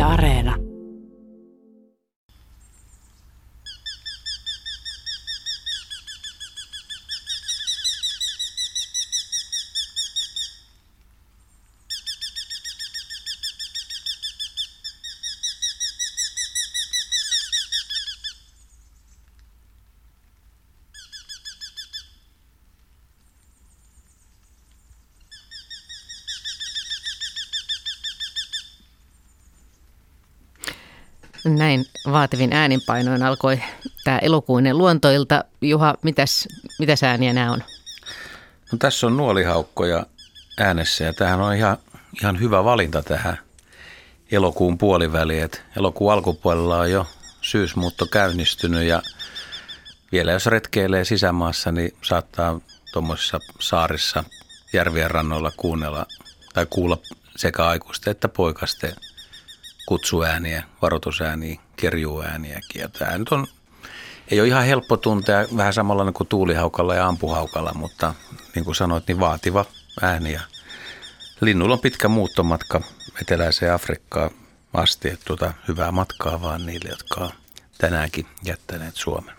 Areena. Näin vaativin ääninpainoin alkoi tämä elokuinen luontoilta. Juha, mitäs ääniä nämä on? No, tässä on nuolihaukkoja äänessä ja tämähän on ihan hyvä valinta tähän elokuun puoliväliin. Elokuun alkupuolella on jo syysmuutto käynnistynyt ja vielä jos retkeilee sisämaassa, niin saattaa tuommoisissa saarissa järvien rannoilla kuulla sekä aikuisten että poikasten kutsuääniä, varoitusääniä, kerjuuääniäkin. Ja tämä nyt ei ole ihan helppo tuntea, vähän samalla kuin tuulihaukalla ja ampuhaukalla, mutta niin kuin sanoit, niin vaativa ääni. Ja linnulla on pitkä muuttomatka eteläiseen Afrikkaan asti, että hyvää matkaa vaan niille, jotka on tänäänkin jättäneet Suomen.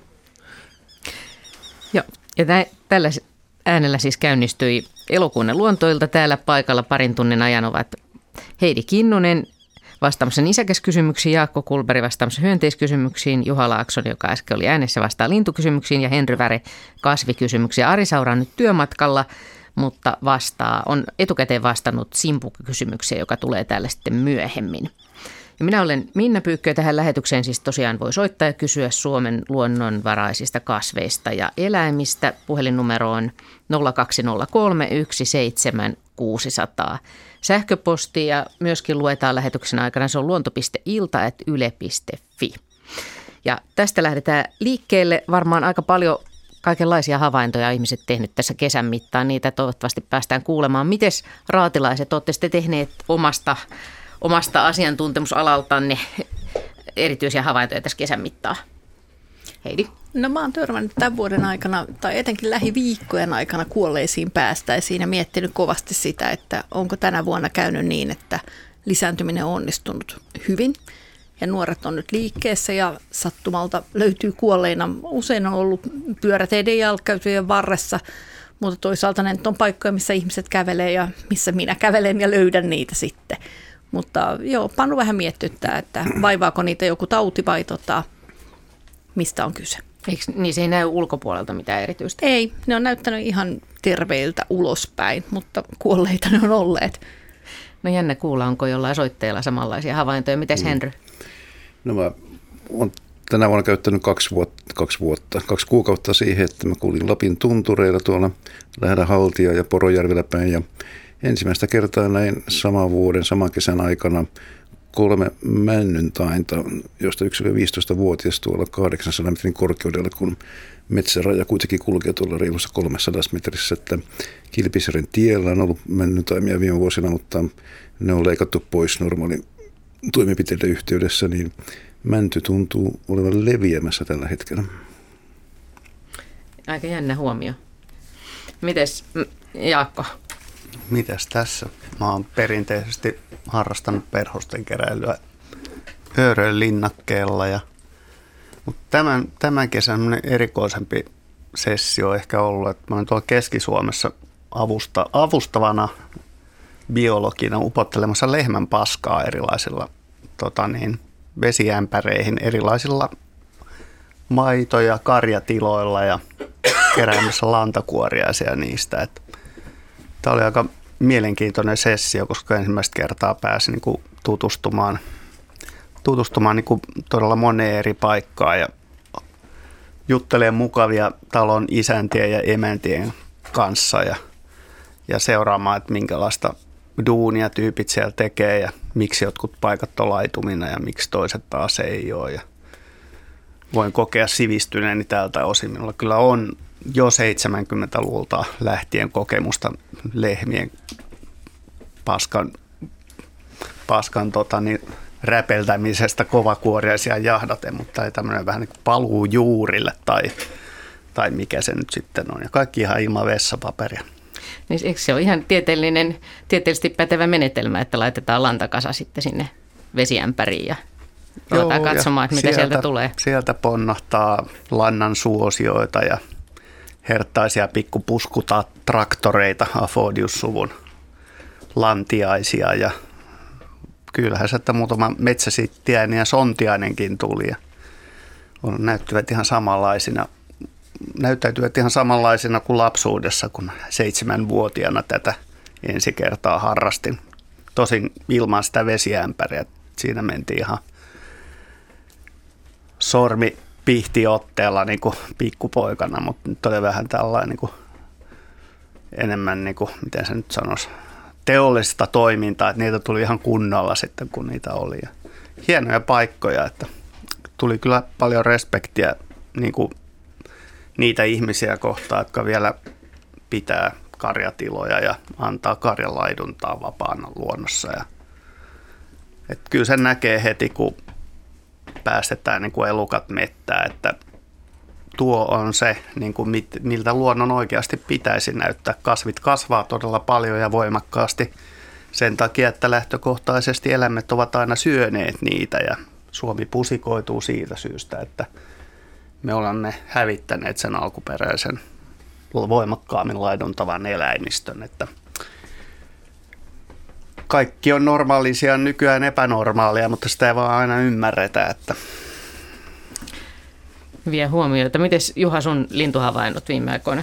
Joo, ja tällä äänellä siis käynnistyi elokuinen luontoilta. Täällä paikalla parin tunnin ajan ovat Heidi Kinnunen vastaamassa nisäkäskysymyksiin, Jaakko Kulberg vastaamassa hyönteiskysymyksiin, Juha Laakson, joka äsken oli äänessä, vastaa lintukysymyksiin ja Henry Väre kasvikysymyksiin. Ari Saura on nyt työmatkalla, mutta on etukäteen vastannut simpukysymykseen, joka tulee täällä sitten myöhemmin. Ja minä olen Minna Pyykkö, tähän lähetykseen siis tosiaan voi soittaa ja kysyä Suomen luonnonvaraisista kasveista ja eläimistä. Puhelinnumero on 0203 17600. Sähköposti ja myöskin luetaan lähetyksen aikana. Se on luonto.ilta@yle.fi. Ja tästä lähdetään liikkeelle. Varmaan aika paljon kaikenlaisia havaintoja ihmiset tehnyt tässä kesän mittaan. Niitä toivottavasti päästään kuulemaan. Mites raatilaiset, olette sitten tehneet omasta asiantuntemusalaltanne erityisiä havaintoja tässä kesän mittaan? Heidi? No mä oon törmännyt tämän vuoden aikana tai etenkin lähiviikkojen aikana kuolleisiin päästäisiin ja miettinyt kovasti sitä, että onko tänä vuonna käynyt niin, että lisääntyminen on onnistunut hyvin. Ja nuoret on nyt liikkeessä ja sattumalta löytyy kuolleina. Usein on ollut pyöräteiden jalkakäytyjen varressa, mutta toisaalta ne on paikkoja, missä ihmiset kävelee ja missä minä kävelen ja löydän niitä sitten. Mutta joo, Panu vähän miettyttää, että vaivaako niitä joku tauti vai mistä on kyse. Niin se ei näy ulkopuolelta mitään erityistä? Ei, ne on näyttänyt ihan terveiltä ulospäin, mutta kuolleita ne on olleet. No jännä kuulla, onko jollain soitteella samanlaisia havaintoja. Mites Henry? No mä oon tänä vuonna käyttänyt 2 kuukautta siihen, että mä kuulin Lapin tuntureilla tuolla lähellä Haltia ja Porojärvellä päin. Ja ensimmäistä kertaa näin saman kesän aikana 3 männyntainta, josta yksi oli 15-vuotias tuolla 800 metrin korkeudella, kun metsäraja kuitenkin kulkee tuolla reilussa 300 metrissä. Että Kilpisjärven tiellä on ollut männyntaimia viime vuosina, mutta ne on leikattu pois normaalin toimenpiteiden yhteydessä, niin mänty tuntuu olevan leviämässä tällä hetkellä. Aika jännä huomio. Mites Jaakko? Mitäs tässä? Mä oon perinteisesti harrastanut perhosten keräilyä Öörön linnakkeella. Mutta tämän kesän erikoisempi sessio on ehkä ollut, että mä olen tuolla Keski-Suomessa avustavana biologina upottelemassa lehmän paskaa erilaisilla vesiämpäreihin, erilaisilla maito- ja karjatiloilla ja keräämässä lantakuoria siellä niistä. Tämä oli aika mielenkiintoinen sessio, koska ensimmäistä kertaa pääsi tutustumaan todella moneen eri paikkaan ja juttelemaan mukavia talon isäntien ja emäntien kanssa ja seuraamaan, että minkälaista duunia tyypit siellä tekee ja miksi jotkut paikat on laitumina ja miksi toiset taas ei ole. Ja voin kokea sivistyneeni tältä osin. Minulla kyllä on jo 70-luvulta lähtien kokemusta lehmien paskan räpeltämisestä kovakuoriaisia jahdaten, mutta ei tämmöinen vähän niin kuin paluu juurille tai mikä se nyt sitten on. Ja kaikki ihan ilman vessapaperia. Niin eikö se ole ihan tieteellisesti pätevä menetelmä, että laitetaan lantakasa sitten sinne vesiämpäriin ja ruvetaan katsomaan, että mitä sieltä tulee. Sieltä ponnahtaa lannan suosioita ja herttaisia pikkupuskutraktoreita, Afodius-suvun lantiaisia ja kyllähän sieltä muutama metsäsittiäinen ja sontiainenkin tuli ja näyttäytyvät ihan samanlaisina kuin lapsuudessa, kun 7-vuotiaana tätä ensi kertaa harrastin. Tosin ilman sitä vesiämpäriä. Siinä mentiin ihan sormi pihtiotteella niin kuin pikkupoikana, mutta nyt oli vähän tällainen niin kuin, enemmän, niin kuin, miten se nyt sanoisi, teollista toimintaa, että niitä tuli ihan kunnolla sitten, kun niitä oli. Ja hienoja paikkoja, että tuli kyllä paljon respektiä niin kuin niitä ihmisiä kohtaan, jotka vielä pitää karjatiloja ja antaa karjalaiduntaa vapaana luonnossa. Ja, että kyllä sen näkee heti, kun päästetään niin kuin elukat mettään, että tuo on se, niin kuin miltä luonnon oikeasti pitäisi näyttää. Kasvit kasvaa todella paljon ja voimakkaasti sen takia, että lähtökohtaisesti eläimet ovat aina syöneet niitä ja Suomi pusikoituu siitä syystä, että me olemme hävittäneet sen alkuperäisen voimakkaammin laiduntavan eläimistön, että kaikki on normaalisia, nykyään epänormaalia, mutta sitä ei vaan aina ymmärretä. Että. Hyviä huomioita. Mites Juha sun lintuhavainnot viime aikoina?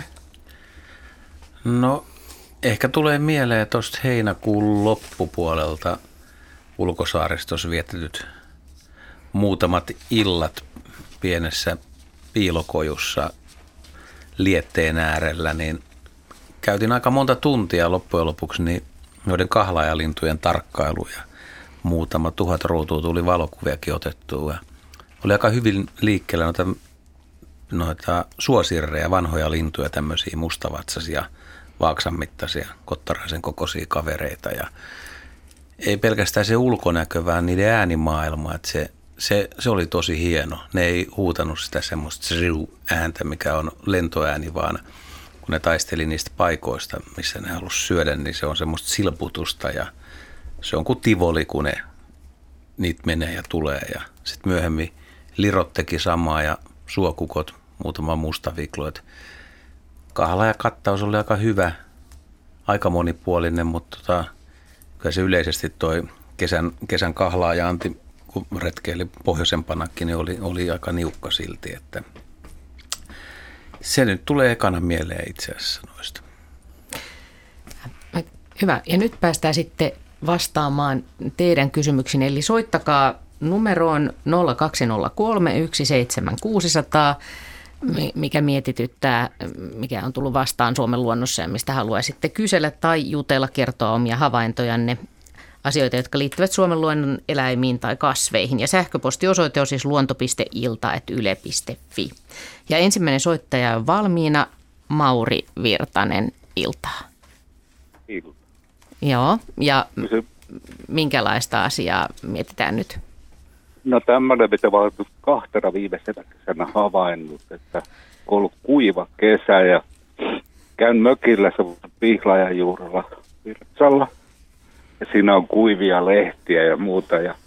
No ehkä tulee mieleen tuosta heinäkuun loppupuolelta ulkosaaristossa vietetyt muutamat illat pienessä piilokojussa lietteen äärellä, niin käytin aika monta tuntia loppujen lopuksi niin noiden kahlaajalintujen tarkkailu ja muutama 1000 ruutua tuli valokuviakin otettua. Ja oli aika hyvin liikkeellä noita suosirrejä, vanhoja lintuja, tämmöisiä mustavatsaisia, vaaksan mittaisia, kottaraisen kokoisia kavereita. Ja ei pelkästään se ulkonäkö, vaan niiden äänimaailma, että se oli tosi hieno. Ne ei huutanut sitä semmoista ääntä, mikä on lentoääni, vaan kun ne taisteli niistä paikoista, missä ne halusi syödä, niin se on semmoista silputusta ja se on kuin tivoli, kun niitä menee ja tulee. Ja sitten myöhemmin lirot teki samaa ja suokukot, muutama mustaviklo. Kahlaaja-kattaus oli aika hyvä, aika monipuolinen, mutta kyllä se yleisesti toi kesän kahlaaja anti, kun retkeili pohjoisempanakin, niin oli aika niukka silti, että se nyt tulee ekana mieleen itse asiassa noista. Hyvä. Ja nyt päästään sitten vastaamaan teidän kysymyksiin. Eli soittakaa numeroon 0203 17600, mikä mietityttää, mikä on tullut vastaan Suomen luonnossa ja mistä haluaisitte kysellä tai jutella, kertoa omia havaintojanne, asioita, jotka liittyvät Suomen luonnon eläimiin tai kasveihin. Ja sähköpostiosoite on siis luonto.yle.fi. Ja ensimmäinen soittaja on valmiina, Mauri Virtanen, iltaa. Ilta. Joo, ja minkälaista asiaa mietitään nyt? No tämmöinen, mitä olen kahtena viimeisenä kesänä havainnut, että on ollut kuiva kesä ja käyn mökillä se Pihlajan juurella Virtsalla. Ja siinä on kuivia lehtiä ja muuta. Ja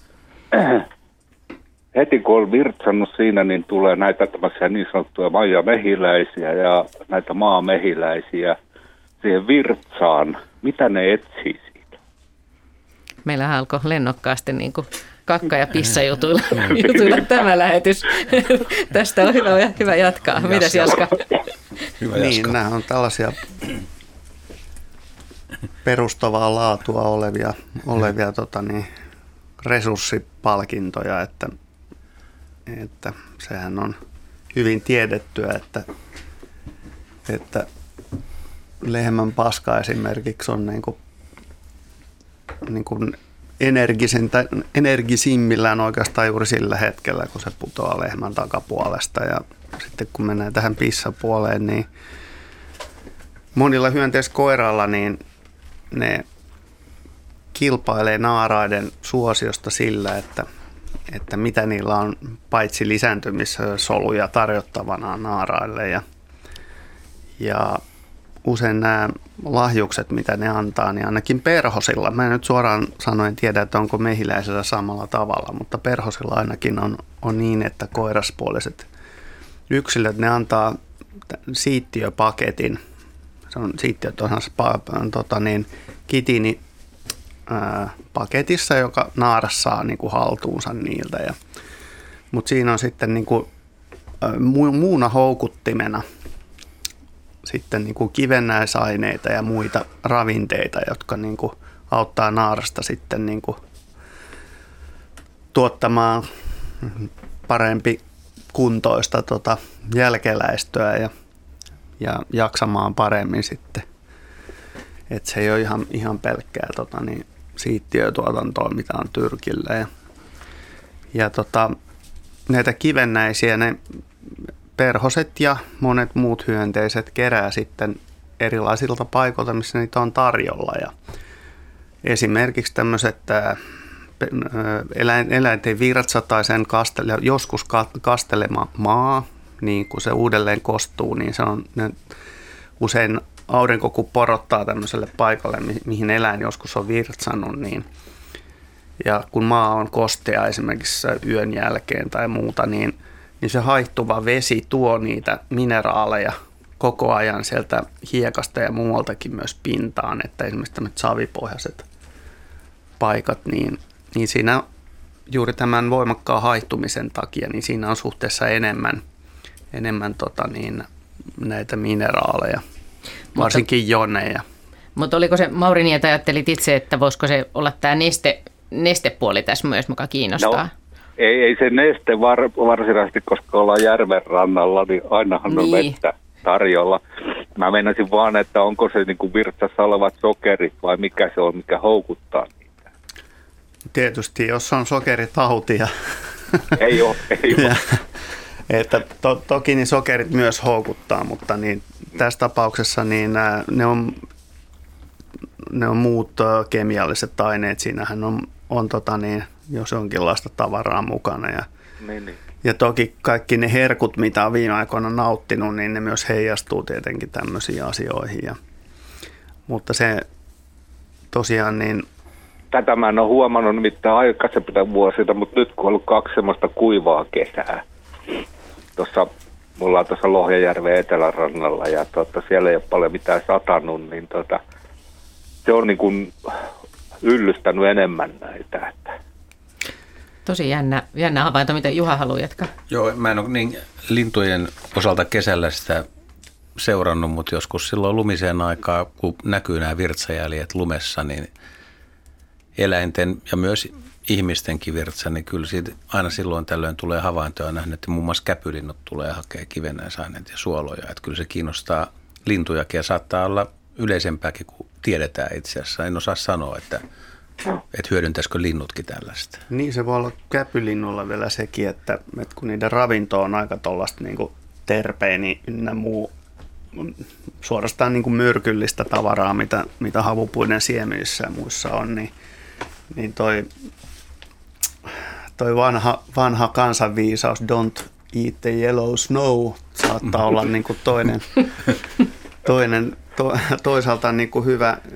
heti kun on virtsannut siinä, niin tulee näitä tämmöisiä niin sanottuja maijamehiläisiä ja näitä maamehiläisiä siihen virtsaan. Mitä ne etsii siitä? Meillähän alkoi lennokkaasti niin kuin kakka- ja pissajutuilla tämä lähetys. Tästä on hyvä jatkaa. Mitäs Jaska? Hyvä niin, Jaska. nämä on tällaisia perustavaa laatua olevia resurssipalkintoja, että sehän on hyvin tiedettyä, että lehmän paska esimerkiksi on niin kuin energisimmillään oikeastaan juuri sillä hetkellä, kun se putoaa lehmän takapuolesta. Ja sitten kun mennään tähän pissapuoleen, niin monilla hyönteiskoiralla niin ne kilpailee naaraiden suosiosta sillä, että mitä niillä on paitsi lisääntymissoluja tarjottavana naaraille. Ja usein nämä lahjukset, mitä ne antaa, niin ainakin perhosilla. Mä en nyt suoraan sanoen tiedä, että onko mehiläisellä samalla tavalla, mutta perhosilla ainakin on niin, että koiraspuoliset yksilöt, ne antaa siittiöpaketin. Se on siittiöt kitiini paketissa, joka naaras saa niin kuin haltuunsa niiltä. Mutta siinä on sitten niin kuin, muuna houkuttimena sitten niin kuin kivennäisaineita ja muita ravinteita, jotka niin kuin auttaa naarasta sitten niin kuin tuottamaan parempi kuntoista jälkeläistöä ja jaksamaan paremmin sitten. Että se ei ole ihan pelkkää siittiötuotantoa, mitä on tyrkillä. Ja näitä kivennäisiä ne perhoset ja monet muut hyönteiset kerää sitten erilaisilta paikoilta, missä niitä on tarjolla. Ja esimerkiksi tämmöiset eläinten virtsa tai sen joskus kastelema maa, niin kun se uudelleen kostuu, niin se on usein aurinko, kun porottaa tämmöiselle paikalle, mihin eläin joskus on virtsannut, niin ja kun maa on kostea esimerkiksi yön jälkeen tai muuta, niin se haihtuva vesi tuo niitä mineraaleja koko ajan sieltä hiekasta ja muualtakin myös pintaan, että esimerkiksi tämmöiset savipohjaiset paikat, niin siinä juuri tämän voimakkaan haihtumisen takia, niin siinä on suhteessa enemmän näitä mineraaleja, varsinkin joneja. Mutta oliko se, Mauri, niin, että ajattelit itse, että voisiko se olla tämä nestepuoli tässä myös, mikä kiinnostaa? No, ei se neste varsinaisesti, koska ollaan järven rannalla, niin ainahan on vettä tarjolla. Mä meinasin vaan, että onko se niin kuin virtsassa olevat sokerit vai mikä se on, mikä houkuttaa niitä. Tietysti, jos on sokeritautia. Ei ole. Että toki niin sokerit myös houkuttaa, mutta niin tässä tapauksessa niin ne on muut kemialliset aineet. Siinähän on jos jonkinlaista tavaraa mukana. Ja toki kaikki ne herkut, mitä on viime aikoina nauttinut, niin ne myös heijastuu tietenkin tämmöisiin asioihin. Mutta se tosiaan niin... Tätä mä en ole huomannut nimittäin aikaisempina vuosina, mutta nyt kun on ollut 2 semmoista kuivaa kesää. Mulla on tuossa Lohjajärven etelärannalla ja siellä ei ole paljon mitään satanut, niin se on niin kuin yllystänyt enemmän näitä. Tosi jännä havainto. Miten Juha haluaa jatkaa? Joo, mä en ole niin lintujen osalta kesällä sitä seurannut, mutta joskus silloin lumiseen aikaa, kun näkyy nämä virtsajäljet lumessa, niin eläinten ja myös ihmistenkin virtsa, niin kyllä siitä aina silloin tällöin tulee havaintoja nähnyt, että muun muassa käpylinnut tulee hakea kivennäisaineita ja suoloja. Että kyllä se kiinnostaa lintujakin ja saattaa olla yleisempääkin kuin tiedetään itse asiassa. En osaa sanoa, että hyödyntäisikö linnutkin tällaista. Niin se voi olla käpylinnulla vielä sekin, että kun niiden ravinto on aika tuollaista niin terpeeni ynnä muu suorastaan niin kuin myrkyllistä tavaraa, mitä havupuiden siemenissä ja muissa on, niin toi vanha kansanviisaus don't eat the yellow snow saattaa olla niin kuin toisaalta niin kuin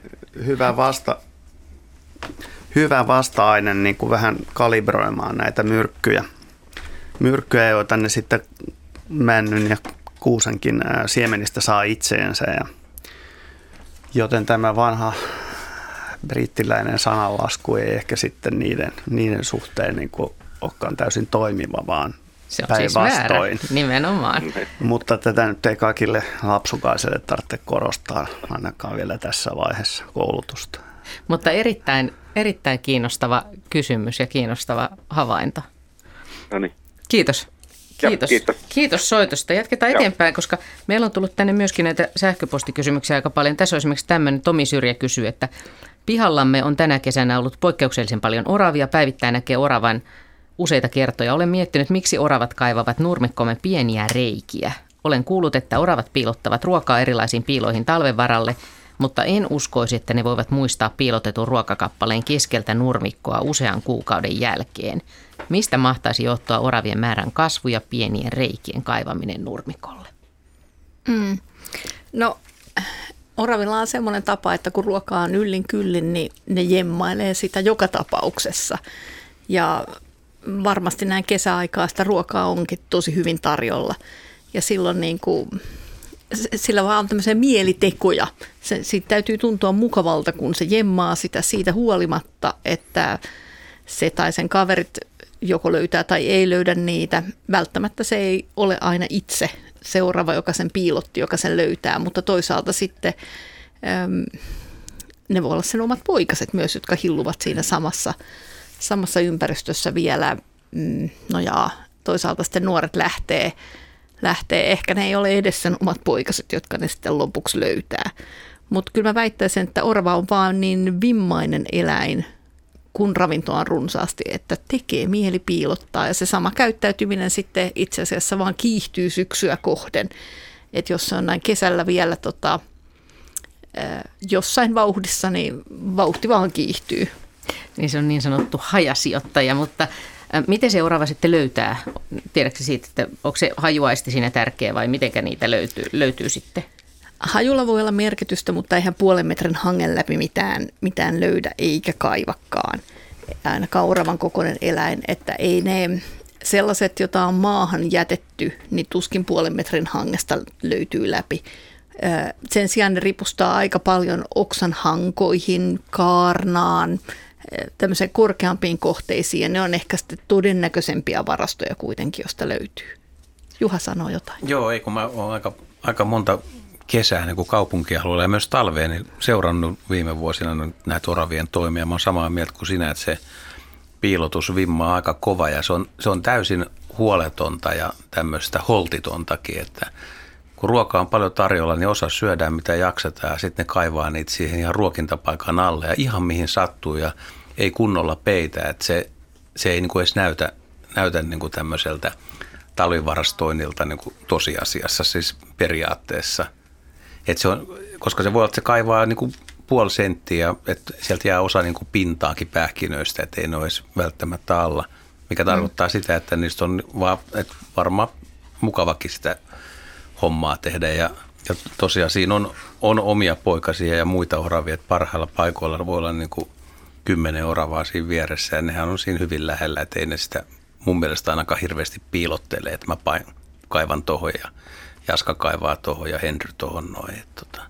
hyvä vasta-aine niin kuin vähän kalibroimaan näitä myrkkyjä, joita ne sitten männyn ja kuusenkin siemenistä saa itseensä. Joten tämä vanha brittiläinen sananlasku ei ehkä sitten niiden suhteen niin kuin olekaan täysin toimiva, vaan se on siis väärä, nimenomaan. Mutta tätä nyt ei kaikille lapsukaiselle tarvitse korostaa ainakaan vielä tässä vaiheessa koulutusta. Mutta erittäin kiinnostava kysymys ja kiinnostava havainto. No niin. Kiitos. Kiitos soitosta. Jatketaan eteenpäin, koska meillä on tullut tänne myöskin näitä sähköpostikysymyksiä aika paljon. Tässä on esimerkiksi tämmöinen, Tomi Syrjä kysyy, että pihallamme on tänä kesänä ollut poikkeuksellisen paljon oravia. Päivittäin näkee oravan useita kertoja. Olen miettinyt, miksi oravat kaivavat nurmikkomme pieniä reikiä. Olen kuullut, että oravat piilottavat ruokaa erilaisiin piiloihin talven varalle, mutta en uskoisi, että ne voivat muistaa piilotetun ruokakappaleen keskeltä nurmikkoa usean kuukauden jälkeen. Mistä mahtaisi johtua oravien määrän kasvu ja pienien reikien kaivaminen nurmikolle? No Oravilla on semmoinen tapa, että kun ruokaa on yllin kyllin, niin ne jemmailee sitä joka tapauksessa. Ja varmasti näin kesäaikaa sitä ruokaa onkin tosi hyvin tarjolla. Ja silloin niin kuin, sillä vaan on tämmöisiä mielitekoja. Siitä täytyy tuntua mukavalta, kun se jemmaa sitä siitä huolimatta, että se tai sen kaverit joko löytää tai ei löydä niitä. Välttämättä se ei ole aina itse seuraava, joka sen piilotti, joka sen löytää, mutta toisaalta sitten ne voi olla sen omat poikaset myös, jotka hilluvat siinä samassa ympäristössä vielä. No ja toisaalta sitten nuoret lähtee. Ehkä ne ei ole edes sen omat poikaset, jotka ne sitten lopuksi löytää. Mutta kyllä mä väittäisin, että orava on vaan niin vimmainen eläin, kun ravintoa on runsaasti, että tekee mieli piilottaa. Ja se sama käyttäytyminen sitten itse asiassa vaan kiihtyy syksyä kohden. Että jos se on näin kesällä vielä jossain vauhdissa, niin vauhti vaan kiihtyy. Niin se on niin sanottu hajasijoittaja, mutta miten se orava sitten löytää? Tiedätkö siitä, että onko se hajuaisti siinä tärkeä vai mitenkä niitä löytyy sitten? Hajulla voi olla merkitystä, mutta eihän 0,5 metrin hangen läpi mitään löydä eikä kaivakaan. Ainakaan oravan kokoinen eläin, että ei ne sellaiset, joita on maahan jätetty, niin tuskin 0,5 metrin hangesta löytyy läpi. Sen sijaan ne ripustaa aika paljon oksan hankoihin, kaarnaan, tämmöiseen korkeampiin kohteisiin, ja ne on ehkä sitten todennäköisempiä varastoja kuitenkin, josta löytyy. Juha sanoo jotain. Joo, ei kun mä oon aika monta kesää niin kuin kaupunkialueella ja myös talveen niin seurannut viime vuosina näitä oravien toimia. Mä oon samaa mieltä kuin sinä, että se piilotusvimma on aika kova ja se on täysin huoletonta ja tämmöistä holtitontakin, että kun ruokaa on paljon tarjolla, niin osa syödään mitä jaksetaan ja sitten ne kaivaa niitä siihen ihan ruokintapaikan alle ja ihan mihin sattuu ja ei kunnolla peitä, että se ei niin kuin edes näytä niin kuin tämmöiseltä talvivarastoinnilta niin kuin tosiasiassa, siis periaatteessa. Että se on, koska se voi olla, että se kaivaa niin kuin 0,5 senttiä, että sieltä jää osa niin kuin pintaakin pähkinöistä, että ei ne ole edes välttämättä alla, mikä tarkoittaa sitä, että niistä on varmaan mukavakin sitä hommaa tehdä. Ja tosiaan siinä on omia poikasia ja muita oravia, että parhailla paikoilla voi olla niin kuin 10 oravaa siinä vieressä ja nehän on siinä hyvin lähellä, että ei ne sitä mun mielestä ainakaan hirveästi piilottelee, että mä kaivan tohon ja Jaska kaivaa tohon ja Henry tohon noin.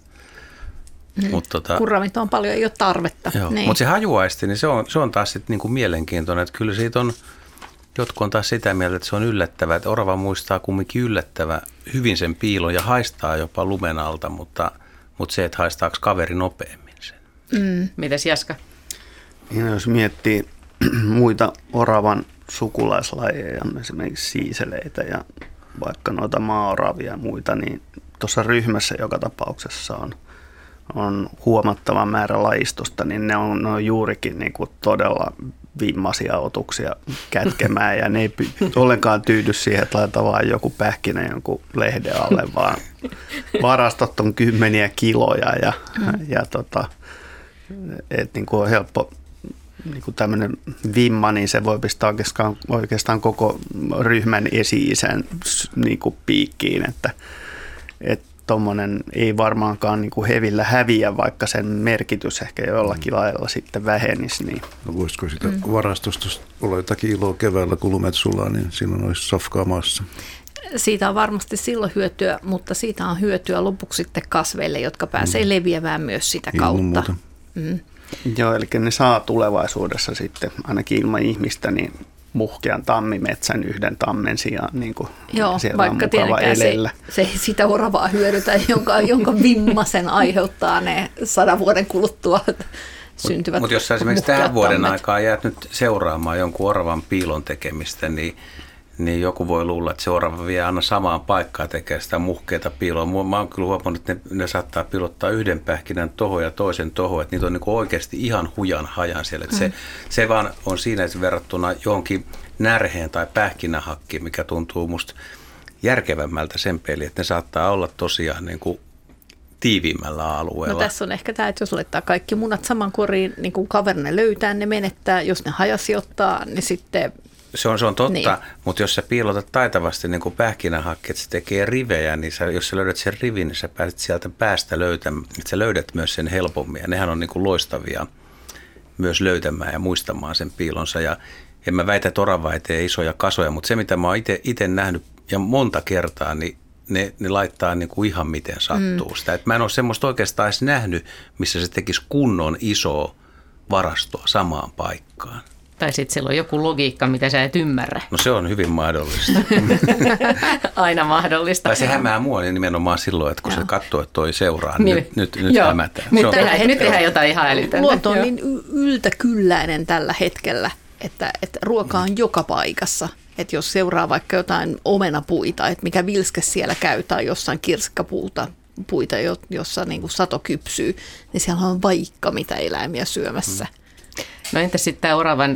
Kun ravintoa on paljon, ei ole tarvetta. Niin. Mutta se hajuaisti, niin se on taas sitten niinku mielenkiintoinen, että kyllä siitä on, jotkut on taas sitä mieltä, että se on yllättävää, että orava muistaa kumminkin yllättävä hyvin sen piilon ja haistaa jopa lumen alta, mutta se, että haistaako kaveri nopeammin sen. Mitäs Jaska? Ja jos miettii muita oravan sukulaislajeja, esimerkiksi siiseleitä ja vaikka noita maaoravia ja muita, niin tuossa ryhmässä joka tapauksessa on huomattava määrä lajistosta, niin ne on juurikin niin kuin todella vimmaisia otuksia kätkemään ja ne ei ollenkaan tyydy siihen, että laitetaan vaan joku pähkinä jonkun lehden alle, vaan varastot on kymmeniä kiloja ja että niin kuin on helppo niin kuin tämmöinen vimma, niin se voi pistää oikeastaan koko ryhmän esi-isän niin kuin piikkiin, että tuommoinen ei varmaankaan niin kuin hevillä häviä, vaikka sen merkitys ehkä jollakin lailla sitten vähenisi. Niin. No voisiko sitä varastosta olla jotakin iloa keväällä, kun lumet sulaa, niin silloin olisi safkaa maassa? Siitä on varmasti silloin hyötyä, mutta siitä on hyötyä lopuksi sitten kasveille, jotka pääsee leviämään myös sitä kautta. Joo, eli ne saa tulevaisuudessa sitten ainakin ilman ihmistä niin muhkean tammimetsän yhden tammen sijaan. Niin kuin joo, vaikka tietenkään se ei sitä oravaa hyödytä, jonka vimmasen aiheuttaa ne 100 vuoden kuluttua syntyvät. Mutta jos sä esimerkiksi tähän vuoden aikaan jäät nyt seuraamaan jonkun oravan piilon tekemistä, niin joku voi luulla, että se orava vie aina samaan paikkaan tekee sitä muhkeita piiloa. Mä oon kyllä huomannut, että ne saattaa piilottaa yhden pähkinän tohon ja toisen tohon, että niitä on niin oikeasti ihan hujan hajan siellä. Se vaan on siinä verrattuna johonkin närheen tai pähkinähakkiin, mikä tuntuu musta järkevämmältä sen peli, että ne saattaa olla tosiaan niin kuin tiiviimmällä alueella. No tässä on ehkä tämä, että jos laittaa kaikki munat saman koriin, niin kun kaveri ne löytää, ne menettää. Jos ne hajasijoittaa, niin sitten Se on totta, Niin. mutta jos sä piilotat taitavasti niin kuin pähkinänhakki, että se tekee rivejä, niin jos sä löydät sen rivin, niin sä pääset sieltä päästä löytämään, että sä löydät myös sen helpommin. Ja nehän on niin kuin loistavia myös löytämään ja muistamaan sen piilonsa. Ja en mä väitä, että orava ei tee isoja kasoja, mutta se mitä mä oon itse nähnyt ja monta kertaa, niin ne laittaa niin kuin ihan miten sattuu sitä. Et mä en ole semmoista oikeastaan edes nähnyt, missä se tekisi kunnon isoa varastoa samaan paikkaan. Tai sitten siellä on joku logiikka, mitä sä et ymmärrä. No se on hyvin mahdollista. Aina mahdollista. Tai se hämää mua niin nimenomaan silloin, että kun se katsoo, että toi seuraa, niin nyt hämätään. Nyt tehdään jotain ihan älytöntä. Luonto on niin yltäkylläinen tällä hetkellä, että ruoka on joka paikassa. Että jos seuraa vaikka jotain omenapuita, että mikä vilske siellä käy, tai jossain kirsikkapuita, jossa niin kuin sato kypsyy, niin siellä on vaikka mitä eläimiä syömässä. No entäs sitten tämä oravan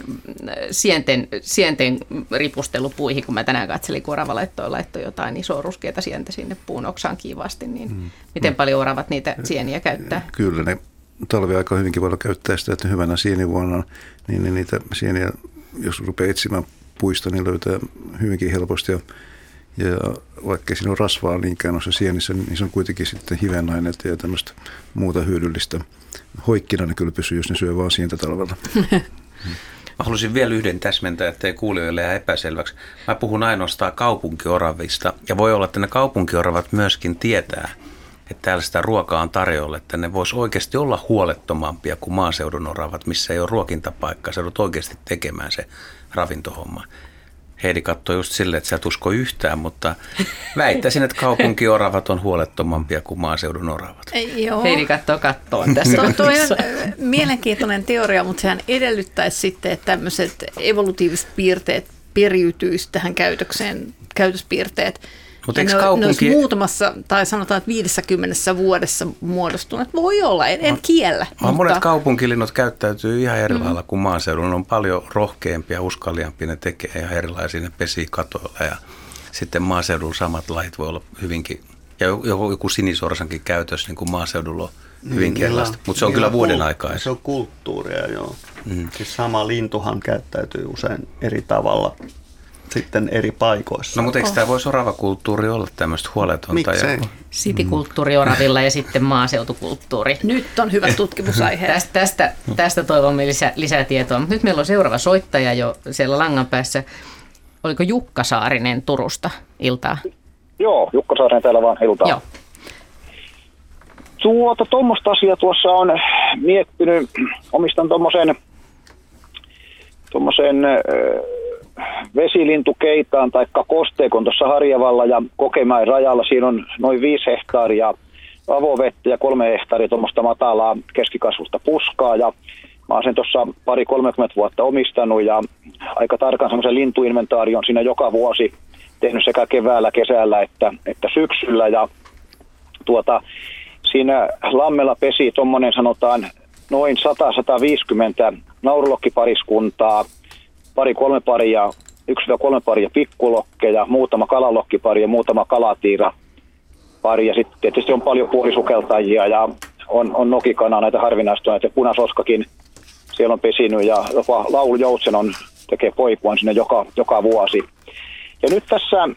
sienten ripustelu puihin, kun mä tänään katselin, kun orava laittoi jotain isoa ruskeata sientä sinne puun oksaan kiivaasti, niin miten paljon oravat niitä sieniä käyttää? Kyllä, ne talviaika hyvinkin voidaan käyttää sitä, että hyvänä sienivuonna, niin niitä sieniä, jos rupeaa etsimään puista, niin löytää hyvinkin helposti. Ja vaikka siinä on rasvaa niinkään noissa sienissä, niin se on kuitenkin sitten hivenaineita ja tämmöistä muuta hyödyllistä. Hoikkina ne kyllä pysyy, jos ne syö vaan sientä talvella. Mä haluaisin vielä yhden täsmentää, ettei kuulijoille jää epäselväksi. Mä puhun ainoastaan kaupunkioravista, ja voi olla, että ne kaupunkioravat myöskin tietää, että täällä sitä ruokaa on tarjolla, että ne vois oikeasti olla huolettomampia kuin maaseudun oravat, missä ei ole ruokintapaikkaa. Sä joudut oikeasti tekemään se ravintohomma. Heidi katsoi just silleen, että sä et usko yhtään, mutta väittäisin, että kaupunkioravat on huolettomampia kuin maaseudun oravat. Joo. Heidi katsoo kattoon tässä. Tuo on mielenkiintoinen teoria, mutta sehän edellyttäisi sitten, että tämmöiset evolutiiviset piirteet periytyisi tähän käytöspiirteet. Mutta ne olisi muutamassa, tai sanotaan, että 50 vuodessa muodostuneet. Voi olla, en kiellä. Monet kaupunkilinnut käyttäytyy ihan eri lailla kuin maaseudulla. Ne on paljon rohkeampia, uskalliampia, ne tekee ihan erilaisia, ne pesii katoilla. Ja sitten maaseudulla samat lajit voi olla hyvinkin, ja joku sinisorsankin käytös niin kuin maaseudulla on hyvinkin erilaista. Mutta se on kyllä vuoden aikaa. Se on kulttuuria, joo. Siis sama lintuhan käyttäytyy usein eri tavalla. Sitten eri paikoissa. No mutta eikö tämä voisi oravakulttuuri olla tämmöistä huoletonta? Miksei? Citykulttuuri oravilla ja sitten maaseutukulttuuri. Nyt on hyvä tutkimusaihe. Tästä toivomme lisää tietoa. Mutta nyt meillä on seuraava soittaja jo siellä langan päässä. Oliko Jukka Saarinen Turusta? Iltaa. Joo, Jukka Saarinen täällä vaan iltaa. Joo. Tuommoista asiaa tuossa on miettinyt. Omistan tuommoisen vesilintukeitaan tai kosteikon tuossa Harjavalla ja Kokemäen rajalla. Siinä on noin 5 hehtaaria avovettä ja 3 hehtaaria tuommoista matalaa keskikasvusta puskaa. Ja mä oon sen tuossa 20-30 vuotta omistanut ja aika tarkan semmoisen lintuinventaarion siinä joka vuosi tehnyt sekä keväällä, kesällä että syksyllä. Ja siinä lammella pesi tuommoinen sanotaan noin 100-150 naurulokkipariskuntaa, 2-3 paria, 1-3 paria pikkulokkeja, muutama kalalokkipari ja muutama kalatiira pari. Ja sitten tietysti on paljon puolisukeltajia ja on nokikana, näitä harvinaistuneita ja punasoskakin siellä on pesinyt ja jopa laulujoutsen tekee poikuan sinne joka vuosi. Ja nyt tässä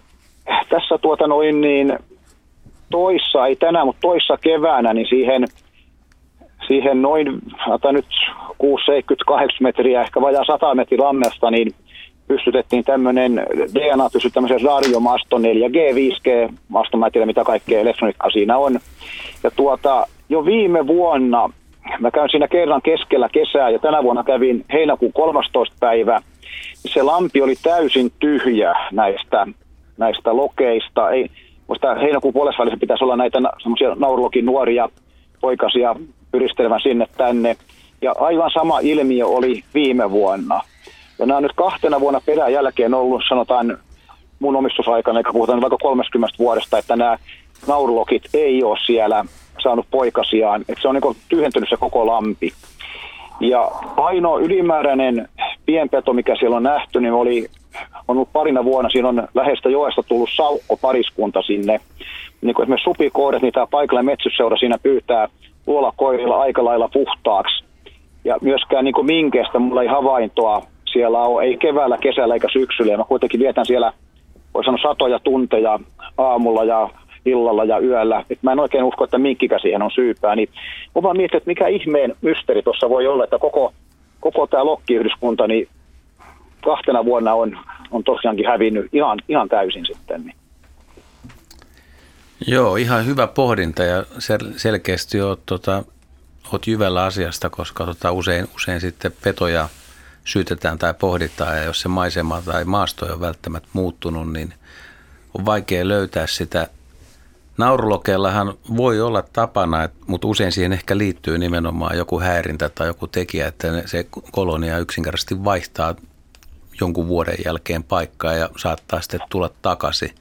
ei tänään, mutta toissa keväänä, niin siihen noin, nyt 6, 78 metriä, ehkä vajaa 100 metriä lammesta, niin pystytettiin tämmöinen DNA pysy tämmöisen radiomasto 4G, 5G-masto, mä en tiedä mitä kaikkea elektroniikkaa siinä on. Ja jo viime vuonna, mä käyn siinä kerran keskellä kesää ja tänä vuonna kävin heinäkuun 13. päivä, niin se lampi oli täysin tyhjä näistä lokeista. Ei, musta heinäkuun puolesvälissä pitäisi olla näitä semmoisia naurulokin nuoria poikasia pyristelevän sinne tänne. Ja aivan sama ilmiö oli viime vuonna. Ja nämä on nyt 2 vuonna perän jälkeen ollut, sanotaan mun omistusaikana, eikä puhutaan vaikka 30 vuodesta, että nämä naurulokit ei ole siellä saanut poikasiaan. Että se on niin tyhjentynyt se koko lampi. Ja ainoa ylimääräinen pienpeto, mikä siellä on nähty, niin on ollut parina vuonna, siinä on lähestä joesta tullut saukkopariskunta sinne. Niin kuin esimerkiksi supikoudet, niin tämä paikallinen metsysseura siinä pyytää luolakoirilla aika lailla puhtaaksi. Ja myöskään niin minkeistä mulla ei havaintoa siellä ole, ei keväällä, kesällä eikä syksyllä. Ja mä kuitenkin vietän siellä, voi sanoa, satoja tunteja aamulla ja illalla ja yöllä. Et mä en oikein usko, että minkkikä siihen on syypää. Niin mä vaan mietin, että mikä ihmeen mysteeri tuossa voi olla, että koko tämä lokkiyhdyskunta niin 2 vuonna on tosiaankin hävinnyt ihan täysin sitten. Niin. Joo, ihan hyvä pohdinta ja selkeästi oot jyvällä asiasta, koska usein sitten petoja syytetään tai pohditaan ja jos se maisema tai maasto ei ole välttämättä muuttunut, niin on vaikea löytää sitä. Naurulokeellahan voi olla tapana, mutta usein siihen ehkä liittyy nimenomaan joku häirintä tai joku tekijä, että se kolonia yksinkertaisesti vaihtaa jonkun vuoden jälkeen paikkaa ja saattaa sitten tulla takaisin.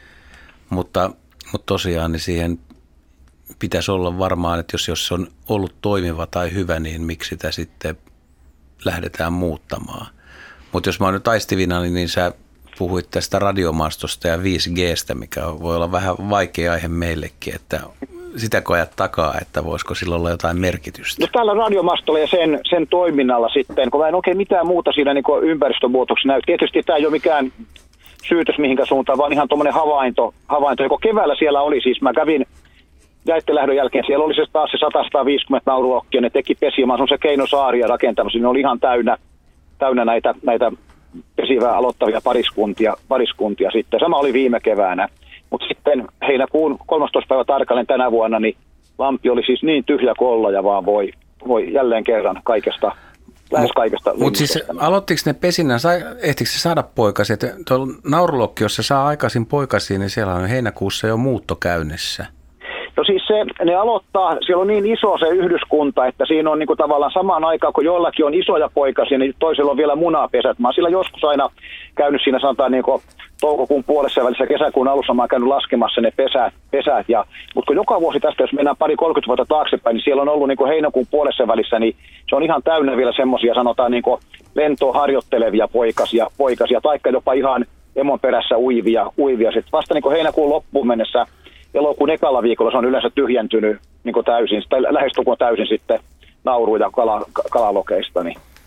Mutta tosiaan niin siihen pitäisi olla varmaan, että jos se on ollut toimiva tai hyvä, niin miksi sitä sitten lähdetään muuttamaan. Mutta jos mä oon nyt aistivina, niin sä puhuit tästä radiomaastosta ja 5G:stä, mikä voi olla vähän vaikea aihe meillekin, että sitä ajat takaa, että voisiko sillä olla jotain merkitystä? No tällä radiomastolla ja sen toiminnalla sitten, kun mä en oikein mitään muuta siinä niin ympäristömuutoksessa näy. Tietysti tämä ei ole mikään syytös mihinkä suuntaan, vaan ihan tuommoinen havainto. Joko keväällä siellä oli, siis mä kävin jäittelähdön jälkeen, siellä oli se taas se 100-150 naurulokkia, ne teki pesimaan semmoisia keinosaaria rakentamassa, ne oli ihan täynnä näitä pesivää aloittavia pariskuntia sitten. Sama oli viime keväänä, mutta sitten heinäkuun 13. päivä tarkalleen tänä vuonna, niin lampi oli siis niin tyhjä kolla ja vaan voi jälleen kerran lähes kaikesta. Mutta siis aloittiko ne pesinnän, ehtikö se saada poikasia? Tuolla naurulokki, jos se saa aikaisin poikasia, niin siellä on heinäkuussa jo muutto käynnissä. No siis ne aloittaa, siellä on niin iso se yhdyskunta, että siinä on niinku tavallaan samaan aikaan, kun joillakin on isoja poikasia, niin toisella on vielä munapesät. Mä oon sillä joskus aina käynyt siinä sanotaan niinku toukokuun puolessa välissä kesäkuun alussa, mä oon käynyt laskemassa ne pesät. Mutta kun joka vuosi tästä, jos mennään 20 vuotta taaksepäin, niin siellä on ollut niinku heinäkuun puolessa välissä, niin se on ihan täynnä vielä semmoisia sanotaan niinku lentoa harjoittelevia poikasia, taikka jopa ihan emon perässä uivia. Sitten vasta niinku heinäkuun loppuun mennessä elokuun ekalla viikolla se on yleensä tyhjentynyt niin täysin, tai lähestulkoon täysin sitten nauru- ja kalalokeista.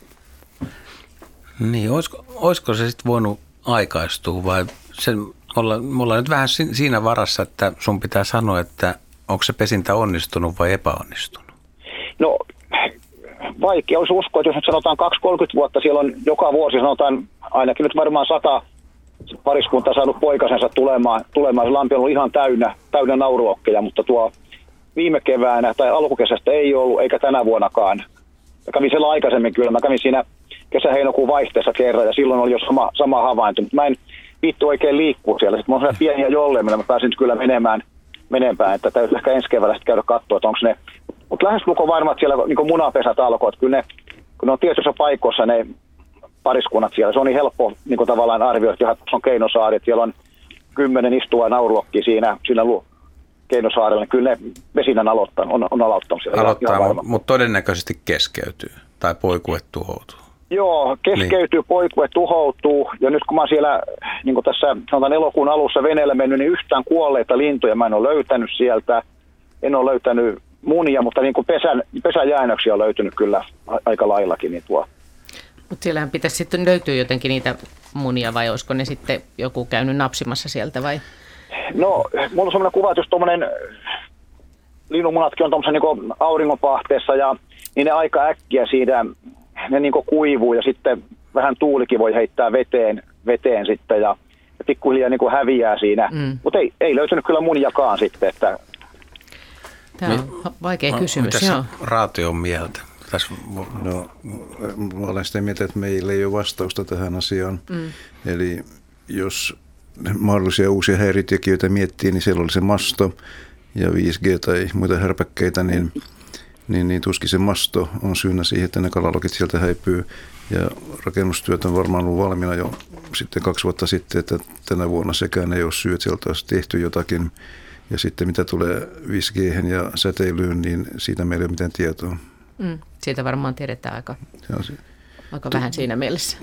Niin, olisiko se sitten voinut aikaistua vai me ollaan nyt vähän siinä varassa, että sun pitää sanoa, että onko se pesintä onnistunut vai epäonnistunut? No vaikea olisi uskoa, että jos nyt sanotaan 2-30 vuotta, siellä on joka vuosi sanotaan ainakin nyt varmaan 100 pariskunta saanut poikasensa tulemaan. Se lampi on ollut ihan täynnä nauruokkeja, mutta tuo viime keväänä tai alkukesästä ei ollut, eikä tänä vuonnakaan. Mä kävin siellä aikaisemmin kyllä. Mä kävin siinä kesä-heinäkuun vaihteessa kerran ja silloin oli jo sama havainto. Mutta mä en viittu oikein liikkua siellä. Sitten mulla on pieniä jolleja, millä mä pääsin kyllä menemään. Että täytyy ehkä ensi keväällä käydä katsoa, että onko ne. Mutta lähestulkoon varma, että siellä niin munapesät alkoi. Kun ne on tietyissä paikoissa ne pariskunnat siellä. Se on niin helppo niin tavallaan arvioida, että on keinosaari, että siellä on 10 istuvaa naurulokkia siinä keinosaarella. Kyllä ne vesinnän on aloittanut siellä. Mutta todennäköisesti keskeytyy tai poikue tuhoutuu. Joo, keskeytyy, niin. Poikue tuhoutuu. Ja nyt kun mä siellä niin tässä sanotaan elokuun alussa veneellä mennyt, niin yhtään kuolleita lintuja mä en ole löytänyt sieltä. En ole löytänyt munia, mutta niin kuin pesäjäännöksiä on löytynyt kyllä aika laillakin. Niin mutta siellähän pitäisi sitten löytyä jotenkin niitä munia, vai olisiko ne sitten joku käynyt napsimassa sieltä vai? No, mulla on sellainen kuva, että jos tuommoinen linnunmunatkin on tuommoisen niin auringonpahteessa ja niin ne aika äkkiä siinä, ne niin kuivuu ja sitten vähän tuulikin voi heittää veteen sitten ja pikkuhiljaa niin häviää siinä. Mutta ei löytynyt kyllä muniakaan sitten. Että tämä on vaikea kysymys. Mitäs Raation mieltä? No, mä olen sitä mieltä, että meillä ei ole vastausta tähän asiaan. Eli jos mahdollisia uusia häiritekijöitä miettii, niin siellä oli se masto ja 5G tai muita härpäkkeitä, niin tuskin se masto on syynä siihen, että ne kalalokit sieltä häipyy. Ja rakennustyöt on varmaan ollut valmiina jo sitten 2 vuotta sitten, että tänä vuonna sekään ei ole syy, että sieltä olisi tehty jotakin. Ja sitten mitä tulee 5G:hen ja säteilyyn, niin siitä meillä ei ole mitään tietoa. Siitä varmaan tiedetään aika vähän siinä mielessä.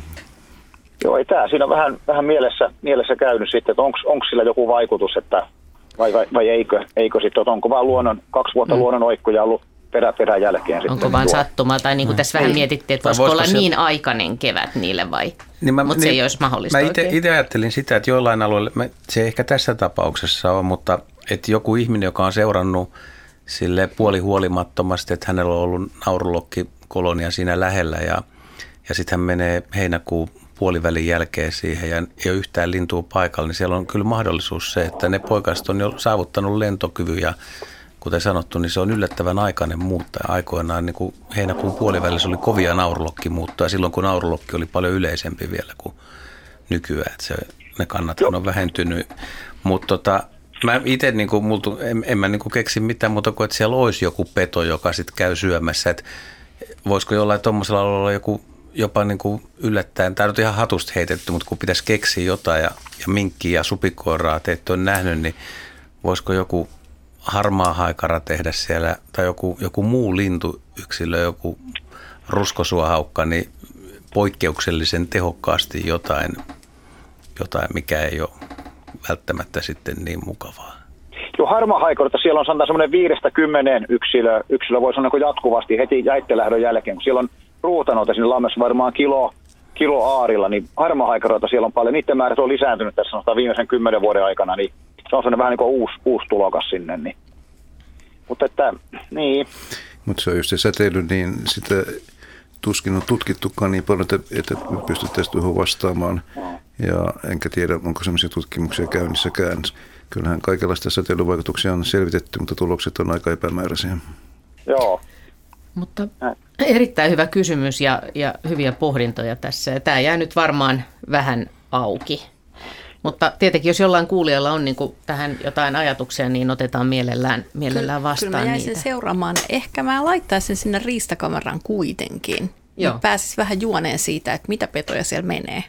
Joo, ei tämä siinä on vähän mielessä käynyt sitten, että onko sillä joku vaikutus, että vai eikö sitten, että onko vaan 2 vuotta luonnon oikkuja ollut perän jälkeen. Onko vaan sattuma, tai niin kuin tässä vähän mietittiin, että voisiko olla niin aikainen kevät niille vai, mutta se ei olisi mahdollista mä oikein. Itse ajattelin sitä, että jollain alueella, se ei ehkä tässä tapauksessa ole, mutta että joku ihminen, joka on seurannut sille puolihuolimattomasti, että hänellä on ollut naurulokkikolonia siinä lähellä ja sitten hän menee heinäkuun puolivälin jälkeen siihen ja ei ole yhtään lintua paikalla, niin siellä on kyllä mahdollisuus se, että ne poikaset on jo saavuttanut lentokyvyn ja kuten sanottu, niin se on yllättävän aikainen muuttaja. Aikoinaan niin kuin heinäkuun puolivälissä oli kovia naurulokkimuuttoja silloin, kun naurulokki oli paljon yleisempi vielä kuin nykyään. Että ne kannathan on vähentynyt. Mutta mä itse niin en mä niin kuin keksi mitään muuta kuin, että siellä olisi joku peto, joka sitten käy syömässä. Että voisiko jollain tuommoisella olla joku jopa niin kuin yllättäen, tämä on ihan hatusta heitetty, mutta kun pitäisi keksiä jotain ja minkkiä ja supikoiraa te ette ole nähnyt, niin voisiko joku harmaa haikara tehdä siellä tai joku muu lintuyksilö, joku ruskosuohaukka, niin poikkeuksellisen tehokkaasti jotain, mikä ei ole välttämättä sitten niin mukavaa. Joo, harmaa haikara, siellä on sanotaan semmoinen 5-10 yksilö voi sanoa jatkuvasti heti jäittelähdön jälkeen, kun siellä on ruutanoita sinne lammessa varmaan kilo aarilla, niin harmaa haikaroita siellä on paljon. Niiden määrät on lisääntynyt tässä sanotaan viimeisen 10 vuoden aikana, niin se on sellainen vähän niin kuin uusi tulokas sinne. Niin. Mutta että, niin. Mutta se on just se säteily, niin sitä tuskin on tutkittukaan niin paljon, että me pystyttäisiin tuohon vastaamaan. Ja enkä tiedä, onko sellaisia tutkimuksia käynnissäkään. Kyllähän kaikenlaista säteilyvaikutuksia on selvitetty, mutta tulokset on aika epämääräisiä. Joo. Mutta erittäin hyvä kysymys ja hyviä pohdintoja tässä. Tämä jää nyt varmaan vähän auki. Mutta tietenkin, jos jollain kuulijalla on niin kuin tähän jotain ajatuksia, niin otetaan mielellään vastaan kyllä mä jäisin niitä. seuraamaan. Ehkä mä laittaisin sinne riistakameran kuitenkin. Joo. Pääsis vähän juoneen siitä, että mitä petoja siellä menee.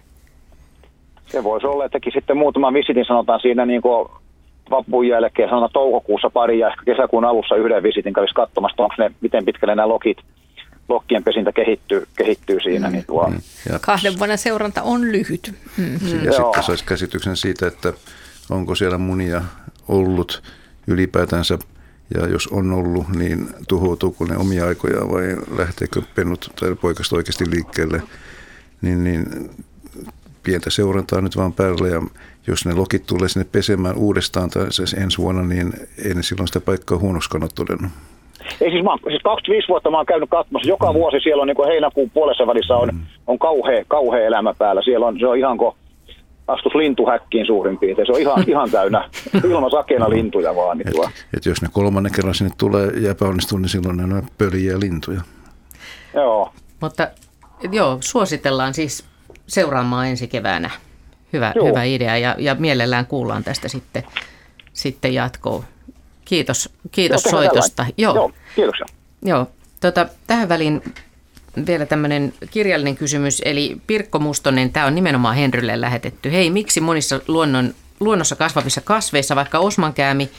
Se voisi olla, ettekin sitten muutaman visitin sanotaan siinä niin kuin vapun jälkeen, sanotaan toukokuussa pari ja ehkä kesäkuun alussa yhden visitin kävisi katsomassa, onko ne, miten pitkälle nämä lokkien pesintä kehittyy siinä. Niin 2 vuoden seuranta on lyhyt. Ja sitten saisi käsityksen siitä, että onko siellä munia ollut ylipäätänsä, ja jos on ollut, niin tuhoutuuko ne omia aikojaan vai lähteekö pennut tai poikasta oikeasti liikkeelle, niin pientä seurantaa nyt vaan päällä, ja jos ne lokit tulee sinne pesemään uudestaan tai ensi vuonna, niin ei ne silloin sitä paikkaa huonoskaan ole todennut. Ei siis 25 vuotta mä oon käynyt katsomassa. Joka vuosi siellä on niin kuin heinäkuun puolessa välissä on kauhea elämä päällä. Siellä on, se on ihan kuin astus lintuhäkkiin suurin piirtein. Se on ihan täynnä ilmasakeena lintuja vaan. Niin et jos ne 3. kerran sinne tulee ja epäonnistuu, niin silloin ne on pöliä lintuja. Joo. Mutta suositellaan siis seuraamaan ensi keväänä. Hyvä idea ja mielellään kuullaan tästä sitten jatkoon. Kiitos soitosta. Joo, kiitoksia. Joo, tähän väliin vielä tämmöinen kirjallinen kysymys, eli Pirkko Mustonen, tämä on nimenomaan Henrylle lähetetty. Hei, miksi monissa luonnossa kasvavissa kasveissa, vaikka osmankäämi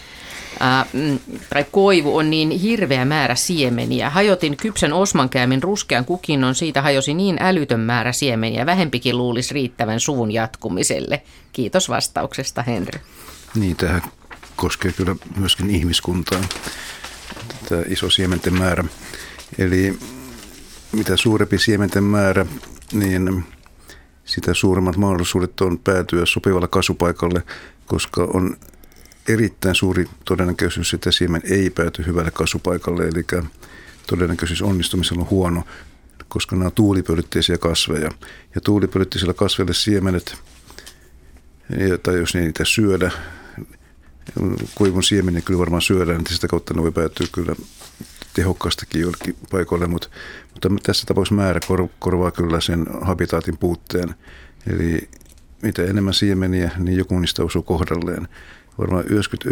tai koivu on niin hirveä määrä siemeniä? Hajotin kypsän osmankäämin ruskean kukinnon, siitä hajosi niin älytön määrä siemeniä, vähempikin luulisi riittävän suvun jatkumiselle. Kiitos vastauksesta, Henry. Niin, tähän koskee kyllä myöskin ihmiskuntaa, tämä iso siementen määrä. Eli mitä suurempi siementen määrä, niin sitä suuremmat mahdollisuudet on päätyä sopivalle kasvupaikalle, koska on erittäin suuri todennäköisyys, että siemen ei pääty hyvälle kasvupaikalle, eli todennäköisyys onnistumisella on huono, koska nämä on tuulipölytteisiä kasveja. Ja tuulipölytteisillä kasveille siemenet, tai jos niitä syödä, koivun siemeniä kyllä varmaan syödään, niin sitä kautta ne voi päätyä kyllä tehokkaastakin joillekin paikoille, mutta tässä tapauksessa määrä korvaa kyllä sen habitaatin puutteen. Eli mitä enemmän siemeniä, niin joku niistä osuu kohdalleen. Varmaan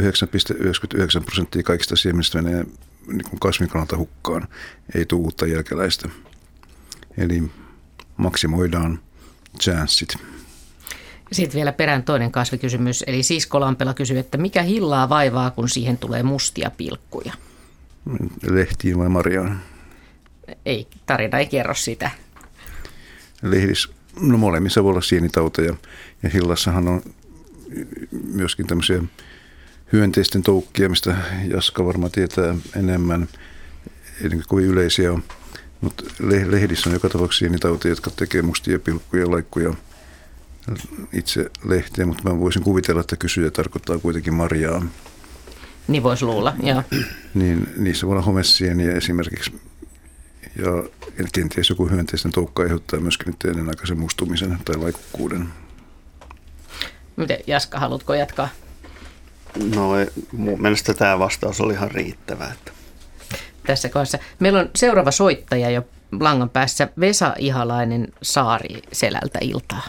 99,99% kaikista siemenistä menee niin kasvin kannalta hukkaan, ei tule uutta jälkeläistä. Eli maksimoidaan chanssit. Sitten vielä perään toinen kasvikysymys, eli Sisko Lampela kysyy, että mikä hillaa vaivaa, kun siihen tulee mustia pilkkuja? Lehtiin vai marjaan? Ei, tarina ei kerro sitä. Lehdissä, no molemmissa voi olla sienitauteja, ja hillassahan on myöskin tämmöisiä hyönteisten toukkia, mistä Jaska varmaan tietää enemmän. ei kovin yleisiä ole. Mutta lehdissä on joka tapauksessa sienitauteja, jotka tekee mustia pilkkuja ja laikkuja itse lehteen, mutta mä voisin kuvitella, että kysyjä tarkoittaa kuitenkin marjaa. Niin voisi luulla, joo. Niin niissä voi olla homesieniä esimerkiksi. Ja kenties joku hyönteisten toukka aiheuttaa myöskin nyt ennenaikaisen mustumisen tai laikukkuuden. Miten Jaska, haluatko jatkaa? No mun mielestä tämä vastaus oli ihan riittävä. Että. Tässä kohdassa. Meillä on seuraava soittaja jo langan päässä, Vesa Ihalainen Saari-Selältä, iltaa.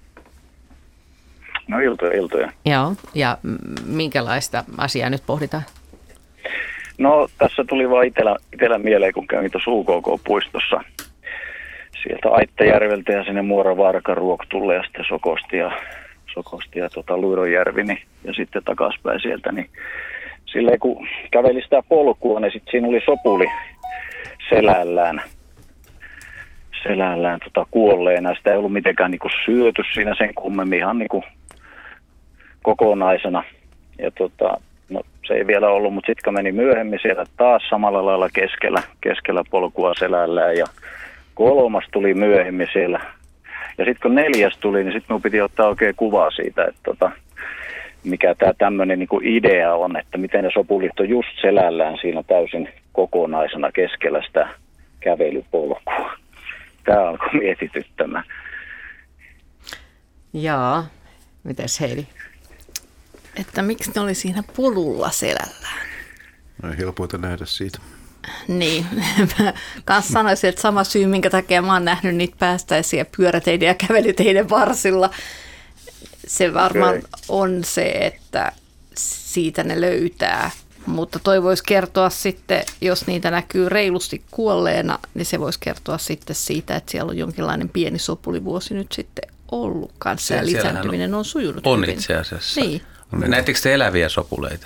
No iltoja. Joo, ja minkälaista asiaa nyt pohditaan? No tässä tuli vaan itsellä mieleen, kun kävin tuossa UKK-puistossa sieltä Aittajärveltä ja sinne Muora-Varka Ruoktulle ja sitten Sokosti ja Luidonjärvi niin, ja sitten takaspäin sieltä. Niin, silleen kun käveli sitä polkua, niin sitten siinä oli sopuli selällään kuolleena. Sitä ei ollut mitenkään niin kuin syöty siinä sen kummemmin ihan niin kuin kokonaisena. Ja no, se ei vielä ollut, mutta sitten kun meni myöhemmin siellä taas samalla lailla keskellä polkua selällään ja 3 tuli myöhemmin siellä. Ja sitten kun 4 tuli, niin sitten minun piti ottaa oikein kuvaa siitä, että mikä tämä tämmöinen niinku idea on, että miten ne sopulit on just selällään siinä täysin kokonaisena keskellä sitä kävelypolkua. Tämä alkoi mietityttämään. Jaa, mitäs Heidi? Että miksi ne oli siinä polulla selällään? No helpoita nähdä siitä. Niin, kanssa sanoisin, että sama syy, minkä takia mä oon nähnyt niitä päästäisiä pyöräteiden ja kävelyteiden varsilla. Se varmaan on se, että siitä ne löytää, mutta toi voisi kertoa sitten, jos niitä näkyy reilusti kuolleena, niin se voisi kertoa sitten siitä, että siellä on jonkinlainen pieni sopulivuosi nyt sitten ollut kanssa ja lisääntyminen on sujunut on hyvin. Itse asiassa. Niin. Näettekö te eläviä sopuleita?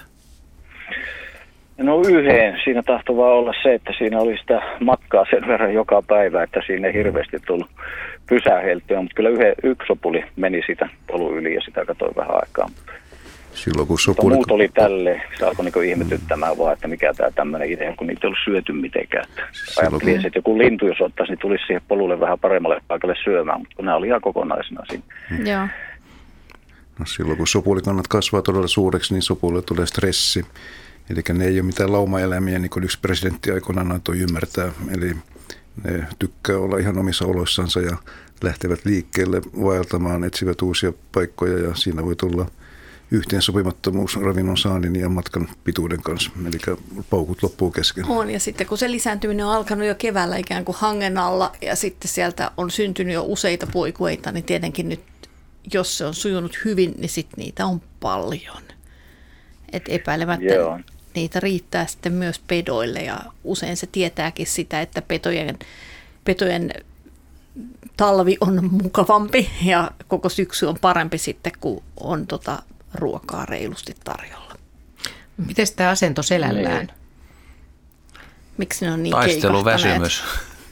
No yhden. Siinä tahtoi vaan olla se, että siinä oli sitä matkaa sen verran joka päivä, että siinä ei hirveästi tullut pysäheltyä, mutta kyllä yksi sopuli meni sitä polun yli ja sitä katsoin vähän aikaa. Silloin kun muut oli tälleen, se alkoi niinku ihmetyttämään vaan, että mikä tämä tämmöinen idea, kun niitä ei ollut syöty mitenkään. Ajattelin, että joku lintu, jos ottaisi, niin tulisi siihen polulle vähän paremmalle paikalle syömään, mutta kun nämä oli ihan kokonaisena siinä. Joo. No silloin kun sopulikannat kasvaa todella suureksi, niin sopuille tulee stressi. Eli ne ei ole mitään laumaeläimiä, niin kuin yksi presidentti aikoinaan antoi ymmärtää. Eli ne tykkää olla ihan omissa oloissansa ja lähtevät liikkeelle vaeltamaan, etsivät uusia paikkoja ja siinä voi tulla yhteensopimattomuus ravinnon saannin ja matkan pituuden kanssa. Eli paukut loppuu kesken. On, ja sitten kun se lisääntyminen on alkanut jo keväällä ikään kuin hangen alla ja sitten sieltä on syntynyt jo useita poikueita, niin tietenkin nyt, jos se on sujunut hyvin, niin sitten niitä on paljon. Et epäilemättä niitä riittää sitten myös pedoille ja usein se tietääkin sitä, että petojen talvi on mukavampi ja koko syksy on parempi sitten, kun on ruokaa reilusti tarjolla. Miten tämä asento selällään? Miksi ne on niin taisteluväsymys.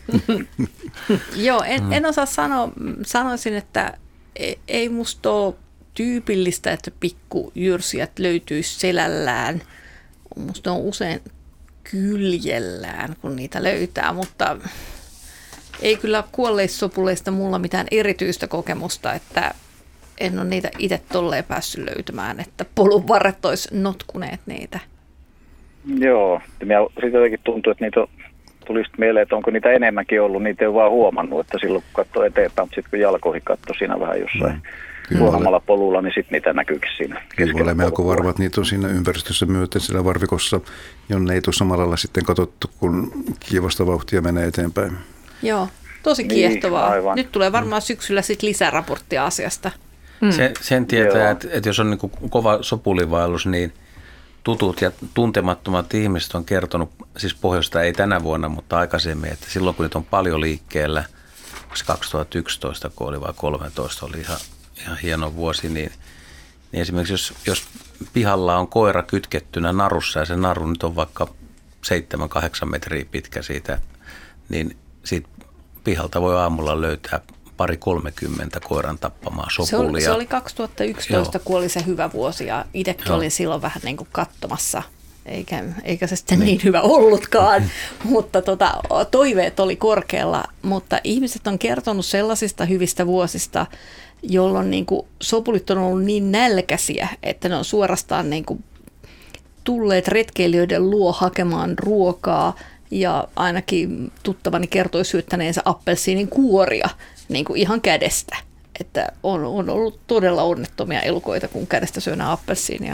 Joo, en osaa sanoa. Sanoisin, että ei musta ole tyypillistä, että pikkujyrsijät löytyisi selällään. Musta on usein kyljellään, kun niitä löytää, mutta ei kyllä kuolleissopuleista mulla mitään erityistä kokemusta, että en ole niitä itse tolleen päässyt löytämään, että polun varret olisi notkuneet niitä. Joo, siitä jotenkin tuntuu, että niitä tuli mieleen, että onko niitä enemmänkin ollut, niitä ei ole vaan huomannut, että silloin kun katsoo eteenpäin, mutta sitten kun jalkoihin katsoo siinä vähän jossain huonommalla polulla, niin sitten niitä näkyykin siinä. Kyllä olen melko varma, että niitä on siinä ympäristössä myöten siellä varvikossa, jonne ei tule samalla lailla sitten katsottu, kun kiivasta vauhtia menee eteenpäin. Joo, tosi kiehtovaa. Niin, nyt tulee varmaan syksyllä sitten lisäraporttia asiasta. Sen tietää, että jos on niin kuin kova sopulivaellus, niin tutut ja tuntemattomat ihmiset on kertonut, siis pohjoista ei tänä vuonna, mutta aikaisemmin, että silloin kun nyt on paljon liikkeellä, 2011 kun oli vai 2013 oli ihan hieno vuosi, niin esimerkiksi jos pihalla on koira kytkettynä narussa ja se naru nyt on vaikka 7-8 metriä pitkä siitä, niin siitä pihalta voi aamulla löytää 20-30 koiran tappamaa sopulia. Se oli 2011, kun oli se hyvä vuosi ja itsekin olin silloin vähän niin kuin katsomassa eikä se sitten niin hyvä ollutkaan, mutta toiveet oli korkealla, mutta ihmiset on kertonut sellaisista hyvistä vuosista, jolloin niin kuin sopulit on ollut niin nälkäisiä, että ne on suorastaan niin kuin tulleet retkeilijöiden luo hakemaan ruokaa, ja ainakin tuttavani kertoi syöttäneensä appelsiinin kuoria niin kuin ihan kädestä. Että on ollut todella onnettomia elukoita, kun kädestä syönä appelsiinia.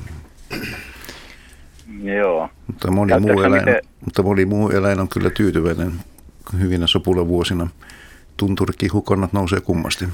Joo. Mutta moni muu eläin on kyllä tyytyväinen hyvinä sopulavuosina. Tunturikihukonnat nousee kummasti.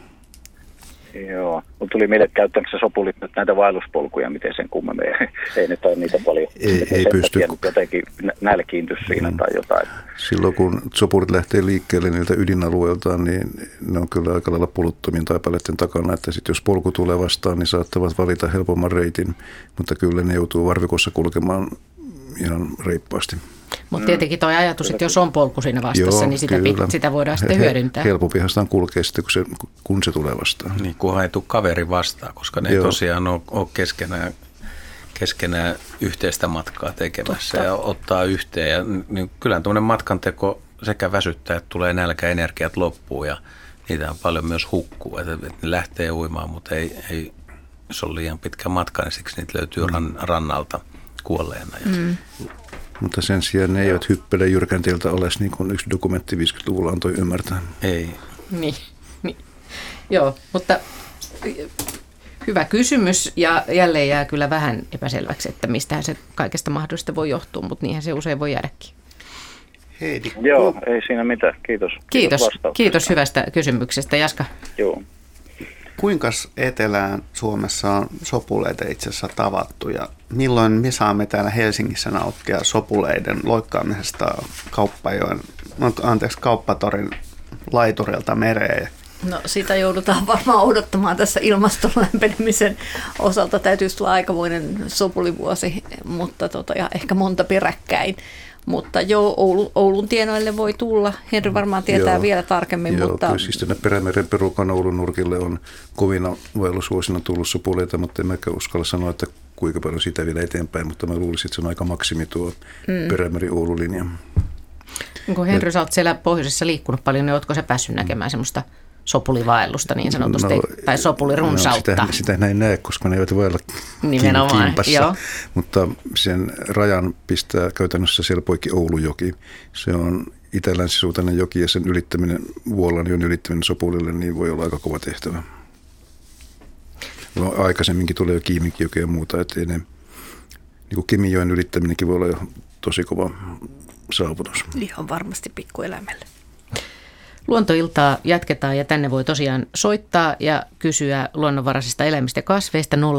Joo, mutta tuli mieleen, että käyttämässä sopulit nyt näitä vaelluspolkuja, miten sen kummemmin. Ei nyt ole niitä paljon. Ei pysty. Jotenkin nälkiinty siinä tai jotain. Silloin kun sopulit lähtee liikkeelle niiltä ydinalueiltaan, niin ne on kyllä aika lailla puluttomien taipaleiden takana. Että sit jos polku tulee vastaan, niin saattavat valita helpomman reitin, mutta kyllä ne joutuu varvikossa kulkemaan ihan reippaasti. Mutta tietenkin tuo ajatus, että jos on polku siinä vastassa, niin sitä voidaan sitten hyödyntää. Helpompihan sitä kulkee sitten, kun se tulee vastaan. Niin, kunhan ei tule kaveri vastaan, koska ne ei tosiaan ole keskenään yhteistä matkaa tekemässä. Totta. Ja ottaa yhteen. Ja, niin kyllä tuommoinen matkanteko sekä väsyttää, että tulee nälkä, energiat loppuu ja niitä on paljon myös hukkuu. Että ne lähtee uimaan, mutta ei jos on liian pitkä matka, niin siksi niitä löytyy rannalta kuolleena. Mutta sen sijaan ne eivät hyppele jyrkänteiltä oles, niin kuin yksi dokumentti 50-luvulla antoi ymmärtää. Ei. Niin. Joo, mutta hyvä kysymys ja jälleen jää kyllä vähän epäselväksi, että mistähän se kaikesta mahdollista voi johtua, mutta niinhän se usein voi jäädäkin. Heidi. Joo, ei siinä mitään. Kiitos hyvästä kysymyksestä. Jaska. Joo. Kuinka Etelään Suomessa on sopuleita itse asiassa tavattu ja milloin me saamme täällä Helsingissä nauttia sopuleiden loikkaamisesta Kauppatorin laiturilta mereen? No sitä joudutaan varmaan odottamaan tässä ilmaston lämpenemisen osalta. Täytyy tulla aikamoinen sopulivuosi, mutta ja ehkä monta peräkkäin. Mutta joo, Oulun tienoille voi tulla. Henry varmaan tietää vielä tarkemmin. Joo, mutta siis tänne Perämeren perukan Oulun nurkille on kovina vaellusvuosina tullut sopuleita, mutta en mäkään uskalla sanoa, että kuinka paljon siitä vielä eteenpäin, mutta mä luulisin, että se on aika maksimi tuo Perämeri-Oulu-linja. Kun Henry, sä oot siellä pohjoisessa liikkunut paljon, niin ootko sä päässyt näkemään semmoista sopulivaellusta niin sanotusti, tai sopulirunsautta? Sitä näin näe, koska ne eivät vaella kimpassa, joo. Mutta sen rajan pistää käytännössä siellä poikki Oulujoki. Se on itä-länsisuuntainen joki ja sen ylittäminen, Vuolanjoen ylittäminen sopulille, niin voi olla aika kova tehtävä. Aikaisemminkin tulee jo Kiiminkijoki ja muuta, että niin kuin Kemijoen ylittäminenkin voi olla jo tosi kova saavutus. Ihan varmasti pikkueläimelle. Luontoiltaa jatketaan ja tänne voi tosiaan soittaa ja kysyä luonnonvaraisista eläimistä ja kasveista 0203176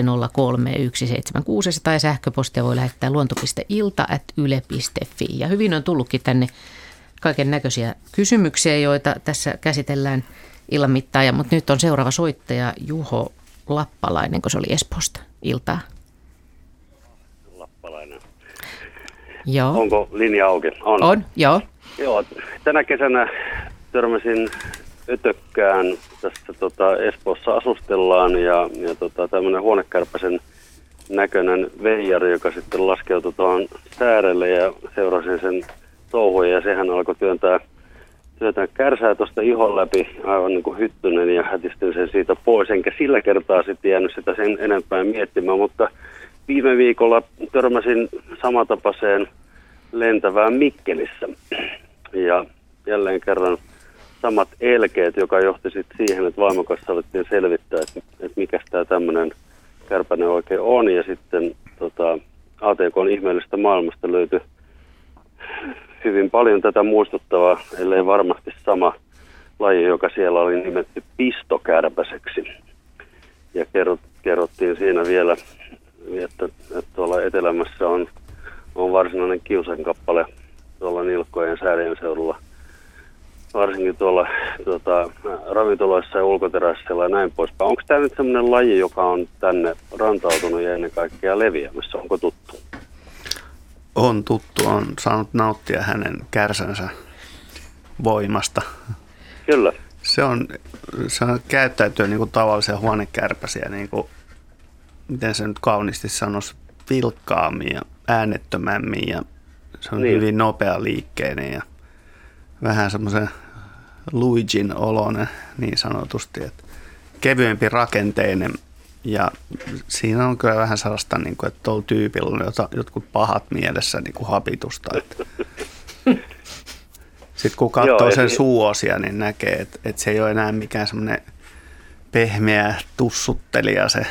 tai sähköpostia voi lähettää luonto.ilta@yle.fi. Ja hyvin on tullutkin tänne kaiken näköisiä kysymyksiä, joita tässä käsitellään illan mittaan. Mutta nyt on seuraava soittaja Juho Lappalainen, kun se oli Espoosta. Iltaa. Lappalainen. Joo. Onko linja auki? On, joo. Joo, tänä kesänä törmäsin ötökkään, tässä Espoossa asustellaan ja tämmöinen huonekärpäsen näköinen veijari, joka sitten laskeutui tuohon säärelle ja seurasin sen touhuja ja sehän alkoi työntää kärsää tuosta ihon läpi aivan niin kuin hyttynen ja hätistin sen siitä pois, enkä sillä kertaa sitten jäänyt sitä sen enempää miettimään, mutta viime viikolla törmäsin samantapaiseen lentävään Mikkelissä ja jälleen kerran samat elkeet, joka johti sitten siihen, että vaimon kanssa alettiin selvittää, että mikä tämä tämmöinen kärpänen oikein on. Ja sitten ATK:n ihmeellisestä maailmasta löytyi hyvin paljon tätä muistuttavaa, ellei varmasti sama laji, joka siellä oli nimetty pistokärpäseksi. Ja kerrottiin siinä vielä, että tuolla etelämässä on varsinainen kiusankappale tuolla nilkkojen säärien seudulla. Varsinkin tuolla ravintoloissa ja ulkoterasseilla ja näin poispäin. Onko tämä nyt sellainen laji, joka on tänne rantautunut ja ennen kaikkea leviämässä? Onko tuttu? On tuttu. On saanut nauttia hänen kärsänsä voimasta. Kyllä. Se on käyttäytyy niin kuin tavallisia huonekärpäsiä, niin kuin, miten se nyt kauniisti sanoisi, vilkkaammin ja äänettömämmin ja se on hyvin nopea liikkeinen ja vähän semmoisen Luigin oloinen niin sanotusti, että kevyempi rakenteinen ja siinä on kyllä vähän sellaista, niin kuin, että tuolla tyypillä on jotkut pahat mielessä niin kuin hapitusta. Sitten kun katsoo sen suuosia, niin näkee, että se ei ole enää mikään semmoinen pehmeä tussuttelija se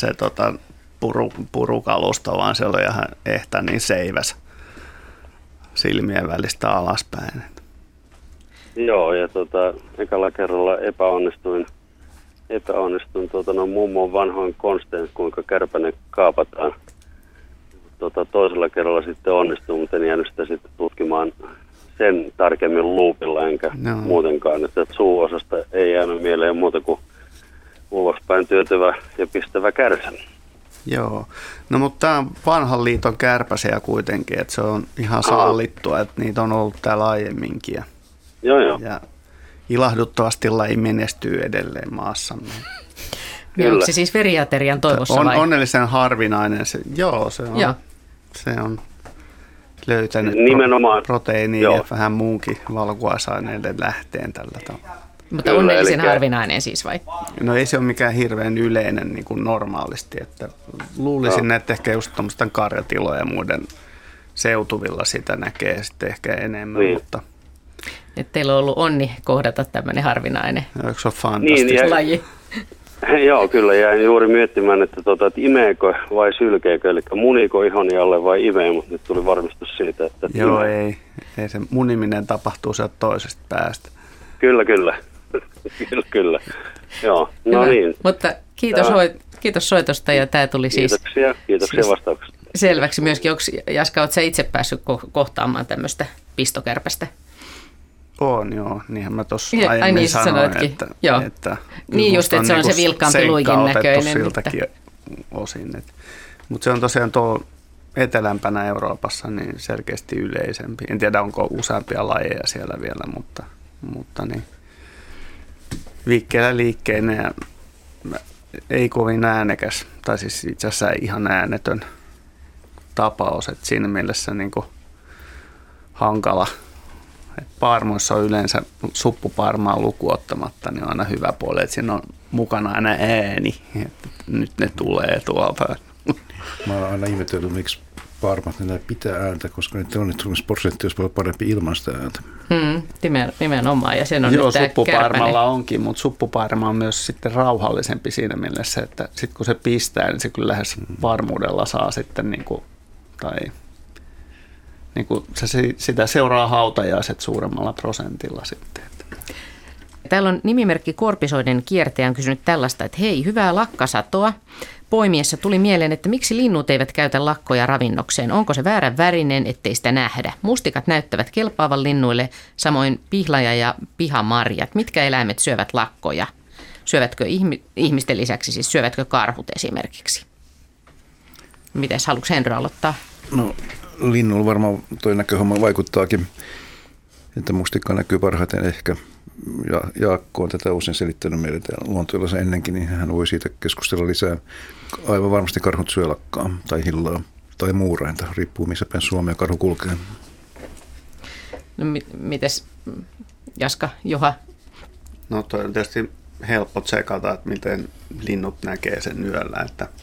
purukalusto, vaan se oli ihan ehtä niin seiväs silmien välistä alaspäin. Joo, ja ekalla kerralla epäonnistuin mummon vanhoin konstein, kuinka kärpänen kaapataan. Toisella kerralla sitten onnistui, mutta en jäänyt sitä sitten tutkimaan sen tarkemmin luupilla, enkä muutenkaan. Että suuosasta ei jäänyt mieleen muuta kuin ulospäin työtävä ja pistävä kärsä. Joo, no mutta tämä on vanhan liiton kärpäsiä kuitenkin, että se on ihan sallittua, että niitä on ollut täällä aiemminkin. Joo. Ja ilahduttavasti laji menestyy edelleen maassamme. Onko se siis veriaterian toivossa on vai? Onnellisen harvinainen. Se on löytänyt proteiinia ja vähän muunkin valkuaisaineiden lähteen tällä tavalla. Mutta onnellisen harvinainen siis vai? No ei se ole mikään hirveän yleinen niin kuin normaalisti. Että luulisin, että ehkä just tuommoisten karjatilojen ja muiden seutuvilla sitä näkee sitten ehkä enemmän. Mutta että teillä on ollut onni kohdata tämmöinen harvinainen laji. Joo, kyllä jäin juuri miettimään, että imeekö vai sylkeekö, eli muniiko ihoni alle vai imee, mutta nyt tuli varmistus siitä, että joo, ei se muniminen tapahtuu sieltä toisesta päästä. Kyllä. Joo, no niin. Mutta kiitos soitosta ja tämä tuli Kiitoksia vastauksesta. Selväksi myöskin. Jaska, oletko sä itse päässyt kohtaamaan tämmöistä pistokärpästä? On, joo. Niinhän mä tuossa aiemmin sanoin, että niin just, että se on se vilkkaampi luikin näköinen. Siltäkin osin. Mutta se on tosiaan tuo etelämpänä Euroopassa niin selkeästi yleisempi. En tiedä, onko useampia lajeja siellä vielä, mutta niin. Viikkeellä liikkeinen ja ei kovin äänekäs, tai siis itse asiassa ihan äänetön tapaus, että siinä mielessä niin kuin hankala. Paarmoissa on yleensä suppupaarmaa lukuottamatta, niin on aina hyvä puoli, että siinä on mukana aina ääni, että nyt ne tulee tuolta. Mä oon aina ihmetellyt, miksi paarmat ne pitää ääntä, koska niiden onnistumisprosentti olisi paljon parempi ilman sitä ääntä. Nimenomaan, ja sen on joo, nyt tämä suppupaarmalla onkin, mutta suppupaarma on myös sitten rauhallisempi siinä mielessä, että sitten kun se pistää, niin se kyllä lähes varmuudella saa sitten sitä seuraa hautajaiset suuremmalla prosentilla sitten. Täällä on nimimerkki Korpisoiden kiertäjä on kysynyt tällaista, että hei, hyvää lakkasatoa. Poimiessa tuli mieleen, että miksi linnut eivät käytä lakkoja ravinnokseen. Onko se väärän värinen, ettei sitä nähdä? Mustikat näyttävät kelpaavan linnuille, samoin pihlaja ja pihamarjat. Mitkä eläimet syövät lakkoja? Syövätkö ihmisten lisäksi, siis syövätkö karhut esimerkiksi? Mites, haluatko Henry aloittaa? No, linnulla varmaan toi näköhomma vaikuttaakin, että mustikka näkyy parhaiten ehkä. Ja Jaakko on tätä usein selittänyt meille täällä luontoilassa ennenkin, niin hän voi siitä keskustella lisää. Aivan varmasti karhut syö lakkaa tai hillaa tai muurainta, riippuu missä päin Suomea karhu kulkee. No mites Jaska, Juha? No toi on tietysti helppo tsekata, että miten linnut näkee sen yöllä,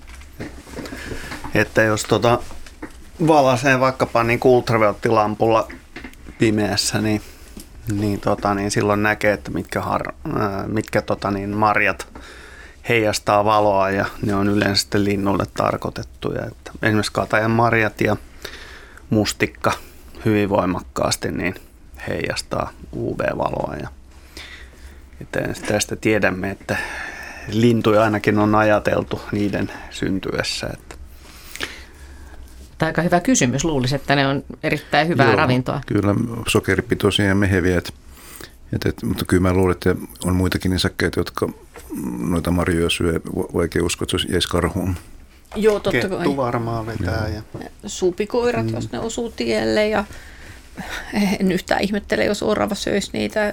että jos valaisee vaikkapa niin ultraviolettilampulla pimeässä, niin silloin näkee, että mitkä marjat heijastaa valoa ja ne on yleensä sitten linnulle tarkoitettuja. Että esimerkiksi katajan marjat ja mustikka hyvin voimakkaasti niin heijastaa UV-valoa. Ja tästä tiedämme, että lintuja ainakin on ajateltu niiden syntyessä. Tämä on aika hyvä kysymys. Luulisin, että ne on erittäin hyvää ravintoa. Kyllä sokeripitoisia ja meheviä. Mutta kyllä mä luulen, että on muitakin nisäkkäitä, jotka noita marjoja syö. Vaikea uskoa, että se jäisi karhuun. Joo, totta kai. Kettu varmaan vetää. Ja supikoirat, jos ne osuu tielle. Ja en yhtään ihmettele, jos orava söisi niitä.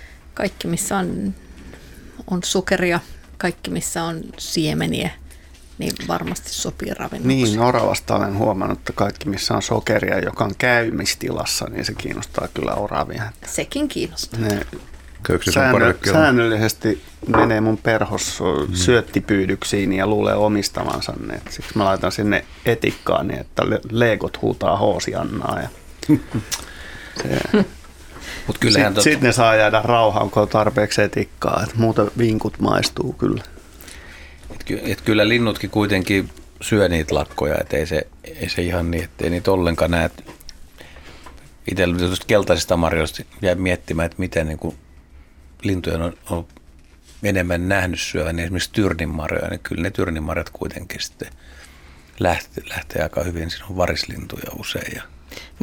Kaikki, missä on sokeria, kaikki, missä on siemeniä, niin varmasti sopii ravinnoksi. Niin, oravasta olen huomannut, että kaikki missä on sokeria, joka on käymistilassa, niin se kiinnostaa kyllä oravia. Sekin kiinnostaa. Ne säännöllisesti menee mun perhos syöttipyydyksiin ja luulee omistavansa ne. Siksi mä laitan sinne etikkaa niin, että leekot huutaa Hoosiannaa. Ja Sitten ne saa jäädä rauhaan, kun on tarpeeksi etikkaa. Et muuten vinkut maistuu kyllä. Et kyllä linnutkin kuitenkin syö niitä lakkoja, et ei se ihan niin, ettei niitä ollenkaan näe. Itsellä tuosta keltaisista marjoista jää miettimään, että miten niin kuin lintujen on enemmän nähnyt syövän, niin esimerkiksi tyrninmarjoja, niin kyllä ne tyrninmarjat kuitenkin sitten lähtee aika hyvin. Siinä on varislintuja usein. Ja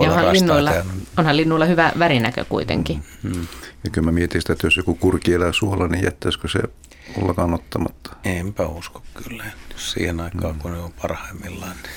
onhan linnuilla hyvä värinäkö kuitenkin. Ja kyllä mä mietin sitä, että jos joku kurki elää suolla, niin jättäisikö se ollenkaan ottamatta? Enpä usko kyllä. Jos siihen aikaan, kun ne on parhaimmillaan, niin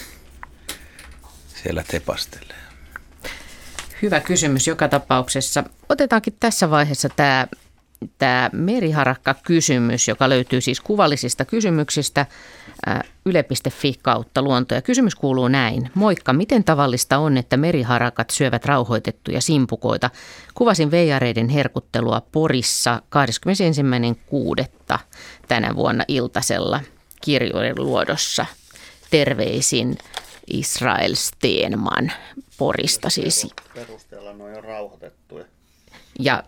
siellä tepastelee. Hyvä kysymys joka tapauksessa. Otetaankin tässä vaiheessa tämä meriharakka-kysymys, joka löytyy siis kuvallisista kysymyksistä yle.fi kautta luonto. Ja kysymys kuuluu näin. Moikka, miten tavallista on, että meriharakat syövät rauhoitettuja simpukoita? Kuvasin veijareiden herkuttelua Porissa 21.6. tänä vuonna iltasella Kirjojen luodossa. Terveisin Israel Steenman Porista siis. Perusteella ne on rauhoitettuja. Ja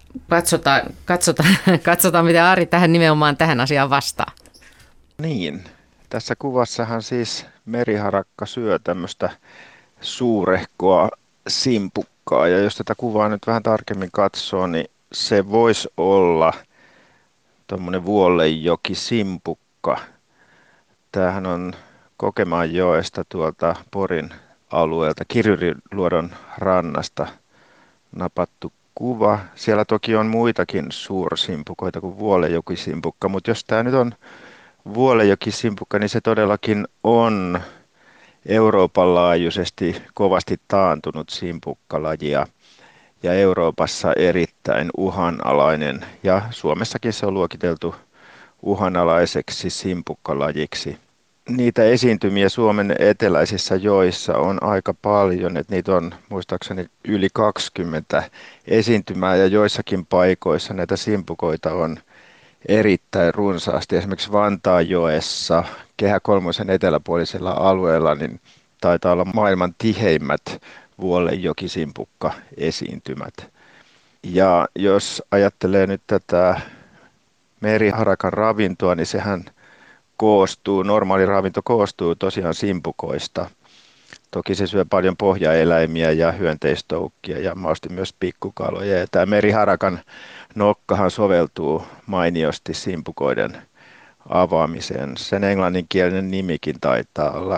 katsotaan, miten Ari nimenomaan tähän asiaan vastaa. Niin, tässä kuvassahan siis meriharakka syö tämmöistä suurehkoa simpukkaa. Ja jos tätä kuvaa nyt vähän tarkemmin katsoo, niin se voisi olla tuommoinen Vuollejokisimpukka. Tämähän on Kokemäenjoesta tuolta Porin alueelta, Kirjurinluodon rannasta napattu kuva. Siellä toki on muitakin suursimpukoita kuin Vuollejokisimpukka, mutta jos tämä nyt on Vuollejokisimpukka, niin se todellakin on Euroopan laajuisesti kovasti taantunut simpukkalaji ja Euroopassa erittäin uhanalainen ja Suomessakin se on luokiteltu uhanalaiseksi simpukkalajiksi. Niitä esiintymiä Suomen eteläisissä joissa on aika paljon, että niitä on muistaakseni yli 20 esiintymää ja joissakin paikoissa näitä simpukoita on erittäin runsaasti. Esimerkiksi Vantaanjoessa, Kehä Kolmosen eteläpuolisella alueella, niin taitaa olla maailman tiheimmät Vuollejokisimpukka-esiintymät. Ja jos ajattelee nyt tätä meriharakan ravintoa, niin sehän normaali ravinto koostuu tosiaan simpukoista. Toki se syö paljon pohjaeläimiä ja hyönteistoukkia ja mahdollisesti myös pikkukaloja. Ja tämä meriharakan nokkahan soveltuu mainiosti simpukoiden avaamiseen. Sen englanninkielinen nimikin taitaa olla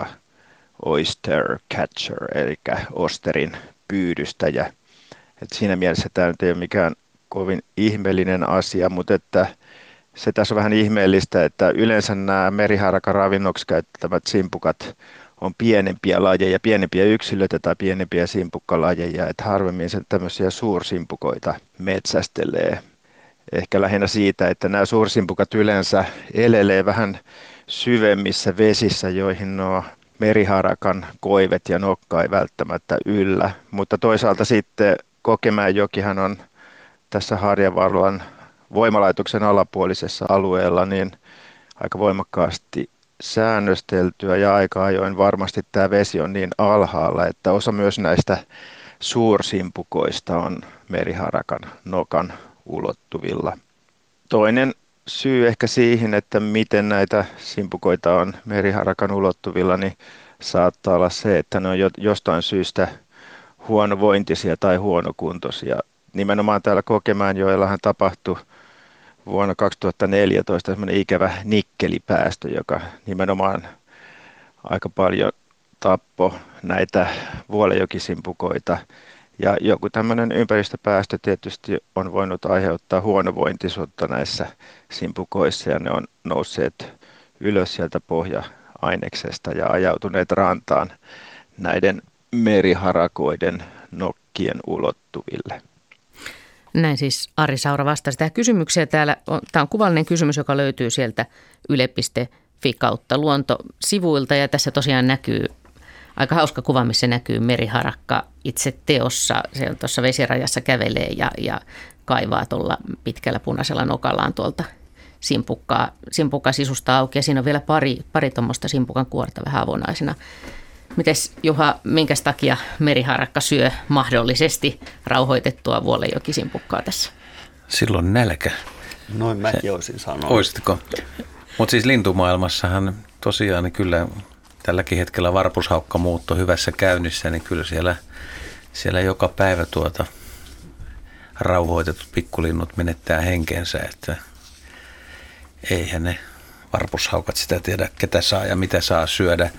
oyster catcher, eli osterin pyydystäjä. Et siinä mielessä tämä nyt ei ole mikään kovin ihmeellinen asia, mutta että se tässä on vähän ihmeellistä, että yleensä nämä meriharakan ravinnoksi käyttämät simpukat on pienempiä lajeja, pienempiä yksilöitä tai pienempiä simpukkalajeja, että harvemmin se tämmöisiä suursimpukoita metsästelee. Ehkä lähinnä siitä, että nämä suursimpukat yleensä elelee vähän syvemmissä vesissä, joihin nuo meriharakan koivet ja nokka ei välttämättä yllä. Mutta toisaalta sitten Kokemäenjokihan on tässä Harjavallan voimalaitoksen alapuolisessa alueella niin aika voimakkaasti säännösteltyä ja aika ajoin varmasti tämä vesi on niin alhaalla, että osa myös näistä suursimpukoista on meriharakan nokan ulottuvilla. Toinen syy ehkä siihen, että miten näitä simpukoita on meriharakan ulottuvilla, niin saattaa olla se, että ne on jostain syystä huonovointisia tai huonokuntoisia. Nimenomaan täällä Kokemäenjoellahan tapahtui vuonna 2014 semmoinen ikävä nikkelipäästö, joka nimenomaan aika paljon tappoi näitä vuolejokisimpukoita. Ja joku tämmöinen ympäristöpäästö tietysti on voinut aiheuttaa huonovointisuutta näissä simpukoissa ja ne on nousseet ylös sieltä pohja-aineksesta ja ajautuneet rantaan näiden meriharakoiden nokkien ulottuville. Näin siis Ari Saura vastasi tähän kysymykseen. Tämä on kuvallinen kysymys, joka löytyy sieltä yle.fi kautta luontosivuilta ja tässä tosiaan näkyy aika hauska kuva, missä näkyy meriharakka itse teossa. Se on tuossa vesirajassa kävelee ja kaivaa tuolla pitkällä punaisella nokallaan tuolta simpukkaa sisusta auki ja siinä on vielä pari tuommoista simpukan kuorta vähän avonaisena. Mites Juha, minkäs takia meriharakka syö mahdollisesti rauhoitettua vuolenjokisimpukkaa tässä? Silloin nälkä. Noin mäkin olisin sanonut. Oisitko? Mutta siis lintumaailmassahan tosiaan niin kyllä tälläkin hetkellä varpushaukkamuutto hyvässä käynnissä, niin kyllä siellä joka päivä rauhoitetut pikkulinnut menettää henkensä, että eihän ne varpushaukat sitä tiedä, ketä saa ja mitä saa syödä.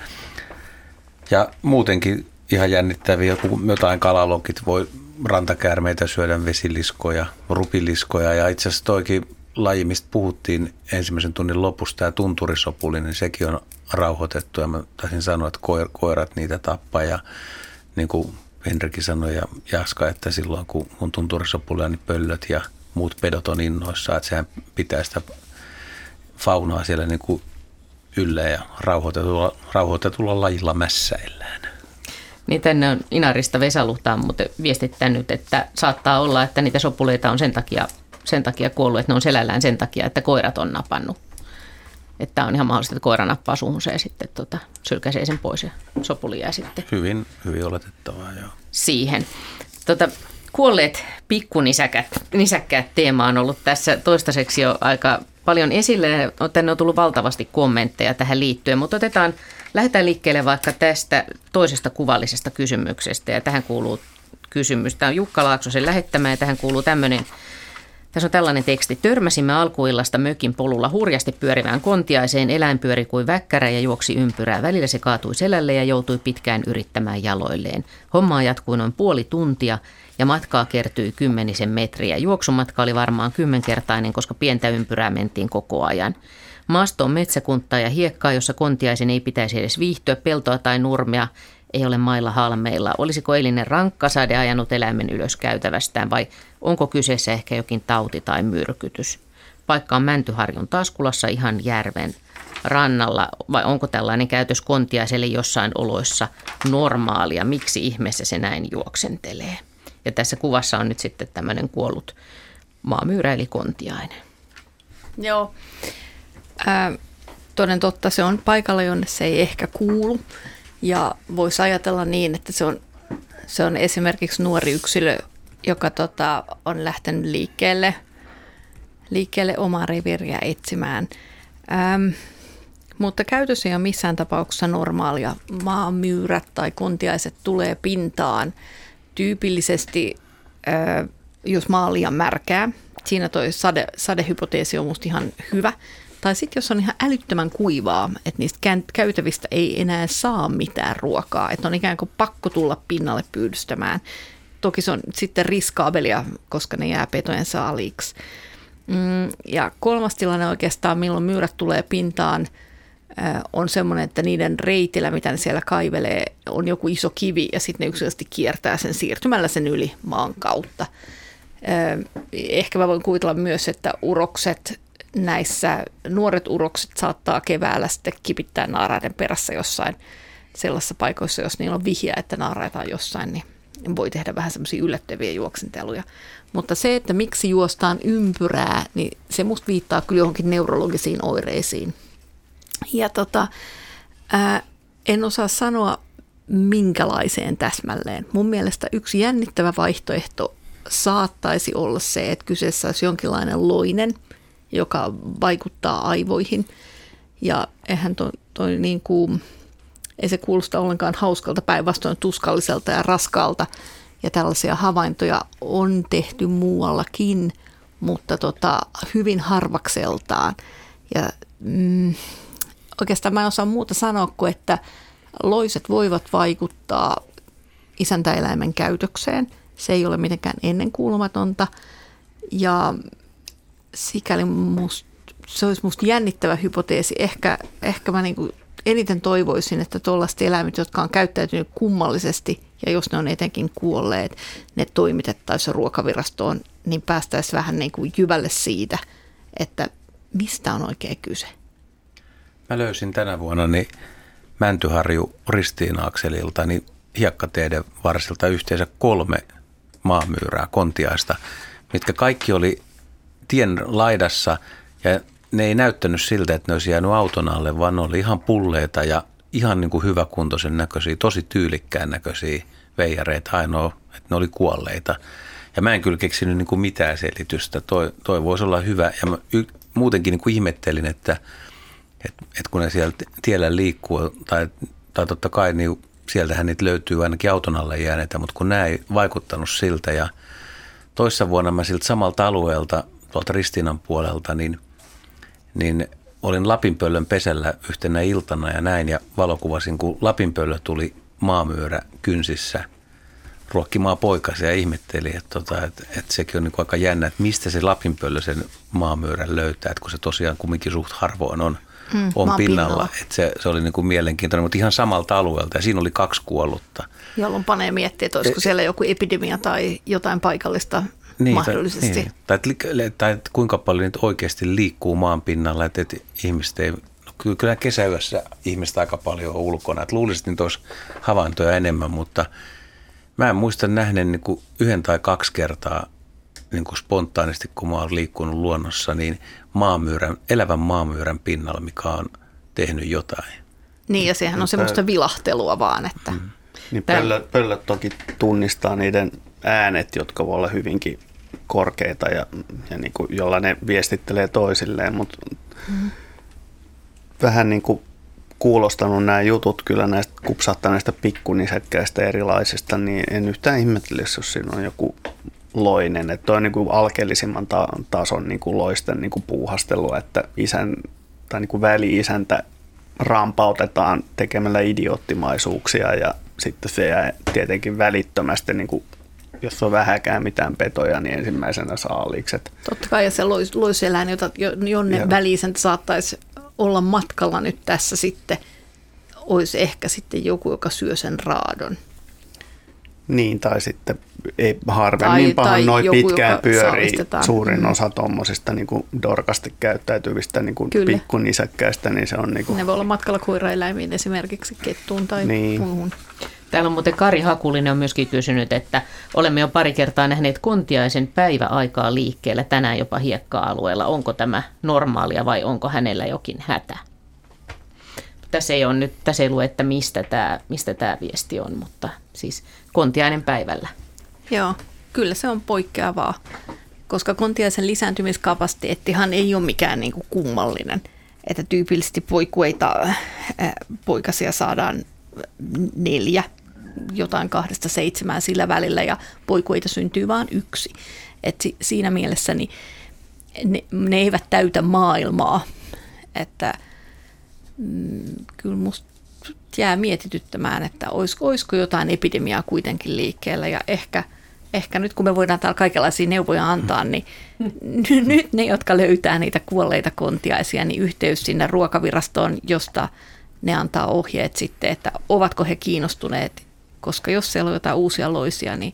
Ja muutenkin ihan jännittäviä, kun jotain kalalokit voi rantakäärmeitä syödä, vesiliskoja, rupiliskoja ja itse asiassa toikin laji, mistä puhuttiin ensimmäisen tunnin lopussa, tämä tunturisopuli, niin sekin on rauhoitettu ja mä taisin sanoa, että koirat niitä tappaa ja niin kuin Henrikin sanoi ja Jaska, että silloin kun on tunturisopulia, niin pöllöt ja muut pedot on innoissaan, että sehän pitää sitä faunaa siellä niin kuin yllä ja rauhoitetulla lajilla mässäillään. Niin tänne on Inarista Vesa Luhta on muuten viestittänyt, että saattaa olla, että niitä sopuleita on sen takia kuollut, että ne on selällään sen takia, että koirat on napannut. Että on ihan mahdollista, että koira nappaa suuhunsa ja sitten sylkäisee sen pois ja sopuli jää sitten. Hyvin oletettavaa, joo. Siihen. Kuolleet pikkunisäkkäät teema on ollut tässä toistaiseksi jo aika paljon esille. Tänne on tullut valtavasti kommentteja tähän liittyen, mutta lähdetään liikkeelle vaikka tästä toisesta kuvallisesta kysymyksestä. Ja tähän kuuluu kysymys. Tämä on Jukka Laaksosen lähettämä ja tähän kuuluu tässä on tällainen teksti. Törmäsimme alkuillasta mökin polulla hurjasti pyörivään kontiaiseen. Eläin pyöri kuin väkkärä ja juoksi ympyrää. Välillä se kaatui selälle ja joutui pitkään yrittämään jaloilleen. Hommaa jatkui noin puoli tuntia ja matkaa kertyi 10 metriä. Juoksumatka oli varmaan 10-kertainen, koska pientä ympyrää mentiin koko ajan. Maasto on metsäkuntaa ja hiekkaa, jossa kontiaisen ei pitäisi edes viihtyä, peltoa tai nurmia. Ei ole mailla halmeilla. Olisiko eilinen rankkasade ajanut eläimen ylös käytävästään vai onko kyseessä ehkä jokin tauti tai myrkytys? Paikka on Mäntyharjun Taskulassa ihan järven rannalla vai onko tällainen käytös kontiaiselle jossain oloissa normaalia? Miksi ihmeessä se näin juoksentelee? Ja tässä kuvassa on nyt sitten tämmöinen kuollut maamyyrä eli kontiainen. Joo. Toden totta, se on paikalla, jonne se ei ehkä kuulu. Ja voisi ajatella niin, että se on esimerkiksi nuori yksilö, joka on lähtenyt liikkeelle omaa reviiriä etsimään. Mutta käytös ei ole missään tapauksessa normaalia. Maamyyrät tai kontiaiset tulee pintaan tyypillisesti, jos maa on liian märkää. Siinä toi sadehypoteesi on musta ihan hyvä. Tai sitten jos on ihan älyttömän kuivaa, että niistä käytävistä ei enää saa mitään ruokaa, että on ikään kuin pakko tulla pinnalle pyydystämään. Toki se on sitten riskaabelia, koska ne jää petojen saaliksi. Ja kolmas tilanne oikeastaan, milloin myyrät tulee pintaan, on semmoinen, että niiden reitillä, mitä ne siellä kaivelee, on joku iso kivi ja sitten ne yksilöllisesti kiertää sen siirtymällä sen yli maan kautta. Ehkä mä voin kuvitella myös, että nuoret urokset saattaa keväällä sitten kipittää naaraiden perässä jossain sellaisissa paikoissa, jos niillä on vihjeä, että naaraita on jossain, niin voi tehdä vähän semmoisia yllättäviä juoksenteluja. Mutta se, että miksi juostaan ympyrää, niin se musta viittaa kyllä johonkin neurologisiin oireisiin. Ja en osaa sanoa minkälaiseen täsmälleen. Mun mielestä yksi jännittävä vaihtoehto saattaisi olla se, että kyseessä olisi jonkinlainen loinen, joka vaikuttaa aivoihin. Ja eihän toi niin kuin, ei se kuulosta ollenkaan hauskalta, päinvastoin tuskalliselta ja raskaalta. Ja tällaisia havaintoja on tehty muuallakin, mutta hyvin harvakseltaan. Ja oikeastaan mä en osaa muuta sanoa kuin, että loiset voivat vaikuttaa isäntäeläimen käytökseen. Se ei ole mitenkään ennenkuulumatonta. Ja sikäli se olisi musta jännittävä hypoteesi. Ehkä mä niinku eniten toivoisin, että tuollaiset eläimet, jotka on käyttäytynyt kummallisesti ja jos ne on etenkin kuolleet, ne toimitettaisiin ruokavirastoon, niin päästäisiin vähän niin kuin jyvälle siitä, että mistä on oikein kyse. Mä löysin tänä vuonna niin Mäntyharju-Ristiina-akselilta niin hiekkateiden varsilta yhteensä 3 maamyyrää, kontiaista, mitkä kaikki oli tien laidassa ja ne ei näyttänyt siltä, että ne olisi jäänyt auton alle, vaan ne oli ihan pulleita ja ihan niin kuin hyväkuntoisen näköisiä, tosi tyylikkään näköisiä veijareita, ainoa, että ne oli kuolleita. Ja mä en kyllä keksinyt niin kuin mitään selitystä, toi voisi olla hyvä. Ja mä muutenkin niin kuin ihmettelin, että kun ne siellä tiellä liikkuu, tai totta kai niin sieltähän niitä löytyy ainakin auton alle jääneitä, mutta kun nämä ei vaikuttanut siltä. Ja toissa vuonna mä siltä samalta alueelta, tuolta Ristiinan puolelta, niin olin Lapinpöllön pesällä yhtenä iltana ja näin ja valokuvasin, kun Lapinpöllö tuli maamyyrä kynsissä ruokkimaan poikasia ja ihmetteli, että sekin on niin kuin aika jännä, että mistä se Lapinpöllö sen maamyyrän löytää, että kun se tosiaan kumminkin suht harvoin on pinnalla. Että se oli niin kuin mielenkiintoinen, mutta ihan samalta alueelta ja siinä oli 2 kuollutta. Jolloin panee miettiä, että olisiko siellä joku epidemia tai jotain paikallista mahdollisesti. Tai kuinka paljon niitä oikeasti liikkuu maan pinnalla, että ihmiset ei, kyllä kesäyössä ihmiset aika paljon on ulkona. Että luulisin, että niitä olisi havaintoja enemmän, mutta mä en muista nähneen niin kuin 1 tai 2 kertaa niin kuin spontaanisti, kun mä oon liikkunut luonnossa, niin elävän maamyyrän pinnalla, mikä on tehnyt jotain. Niin, ja sehän on semmoista vilahtelua vaan, että... Niin pöllöt toki tunnistaa niiden äänet, jotka voi olla hyvinkin korkeita ja niin kuin, jolla ne viestittelee toisilleen, mutta vähän niin kuin kuulostanut nämä jutut kyllä näistä kupsahtaneista pikkunisäkkäistä erilaisista, niin en yhtään ihmettele, jos siinä on joku loinen. Että toi on niin kuin alkeellisimman tason niin kuin loisten niin kuin puuhastelua, että niin kuin väli-isäntä rampautetaan tekemällä idioottimaisuuksia ja sitten se jää tietenkin välittömästi, niin kuin, jos on vähäkään mitään petoja, niin ensimmäisenä saalikset. Totta kai, ja se loiseläin, jonne väli-isäntä saattaisi olla matkalla nyt tässä sitten, olisi ehkä sitten joku, joka syö sen raadon. Niin, tai sitten ei harvemminpahan noin pitkään pyörii suurin osa tuommoisista niin kuin dorkasti käyttäytyvistä niin kuin pikkunisäkkäistä, niin se on niin kuin... Ne voi olla matkalla koiraeläimiin esimerkiksi kettuun tai muuhun. Täällä on muuten Kari Hakulinen on myöskin kysynyt, että olemme jo pari kertaa nähneet kontiaisen päiväaikaa liikkeellä, tänään jopa hiekka-alueella. Onko tämä normaalia vai onko hänellä jokin hätä? Tässä ei lue, että mistä tämä viesti on, mutta siis kontiainen päivällä. Joo, kyllä se on poikkeavaa, koska kontiaisen lisääntymiskapasiteettihan ei ole mikään niin kuin kummallinen. Että tyypillisesti poikasia saadaan 4, jotain 2-7 sillä välillä ja poikuita syntyy vain 1. Et siinä mielessä niin ne eivät täytä maailmaa, että kyllä musta jää mietityttämään, että olisiko jotain epidemiaa kuitenkin liikkeellä ja ehkä nyt kun me voidaan täällä kaikenlaisia neuvoja antaa, niin nyt ne, jotka löytää niitä kuolleita kontiaisia, niin yhteys sinne ruokavirastoon, josta ne antaa ohjeet sitten, että ovatko he kiinnostuneet, koska jos siellä on jotain uusia loisia, niin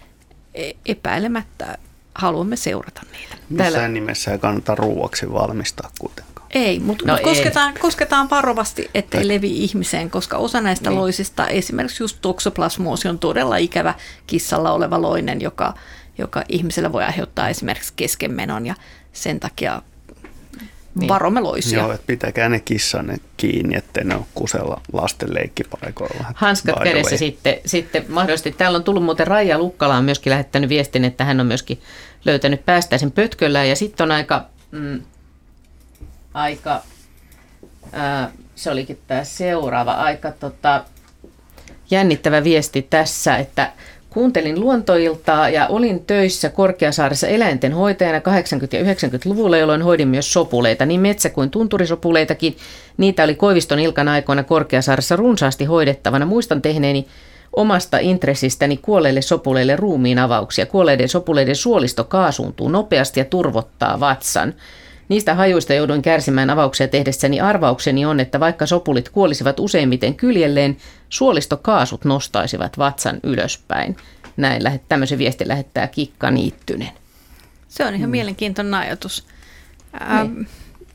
epäilemättä haluamme seurata niitä. Missään nimessä ei kannata ruuaksi valmistaa kuitenkaan. Ei, mutta kosketaan varovasti, ettei levi ihmiseen, koska osa näistä loisista, esimerkiksi just toksoplasmoosi on todella ikävä kissalla oleva loinen, joka ihmisellä voi aiheuttaa esimerkiksi keskenmenon ja sen takia varomme loisia. Joo, että pitäkää ne kissanne kiinni, ettei ne ole kusella lasten leikkipaikoilla. Hanskat kädessä sitten mahdollisesti. Täällä on tullut muuten Raija Lukkala on myöskin lähettänyt viestin, että hän on myöskin löytänyt päästäisen pötköllä ja sitten on se olikin tämä seuraava aika jännittävä viesti tässä, että kuuntelin Luontoiltaa ja olin töissä Korkeasaaressa eläintenhoitajana 80- ja 90-luvulla, jolloin hoidin myös sopuleita, niin metsä- kuin tunturisopuleitakin. Niitä oli Koiviston Ilkan aikoina Korkeasaaressa runsaasti hoidettavana. Muistan tehneeni omasta intressistäni kuolleille sopuleille ruumiin avauksia. Kuolleiden sopuleiden suolisto kaasuuntuu nopeasti ja turvottaa vatsan. Niistä hajuista jouduin kärsimään avauksia tehdessäni. Arvaukseni on, että vaikka sopulit kuolisivat useimmiten kyljelleen, suolistokaasut nostaisivat vatsan ylöspäin. Näin tämmöisen viestin lähettää Kikka Niittynen. Se on ihan mielenkiintoinen ajatus.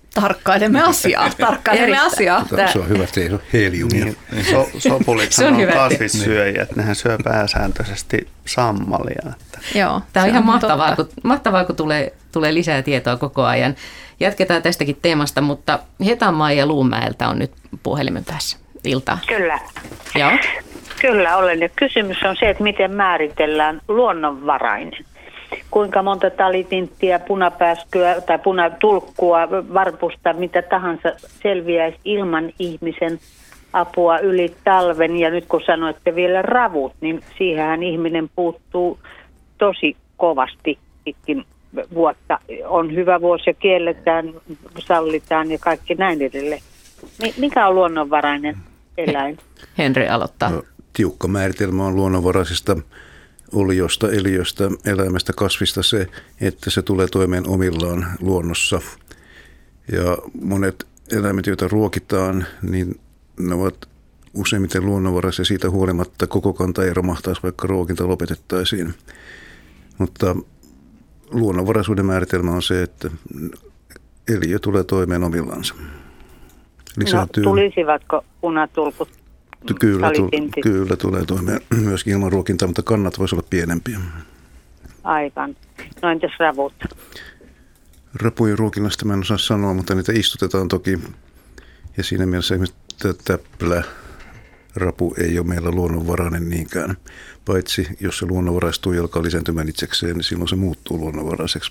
Tarkkailemme asiaa. Se on hyvä, että ei ole heliumia. Niin, sopulithan on kasvissyöjiä, että nehän syö pääsääntöisesti sammalia. Joo, tämä on ihan mahtavaa, kun tulee lisää tietoa koko ajan. Jatketaan tästäkin teemasta, mutta Heta-Maija Luumäeltä on nyt puhelimen päässä. Iltaa. Kyllä. Joo. Kyllä olen. Ja kysymys on se, että miten määritellään luonnonvarainen. Kuinka monta talitinttiä, punapääskyä tai punatulkkua, varpusta, mitä tahansa selviäisi ilman ihmisen apua yli talven. Ja nyt kun sanoitte vielä ravut, niin siihenhän ihminen puuttuu tosi kovasti pitkin vuotta. On hyvä vuosi ja kielletään, sallitaan ja kaikki näin edelleen. Mikä on luonnonvarainen eläin? Henry aloittaa. No, tiukka määritelmä on luonnonvaraisesta oliosta, eliöstä, eläimestä, kasvista se, että se tulee toimeen omillaan luonnossa. Ja monet eläimet, joita ruokitaan, niin ne ovat useimmiten luonnonvaraisia. Siitä huolimatta koko kanta ei romahtaisi, vaikka ruokinta lopetettaisiin. Mutta luonnonvaraisuuden määritelmä on se, että eliö tulee toimeen omillansa. Lisääntyy. No, tulisivatko punatulkut? Kyllä tulee toimeen myöskin ilman ruokintaa, mutta kannat voisivat olla pienempiä. Aivan. No entäs ravut? Rapujen ruokinnasta mä en osaa sanoa, mutta niitä istutetaan toki. Ja siinä mielessä esimerkiksi täplä rapu ei ole meillä luonnonvarainen niinkään. Paitsi jos se luonnonvaraistuu ja alkaa lisääntymään itsekseen, niin silloin se muuttuu luonnonvaraiseksi.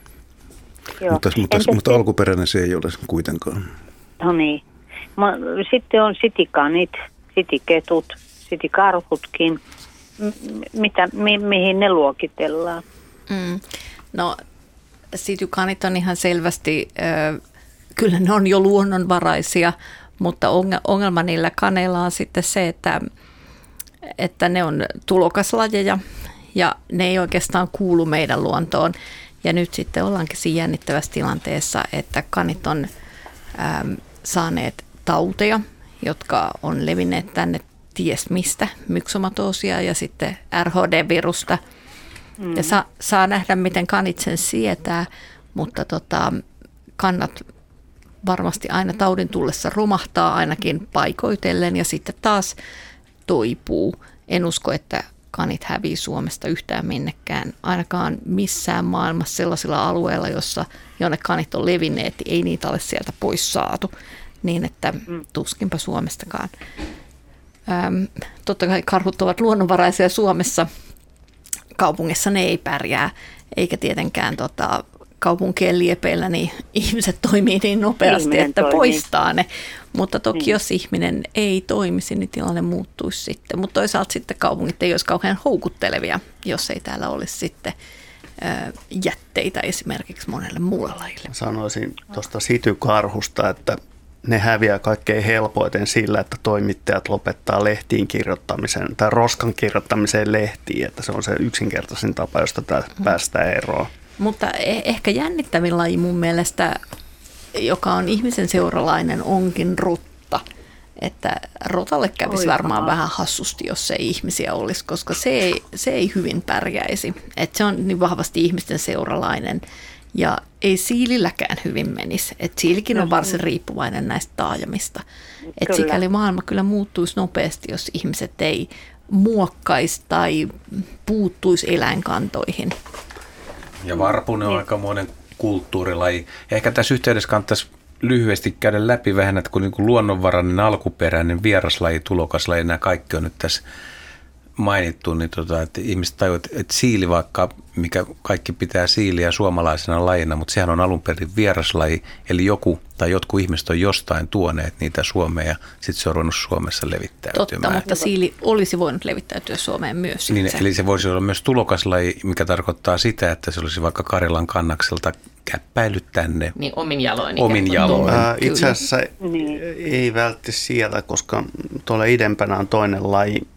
Mutta alkuperäinen se ei ole kuitenkaan. No niin. Sitten on sitikanit, sitiketut, sitikarhutkin. Mihin ne luokitellaan? No sitikanit on ihan selvästi, kyllä ne on jo luonnonvaraisia, mutta ongelma niillä kaneilla on sitten se, että ne on tulokaslajeja ja ne ei oikeastaan kuulu meidän luontoon. Ja nyt sitten ollaankin siinä jännittävässä tilanteessa, että kanit on saaneet tauteja, jotka on levinneet tänne ties mistä, myksomatoosia ja sitten RHD-virusta. Ja saa nähdä, miten kanit sen sietää, mutta kannat varmasti aina taudin tullessa romahtaa ainakin paikoitellen ja sitten taas toipuu. En usko, että kanit hävii Suomesta yhtään minnekään, ainakaan missään maailmassa sellaisilla alueilla, jonne kanit on levinneet, ei niitä ole sieltä pois saatu, niin että tuskinpa Suomestakaan. Totta kai karhut ovat luonnonvaraisia Suomessa, kaupungissa ne ei pärjää, eikä tietenkään kaupunkien liepeillä niin ihmiset toimii niin nopeasti, että poistaa ne. Mutta toki jos ihminen ei toimisi, niin tilanne muuttuisi sitten. Mutta toisaalta sitten kaupungit ei olisi kauhean houkuttelevia, jos ei täällä olisi sitten jätteitä esimerkiksi monelle muulle lajille. Sanoisin tuosta sitykarhusta, että ne häviää kaikkein helpoiten sillä, että toimittajat lopettaa lehtiin kirjoittamisen tai roskan kirjoittamiseen lehtiin, että se on se yksinkertaisin tapa, josta päästään eroon. Mutta ehkä jännittävin laji mun mielestä, joka on ihmisen seuralainen, onkin rotta. Että rotalle kävisi varmaan vähän hassusti, jos se ei ihmisiä olisi, koska se ei hyvin pärjäisi. Että se on niin vahvasti ihmisten seuralainen ja ei siililläkään hyvin menisi. Että siilikin on varsin riippuvainen näistä taajamista. Että sikäli maailma kyllä muuttuisi nopeasti, jos ihmiset ei muokkaisi tai puuttuisi eläinkantoihin. Ja varpunen on aikamoinen kulttuurilaji. Ehkä tässä yhteydessä kannattaisi lyhyesti käydä läpi vähän, että kun luonnonvarainen, alkuperäinen, vieraslaji, tulokaslaji, nämä kaikki on nyt tässä mainittu, niin että ihmiset tajuavat, että siili vaikka, mikä kaikki pitää siiliä suomalaisena lajina, mutta sehän on alun perin vieraslaji, eli joku tai jotkut ihmiset on jostain tuoneet niitä Suomeen ja sitten se on ruvennut Suomessa levittäytymään. Totta, mutta siili olisi voinut levittäytyä Suomeen myös. Niin, eli se voisi olla myös tulokaslaji, mikä tarkoittaa sitä, että se olisi vaikka Karjalan kannakselta käppäilyt tänne. Niin omin jaloin. Omin jaloin. Itse asiassa ei välttämättä siellä, koska tuolla idempänä on toinen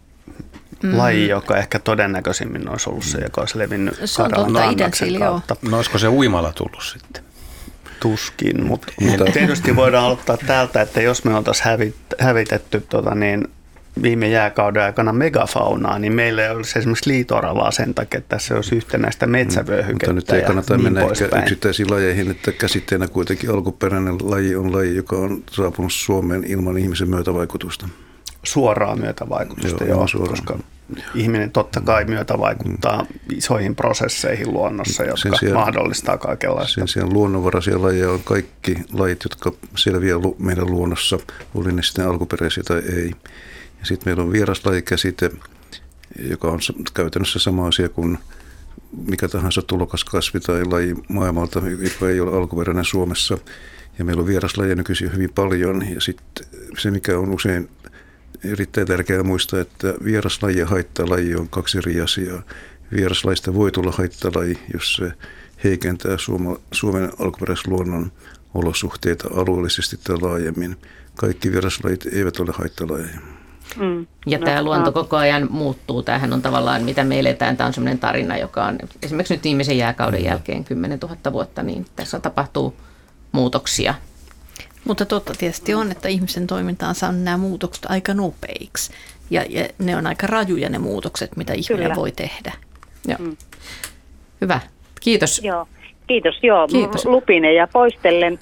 laji, joka ehkä todennäköisimmin olisi ollut se, joka olisi levinnyt Karjalan kannaksen kautta. No olisiko se uimalla tullut sitten? Tuskin, mutta tietysti voidaan aloittaa täältä, että jos me oltaisiin hävitetty viime jääkauden aikana megafaunaa, niin meillä ei olisi esimerkiksi liito-oravaa sen takia, että tässä olisi yhtenäistä metsävyöhykettä. Mutta nyt ei kannata niin mennä poispäin. ehkä yksittäisiin lajeihin, että käsitteenä kuitenkin alkuperäinen laji on laji, joka on saapunut Suomeen ilman ihmisen myötävaikutusta. Suoraa myötävaikutusta, joo, koska ihminen totta kai myötävaikuttaa isoihin prosesseihin luonnossa, jotka mahdollistaa kaikenlaista. Sen sijaan luonnonvaraisia lajeja on kaikki lajit, jotka selviää meidän luonnossa, oli ne sitten alkuperäisiä tai ei. Ja sitten meillä on vieraslajikäsite, joka on käytännössä sama asia kuin mikä tahansa tulokaskasvi tai laji maailmalta, joka ei ole alkuperäinen Suomessa. Ja meillä on vieraslajeja nykyisin hyvin paljon. Ja sitten se, mikä on usein erittäin tärkeää muistaa, että vieraslaji ja haittalaji on kaksi eri asiaa. Vieraslajista voi tulla haittalaji, jos se heikentää Suomen alkuperäisluonnon olosuhteita alueellisesti tai laajemmin. Kaikki vieraslajit eivät ole haittalajeja. Ja tämä luonto koko ajan muuttuu. Tämähän on tavallaan, mitä me eletään. Tämä on sellainen tarina, joka on esimerkiksi nyt viimeisen jääkauden jälkeen 10 000 vuotta, niin tässä tapahtuu muutoksia. Mutta totta tietysti on, että ihmisen toiminta on saanut nämä muutokset aika nopeiksi. Ja ne on aika rajuja ne muutokset, mitä ihminen voi tehdä. Joo. Hyvä. Kiitos. Joo. Kiitos. Lupinen ja poistellen.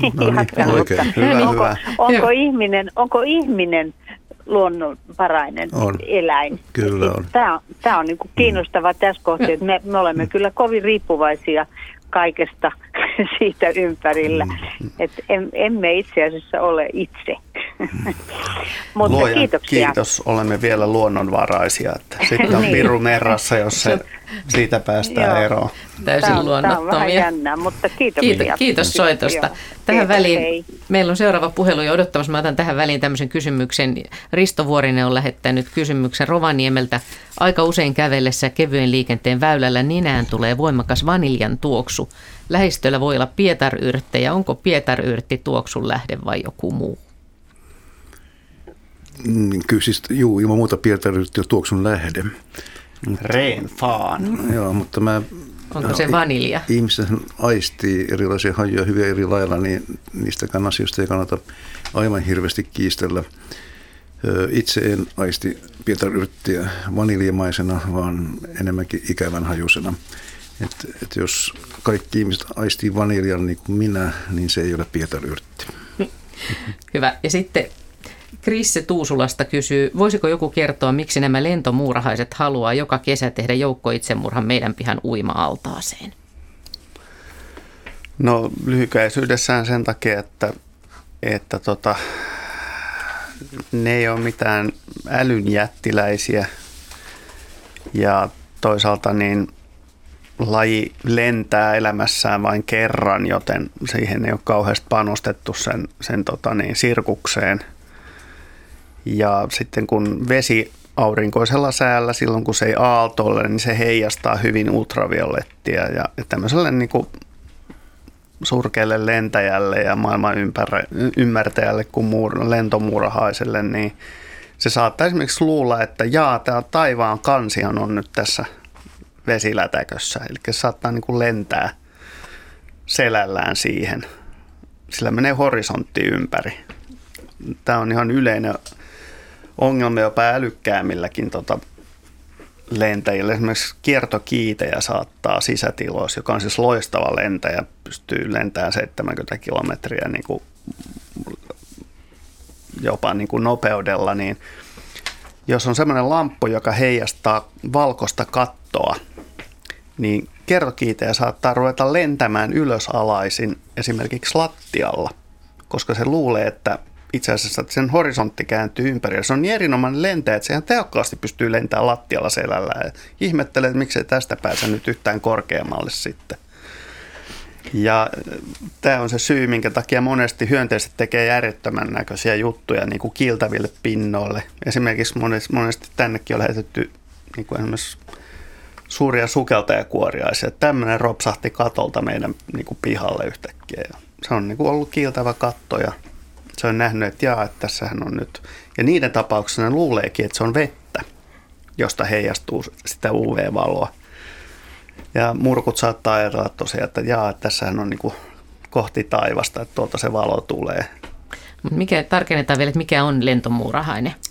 Onko ihminen luonnonvarainen eläin? Kyllä on. Tämä on niin kuin kiinnostavaa tässä kohtaa, että me olemme kyllä kovin riippuvaisia kaikesta siitä ympärillä. Että emme itse asiassa ole itse. Mutta Luojan kiitoksia. Kiitos, olemme vielä luonnonvaraisia. Sitten on piru merrassa, jos siitä päästään eroon. Täysin luonnottomia. Tämä on vähän jännää, mutta kiitoksia. Kiitos soitosta. Tähän väliin meillä on seuraava puhelu jo odottamassa. Mä otan tähän väliin tämmöisen kysymyksen. Risto Vuorinen on lähettänyt kysymyksen Rovaniemeltä. Aika usein kävellessä kevyen liikenteen väylällä nenään tulee voimakas vaniljan tuoksu. Lähistöllä voi olla pietaryrttejä. Onko pietaryrtti tuoksun lähde vai joku muu? Kyllä siis, ilman muuta pietaryrtti on tuoksun lähde. Reenfaan. Joo, mutta onko se vanilja? Ihmiset aistii erilaisia hajuja hyvin eri lailla, niin niistäkään asioista ei kannata aivan hirveästi kiistellä. Itse en aisti pietaryrttiä vaniljamaisena, vaan enemmänkin ikävän hajusena. Et jos kaikki ihmiset aistii vaniljan niin kuin minä, niin se ei ole pietaryrtti. Hyvä. Ja sitten Krisse Tuusulasta kysyy, voisiko joku kertoa, miksi nämä lentomuurahaiset haluaa joka kesä tehdä joukkoitsemurhan meidän pihan uima-altaaseen? No lyhykäisyydessään sen takia, että ne ei ole mitään älyn jättiläisiä ja toisaalta niin laji lentää elämässään vain kerran, joten siihen ei ole kauheasti panostettu sen sirkukseen. Ja sitten kun vesi aurinkoisella säällä, silloin kun se ei aaltoile, niin se heijastaa hyvin ultraviolettia. Ja tämmöiselle niin kuin surkealle lentäjälle ja maailman ymmärtäjälle kuin lentomuurahaiselle, niin se saattaa esimerkiksi luulla, että tämä taivaan kansihan on nyt tässä vesilätäkössä. Eli se saattaa niin kuin lentää selällään siihen. Sillä menee horisontti ympäri. Tämä on ihan yleinen ongelma jopa älykkäämmilläkin lentäjillä. Esimerkiksi kiertokiitejä saattaa sisätiloissa, joka on siis loistava lentäjä, pystyy lentämään 70 kilometriä niin kuin, jopa niin kuin nopeudella, niin jos on semmoinen lamppu, joka heijastaa valkoista kattoa, niin kiertokiitejä saattaa ruveta lentämään ylösalaisin esimerkiksi lattialla, koska se luulee, että itse asiassa että sen horisontti kääntyy ympäri. Se on niin erinomainen lentäjä, että se ihan tehokkaasti pystyy lentämään lattialla selällään. Ja ihmettelee, että miksei tästä pääse nyt yhtään korkeammalle sitten. Ja tämä on se syy, minkä takia monesti hyönteiset tekee järjettömän näköisiä juttuja niin kuin kiiltäville pinnoille. Esimerkiksi monesti tännekin on lähetetty niin kuin esimerkiksi suuria sukeltajakuoriaisia. Tämmöinen ropsahti katolta meidän niin kuin pihalle yhtäkkiä. Ja se on niin kuin ollut kiiltävä katto ja se on nähnyt, että tässähän on nyt. Ja niiden tapauksessa ne luuleekin, että se on vettä, josta heijastuu sitä UV-valoa. Ja murkut saattaa ajatella tosiaan, että tässähän on niin kuin kohti taivasta, että tuolta se valo tulee. Tarkennetaan vielä, että mikä on lentomuurahainen?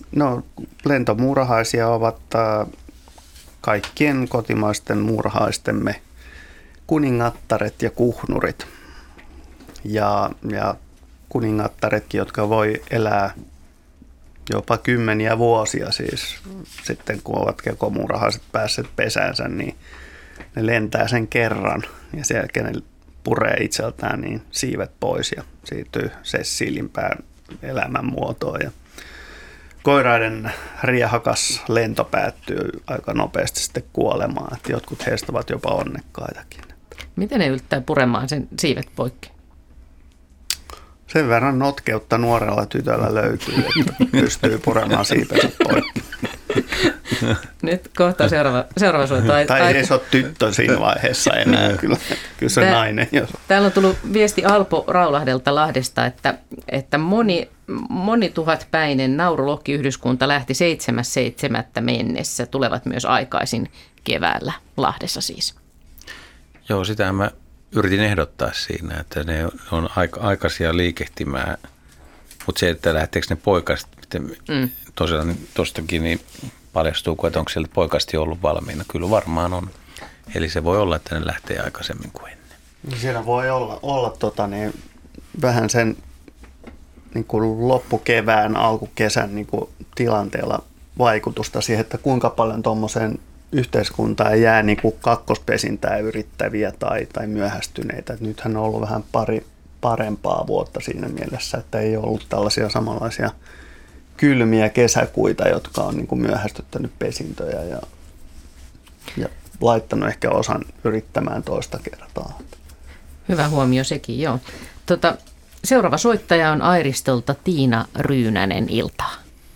No, lentomuurahaisia ovat kaikkien kotimaisten muurahaistemme kuningattaret ja kuhnurit. Ja kuningattaretkin, jotka voi elää jopa kymmeniä vuosia siis sitten, kun ovat kekomuurahaiset päässeet pesäänsä, niin ne lentää sen kerran ja sen jälkeen ne puree itseltään niin siivet pois ja siirtyy sessiilimpään elämänmuotoon. Ja koiraiden riehakas lento päättyy aika nopeasti sitten kuolemaan, että jotkut heistä ovat jopa onnekkaitakin. Miten ne yltää puremaan sen siivet poikki? Sen verran notkeutta nuorella tytöllä löytyy, että pystyy puremaan siipensä poikki. Nyt kohta seuraava soitto. Tai ei se ole tyttö siinä vaiheessa enää, kyllä se on nainen. Täällä on tullut viesti Alpo Raulahdelta Lahdesta, että moni tuhatpäinen naurulokkiyhdyskunta lähti 7.7. mennessä. Tulevat myös aikaisin keväällä Lahdessa siis. Joo, sitä mä yritin ehdottaa siinä, että ne on aikaisia liikehtimään, mutta se, että lähteekö ne poikasta, tosiaan tuostakin niin paljastuuko, että onko sieltä poikasti ollut valmiina. Kyllä varmaan on. Eli se voi olla, että ne lähtee aikaisemmin kuin ennen. Siinä voi olla vähän sen niin kuin loppukevään, alkukesän niin kuin tilanteella vaikutusta siihen, että kuinka paljon tuommoiseen yhteiskuntaan jää niin kuin kakkospesintää yrittäviä tai myöhästyneitä. Et nythän on ollut vähän parempaa vuotta siinä mielessä, että ei ollut tällaisia samanlaisia kylmiä kesäkuita, jotka on niin kuin myöhästyttänyt pesintöjä ja laittanut ehkä osan yrittämään toista kertaa. Hyvä huomio sekin, joo. Seuraava soittaja on Airistolta Tiina Ryynänen, iltaa.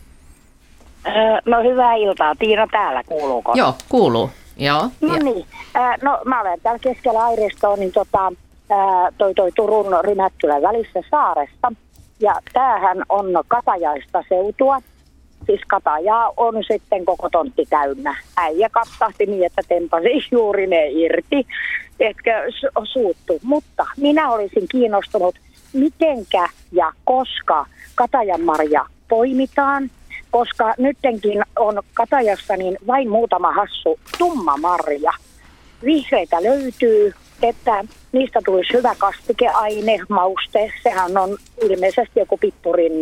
No hyvää iltaa. Tiina täällä, kuuluuko? Joo, kuuluu. Joo. No niin. No mä olen täällä keskellä Airistoa, niin toi Turun Rymättylän välissä saaresta. Ja tämähän on katajaista seutua. Siis katajaa on sitten koko tontti täynnä. Äijä kattahti niin, että tempasi juuri ne irti. Etkö suuttu. Mutta minä olisin kiinnostunut, mitenkä ja koska katajanmarja poimitaan. Koska nyttenkin on katajassa niin vain muutama hassu tumma marja. Vihreitä löytyy, että niistä tulisi hyvä kastikeaine, mauste. Sehän on ilmeisesti joku pippurin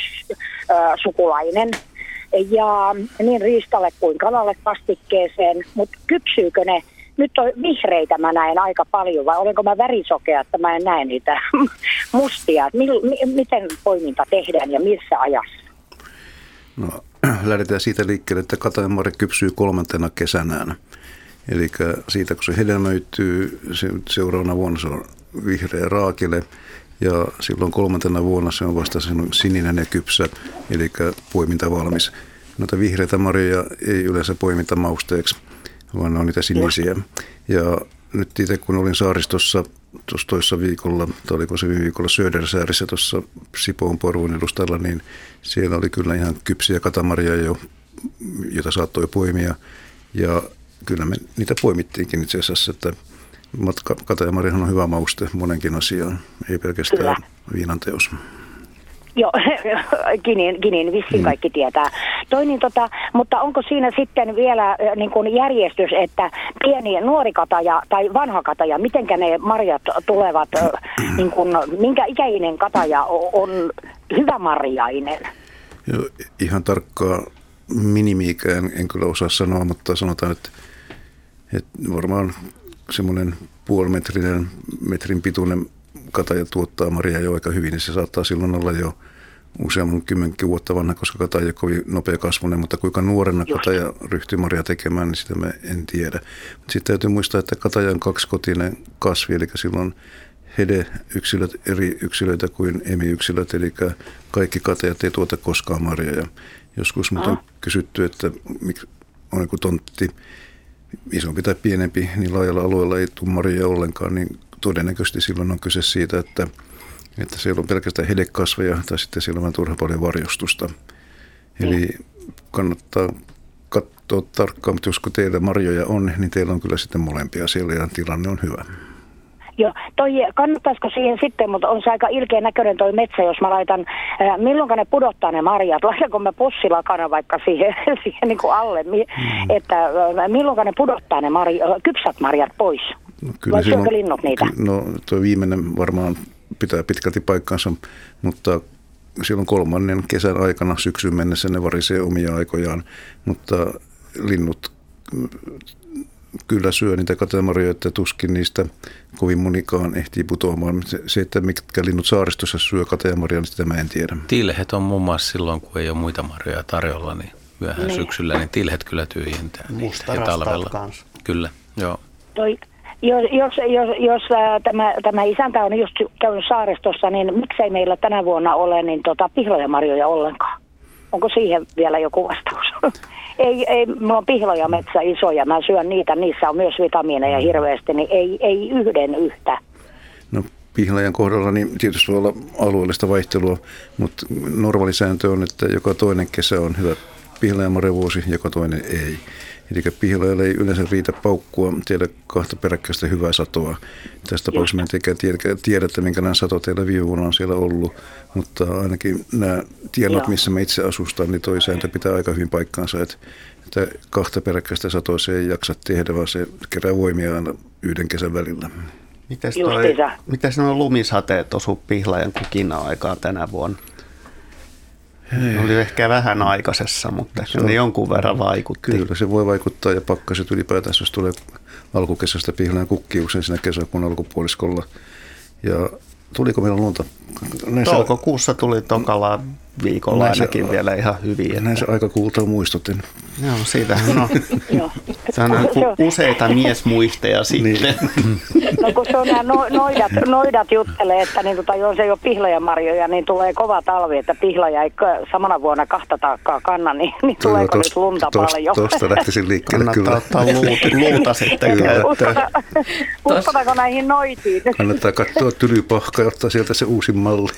sukulainen. Ja niin riistalle kuin kalalle kastikkeeseen. Mutta kypsyykö ne? Nyt on vihreitä mä näen aika paljon, vai olenko mä värisokea, että mä en näe niitä mustia. Miten poiminta tehdään ja missä ajassa? No, lähdetään siitä liikkeelle, että katajanmarja kypsyy 3. kesänään. Eli siitä, kun se hedelmöityy, seuraavana vuonna se on vihreä raakile. Ja silloin 3. vuonna se on vasta sininen ja kypsä, eli poiminta valmis. Noita vihreitä marjoja ei yleensä poimita mausteeksi, vaan ne on niitä sinisiä. Ja nyt itse kun olin saaristossa tuossa toissa viikolla, tai oliko se viime viikolla Södersäärissä tuossa Sipoon Porvoon edustalla, niin siellä oli kyllä ihan kypsiä katamarjoja, joita saattoi poimia. Ja kyllä me niitä poimittiinkin itse asiassa, että katajamarjahan on hyvä mauste monenkin asiaan, ei pelkästään viinanteos. Joo, Ginin vissiin kaikki tietää. Mutta onko siinä sitten vielä niin kuin järjestys, että pieni nuori kataja tai vanha kataja, mitenkä ne marjat tulevat, niin kuin, minkä ikäinen kataja on hyvä marjainen? Joo, ihan tarkkaa minimi-ikään en kyllä osaa sanoa, mutta sanotaan, että varmaan semmoinen metrin pituinen kataja tuottaa marjaa jo aika hyvin, niin se saattaa silloin olla jo useamman 10 vuotta vanha, koska kataja ei ole kovin nopea kasvunen, mutta kuinka nuorena kataja ryhtyy marjaa tekemään, niin sitä mä en tiedä. Sitten täytyy muistaa, että kataja on kaksiskotinen kasvi, eli silloin hede-yksilöt eri yksilöitä kuin emi-yksilöt, eli kaikki katajat ei tuota koskaan marjaa. Ja joskus mut on kysytty, että on joku tontti isompi tai pienempi, niin laajalla alueella ei tule marjaa ollenkaan, niin todennäköisesti silloin on kyse siitä, että siellä on pelkästään hedekasveja tai sitten siellä on vähän turha paljon varjostusta. Eli kannattaa katsoa tarkkaan, mutta jos teillä marjoja on, niin teillä on kyllä sitten molempia siellä ja tilanne on hyvä. Joo, kannattaisiko siihen sitten, mutta on se aika ilkeä näköinen toi metsä, jos mä laitan, milloinka ne pudottaa ne marjat, laitanko mä possilakana vaikka siihen niin kuin alle, että milloinka ne pudottaa ne kypsät marjat pois, vai syökö linnut niitä? No tuo viimeinen varmaan pitää pitkälti paikkansa, mutta silloin 3. kesän aikana syksyyn mennessä ne varisee omia aikojaan, mutta linnut kyllä syö niitä katemarjoja, että tuskin niistä kovin monikaan ehtii putoamaan. Se, että mitkä linnut saaristossa syö katemarjaa, niin sitä mä en tiedä. Tilhet on muun muassa silloin, kun ei ole muita marjoja tarjolla, niin myöhään syksyllä, niin tilhet kyllä tyhjentää niitä. Ja talvella. Kanssa. Kyllä, joo. Jos tämä isäntä on just käynyt saaristossa, niin miksei meillä tänä vuonna ole niin pihlajamarjoja ollenkaan? Onko siihen vielä joku vastaus? Ei, mulla on pihloja metsä isoja, mä syön niitä, niissä on myös vitamiineja hirveästi, niin ei yhden yhtä. No pihlajan kohdalla niin tietysti voi olla alueellista vaihtelua, mutta normaali sääntö on, että joka toinen kesä on hyvä pihlajamarjavuosi, joka toinen ei. Eli pihlajalle ei yleensä riitä paukkua teille 2 peräkkäistä hyvää satoa. Tässä tapauksessa mä en tiedä, että minkälainen sato teillä viime vuonna on siellä ollut, mutta ainakin nämä tiedot, missä mä itse asustan, niin toi sääntö pitää aika hyvin paikkaansa, että 2 peräkkäistä satoa se ei jaksa tehdä, vaan se kerää voimia aina 1 kesän välillä. Mitäs nuo lumisateet osu pihlajan kukina-aikaan tänä vuonna? Ne oli ehkä vähän aikaisessa, mutta ne jonkun verran vaikutti. Kyllä se voi vaikuttaa ja pakkaset ylipäätään, jos tulee alkukesästä pihlajan kukkiuksen siinä kesäkuun alkupuoliskolla. Ja tuliko meillä lunta? Toukokuussa tuli tokalla viikolla ainakin vielä ihan hyviä. Näin se aika kuultaa muistutin. Joo, siitähän on. Se on useita miesmuisteja sitten. No kun se on nämä noidat juttelee, että niin, jos ei ole pihlajamarjoja, niin tulee kova talvi, että pihlaja ei samana vuonna 2 taakkaa kanna, niin tuleeko nyt lunta paljon? Tuosta lähtisin liikkeelle kyllä. Kannattaa ottaa luuta sitten käyttöön. Uskotaanko näihin noitiin? Kannattaa katsoa Tylypahka ja ottaa sieltä se uusi malli.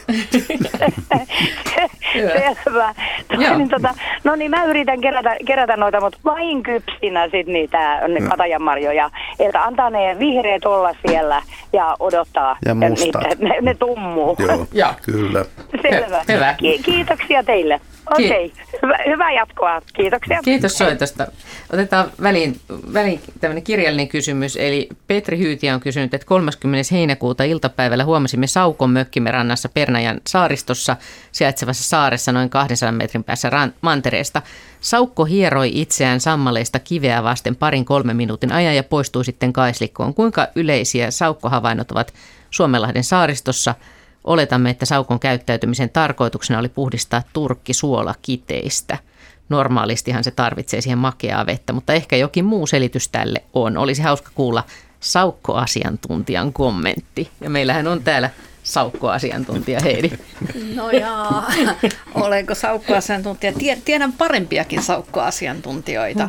Selvä. No niin, mä yritän kerätä noita, mutta vain kypsinä sitten niitä katajanmarjoja. Että antaa ne vihreät olla siellä ja odottaa. Ja mustat. Ne tummuu. Joo, kyllä. Selvä. Hyvä. Kiitoksia teille. Okei, hyvää jatkoa. Kiitoksia. Kiitos soitosta. Otetaan väliin tämmöinen kirjallinen kysymys. Eli Petri Hyytiä on kysynyt, että 30. heinäkuuta iltapäivällä huomasimme Saukon mökkimme rannassa Pernajan saaristossa sijaitsevassa saaressa noin 200 metrin päässä mantereesta. Saukko hieroi itseään sammaleista kiveä vasten 2-3 minuutin ajan ja poistui sitten kaislikkoon. Kuinka yleisiä saukkohavainnot ovat Suomenlahden saaristossa? Oletamme, että saukon käyttäytymisen tarkoituksena oli puhdistaa turkki suolakiteistä. Normaalistihan se tarvitsee siihen makeaa vettä, mutta ehkä jokin muu selitys tälle on. Olisi hauska kuulla saukkoasiantuntijan kommentti. Ja meillähän on täällä saukkoasiantuntija Heidi. No jaa, olenko saukkoasiantuntija? Tiedän parempiakin saukkoasiantuntijoita.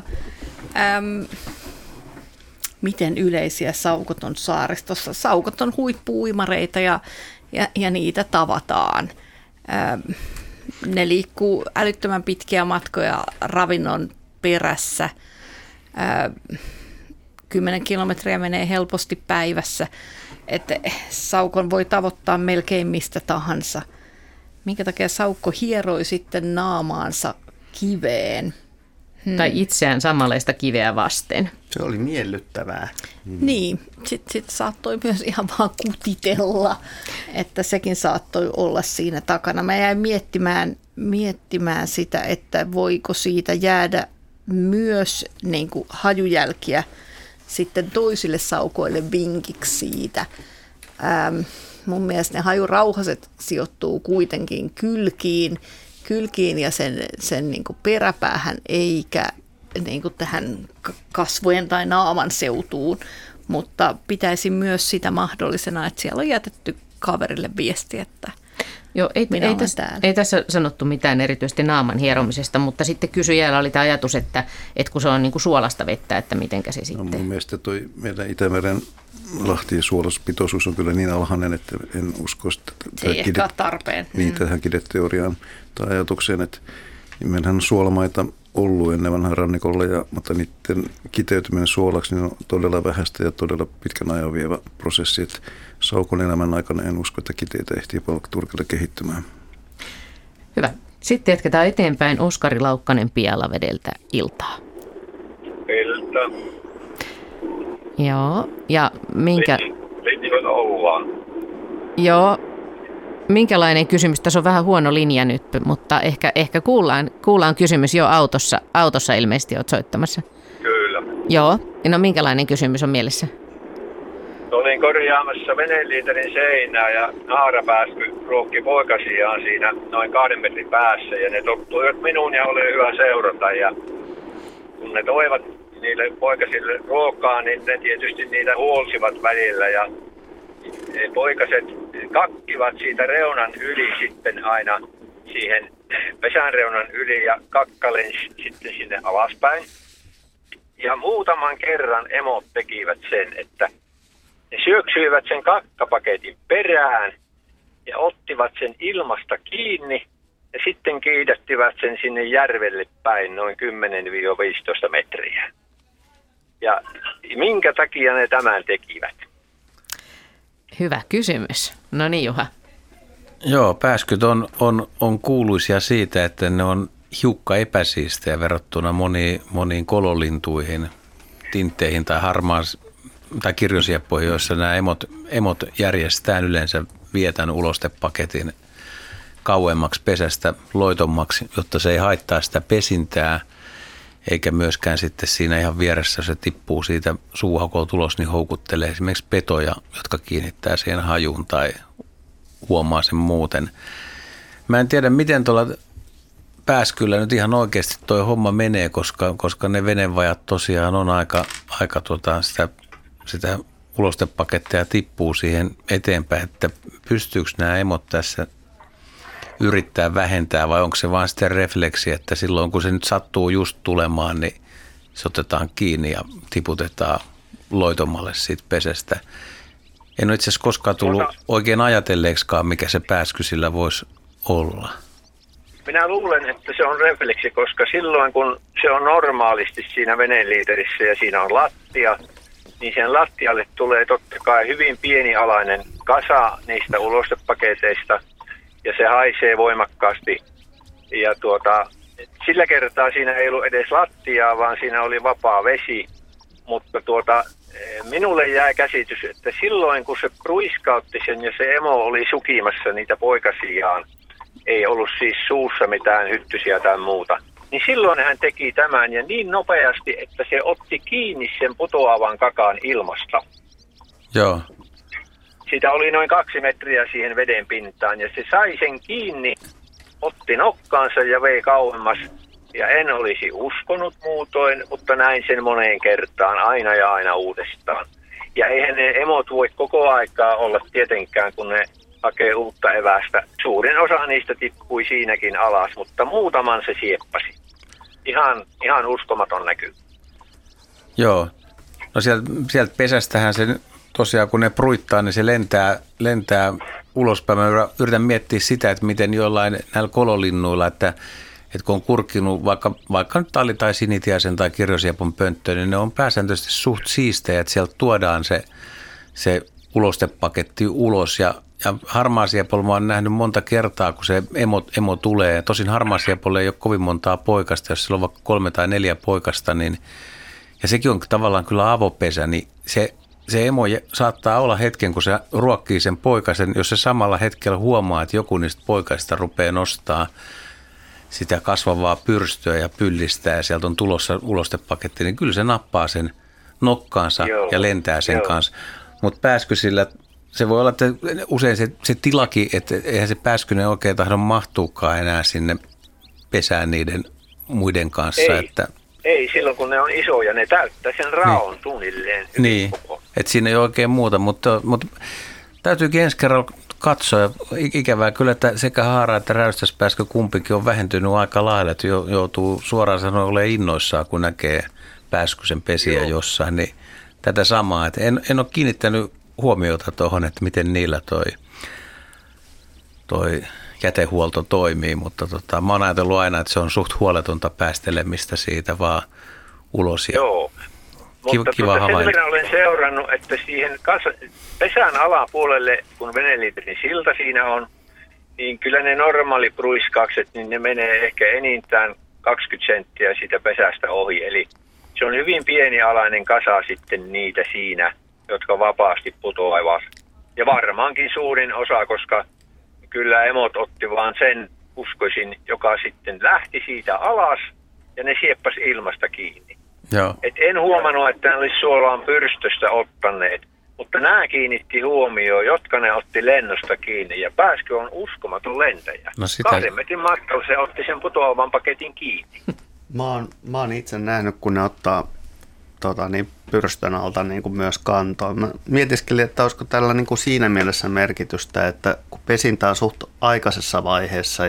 Miten yleisiä saukot on saaristossa? Saukot on huippu-uimareita ja niitä tavataan. Ne liikkuu älyttömän pitkiä matkoja ravinnon perässä. 10 kilometriä menee helposti päivässä, että saukon voi tavoittaa melkein mistä tahansa. Minkä takia saukko hieroi sitten naamaansa kiveen? Tai itseään samanlaista kiveä vasten. Se oli miellyttävää. Niin, sitten saattoi myös ihan vaan kutitella, että sekin saattoi olla siinä takana. Mä jäin miettimään sitä, että voiko siitä jäädä myös niin kuin hajujälkiä sitten toisille saukoille vinkiksi siitä. Mun mielestä ne hajurauhaset sijoittuu kuitenkin kylkiin ja sen niin kuin peräpäähän eikä niin kuin tähän kasvojen tai naaman seutuun, mutta pitäisi myös sitä mahdollisena, että siellä on jätetty kaverille viesti, että joo, ei tässä sanottu mitään erityisesti naaman hieromisesta, mutta sitten kysyjällä oli tämä ajatus, että kun se on niin kuin suolasta vettä, että mitenkä se sitten. No mun mielestä toi meidän Itämeren lahtien suolaspitoisuus on kyllä niin alhainen, että en usko, että se ei ehkä ole tarpeen. Niin, tähän kideteoriaan tai ajatukseen, että meillähän on suolamaita ollut ennen vanhan rannikolla, mutta niiden kiteytyminen suolaksi niin on todella vähäistä ja todella pitkän ajan vievä prosessi. Että saukon elämän aikana en usko, että kiteitä ehtii palkkaturkilla kehittymään. Hyvä. Sitten jatketaan eteenpäin. Oskari Laukkanen Pielavedeltä, iltaa. Ilta. Joo, ja Liittyvät Oulaan. Joo, minkälainen kysymys? Tässä on vähän huono linja nyt, mutta ehkä kuullaan kysymys jo autossa ilmeisesti olet soittamassa. Kyllä. Joo, no minkälainen kysymys on mielessä? Olin korjaamassa veneliiterin seinää ja naarapääsky ruokki poikasiaan siinä noin 2 metrin päässä ja ne tottuivat minuun ja oli hyvä seurata ja kun ne toivat niille poikasille ruokaa, niin ne tietysti niitä huolsivat välillä ja poikaset kakkivat siitä reunan yli sitten aina siihen pesän reunan yli ja kakkalen sitten sinne alaspäin. Ja muutaman kerran emot tekivät sen, että ne syöksyivät sen kakkapaketin perään ja ottivat sen ilmasta kiinni ja sitten kiidättivät sen sinne järvelle päin noin 10-15 metriä. Ja minkä takia ne tämän tekivät? Hyvä kysymys. No niin, Juha. Joo, pääskyt on kuuluisia siitä, että ne on hiukka epäsiistejä verrattuna moniin kololintuihin, tintteihin tai tai kirjosieppoihin, joissa nämä emot järjestään yleensä vietän ulostepaketin kauemmaksi pesästä loitommaksi, jotta se ei haittaa sitä pesintää, eikä myöskään sitten siinä ihan vieressä, se tippuu siitä suuhaukolta ulos, niin houkuttelee esimerkiksi petoja, jotka kiinnittää siihen hajuun tai huomaa sen muuten. Mä en tiedä, miten tuolla pääskyllä nyt ihan oikeasti toi homma menee, koska ne venevajat tosiaan on aika sitä ulostepakettia tippuu siihen eteenpäin, että pystyykö nämä emot tässä yrittää vähentää vai onko se vaan sitten refleksi, että silloin kun se nyt sattuu just tulemaan, niin se otetaan kiinni ja tiputetaan loitommalle siitä pesästä. En ole itse asiassa koskaan tullut oikein ajatelleeksikaan, mikä se pääsky sillä voisi olla. Minä luulen, että se on refleksi, koska silloin kun se on normaalisti siinä veneliiterissä ja siinä on lattia, niin sen lattialle tulee totta kai hyvin pienialainen kasa niistä ulostepaketeista ja se haisee voimakkaasti. Ja sillä kertaa siinä ei ollut edes lattiaa, vaan siinä oli vapaa vesi, mutta minulle jää käsitys, että silloin kun se ruiskautti sen ja se emo oli sukimassa niitä poikasiaan, ei ollut siis suussa mitään hyttysiä tai muuta, niin silloin hän teki tämän ja niin nopeasti, että se otti kiinni sen putoavan kakan ilmasta. Joo. Sitä oli noin 2 metriä siihen veden pintaan ja se sai sen kiinni, otti nokkaansa ja vei kauemmas. Ja en olisi uskonut muutoin, mutta näin sen moneen kertaan, aina ja aina uudestaan. Ja eihän ne emot voi koko aikaa olla tietenkään, kun ne hakee uutta evästä. Suurin osa niistä tippui siinäkin alas, mutta muutaman se sieppasi. Ihan uskomaton näky. Joo. No sieltä pesästähän se tosiaan, kun ne pruittaa, niin se lentää ulospäin. Mä yritän miettiä sitä, että miten jollain näillä kololinnuilla, että kun on kurkkinut vaikka nyt tali- tai sinitiaisen tai kirjosiepon pönttöön, niin ne on pääsääntöisesti suht siistejä, että sieltä tuodaan se ulostepaketti ulos. Ja harmaasiepolla mä oon nähnyt monta kertaa, kun se emo tulee. Tosin harmaasiepolla ei ole kovin montaa poikasta, jos sillä on vaikka 3 tai 4 poikasta, niin, ja sekin on tavallaan kyllä avopesä, niin se emo saattaa olla hetken, kun se ruokkii sen poikasen, jos se samalla hetkellä huomaa, että joku niistä poikaista rupeaa nostaa sitä kasvavaa pyrstöä ja pyllistää ja sieltä on tulossa ulostepaketti, niin kyllä se nappaa sen nokkaansa ja lentää sen kanssa. Mutta pääskysillä se voi olla, että usein se tilakin, että eihän se pääskynen oikein tahdon mahtuukaan enää sinne pesään niiden muiden kanssa. Ei silloin kun ne on isoja, ne täyttää sen raon suunnilleen. Niin, että siinä ei ole oikein muuta, mutta täytyykin ensi kerralla katsoa. Ikävää kyllä, että sekä haara että räystäspääskö kumpikin on vähentynyt aika lailla, että joutuu suoraan sanoen olemaan innoissaan, kun näkee pääskysen pesiä jossain. Niin tätä samaa, että en ole kiinnittänyt huomiota tuohon, että miten niillä toi jätehuolto toimii, mutta mä oon ajatellut aina, että se on suht huoletonta päästelemistä siitä vaan ulos. Joo, mutta sen verran olen seurannut, että siihen pesän alapuolelle, kun veneliiterin silta siinä on, niin kyllä ne normaalipruiskaukset, niin ne menee ehkä enintään 20 senttiä siitä pesästä ohi. Eli se on hyvin pienialainen kasa sitten niitä siinä, jotka vapaasti putoavat. Ja varmaankin suurin osa, koska kyllä emot otti vaan sen, uskoisin, joka sitten lähti siitä alas ja ne sieppasi ilmasta kiinni. Joo. Et en huomannut, että ne olisi suolaan pyrstöstä ottaneet, mutta nämä kiinnitti huomioon, jotka ne otti lennosta kiinni. Ja Pääskö on uskomaton lentäjä. No sitä... 2 metrin matkalla se otti sen putoavan paketin kiinni. Mä oon itse nähnyt, kun ne ottaa pyrstön alta niin kuin myös kantoon. Mä mietiskelin, että olisiko tällä niin kuin siinä mielessä merkitystä, että kun pesintä on suht aikaisessa vaiheessa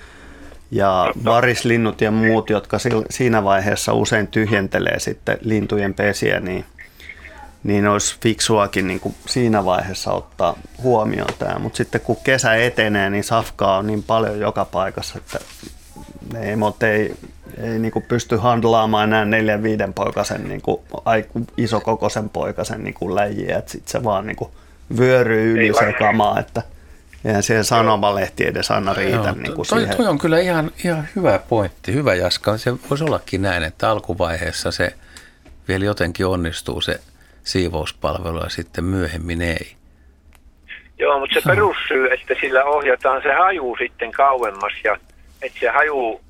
ja varislinnut ja muut, jotka siinä vaiheessa usein tyhjentelee sitten lintujen pesiä, niin olisi fiksuakin niin kuin siinä vaiheessa ottaa huomioon tämä. Mutta sitten kun kesä etenee, niin safkaa on niin paljon joka paikassa, että ne emot ei niin kuin pysty handlaamaan enää 4-5 poikasen, niin kuin isokokoisen poikasen niin kuin läjiä. Että sitten se vaan niin kuin vyöryy yli se kamaa, että eihän siihen sanomalehti edes aina riitä. Niin kuin siihen. Toi on kyllä ihan hyvä pointti, hyvä Jaska. Se voisi ollakin näin, että alkuvaiheessa se vielä jotenkin onnistuu se siivouspalvelu ja sitten myöhemmin ei. Joo, mutta se perussyy, että sillä ohjataan se haju sitten kauemmas ja että se haju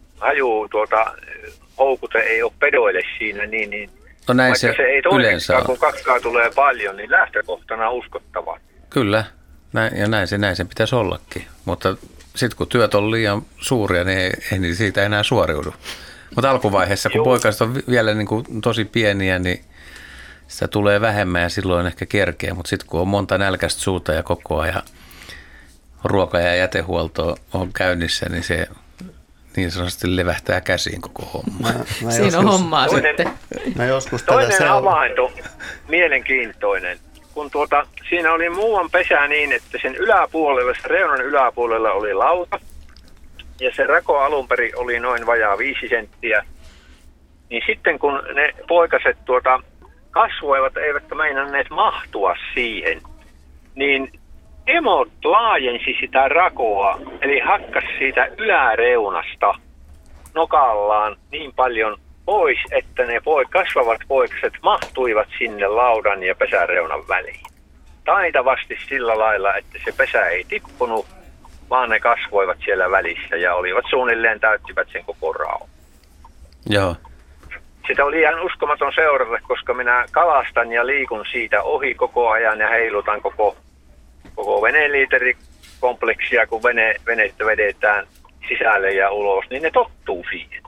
houkute ei ole pedoille siinä, niin no näin vaikka se ei toinenkaan, kun kakkaa tulee paljon, niin lähtökohtana uskottava. Kyllä, näin se pitäisi ollakin, mutta sitten kun työt on liian suuria, niin ei siitä enää suoriudu. Mutta alkuvaiheessa, kun poikaset on vielä niin kuin tosi pieniä, niin sitä tulee vähemmän ja silloin ehkä kerkeä, mutta sitten kun on monta nälkäistä suuta ja koko ajan ruoka- ja jätehuolto on käynnissä, niin se niin sanotusti levähtää käsiin koko homma. Siinä on hommaa sitten. Toinen havainto, mielenkiintoinen. Kun siinä oli muuan pesä niin, että sen yläpuolella, sen reunan yläpuolella oli lauta, ja se rako alun perin oli noin vajaa 5 senttiä, niin sitten kun ne poikaset kasvoivat, eivätkä meinanneet mahtua siihen, niin emot laajensi sitä rakoa, eli hakkas siitä yläreunasta nokallaan niin paljon pois, että ne kasvavat poikaset mahtuivat sinne laudan ja pesäreunan väliin. Taitavasti sillä lailla, että se pesä ei tippunut, vaan ne kasvoivat siellä välissä ja olivat suunnilleen täyttivät sen koko raon. Joo. Sitä oli ihan uskomaton seurata, koska minä kalastan ja liikun siitä ohi koko ajan ja heilutan koko veneliiterikompleksia, kun venettä vedetään sisälle ja ulos, niin ne tottuu siihen.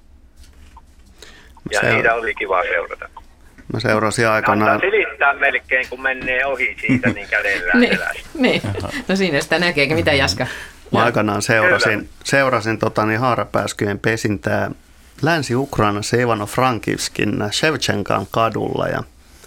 Ja niitä oli kiva seurata. Mä seurasin aikanaan. Kannattaa silittää melkein, kun menee ohi siitä, niin kädellään niin. No siinä sitä näkeekö, mitä Jaska? Mä aikanaan seurasin haarapääskyjen pesintää Länsi-Ukrainassa Ivano-Frankivskin Shevchenkan kadulla ja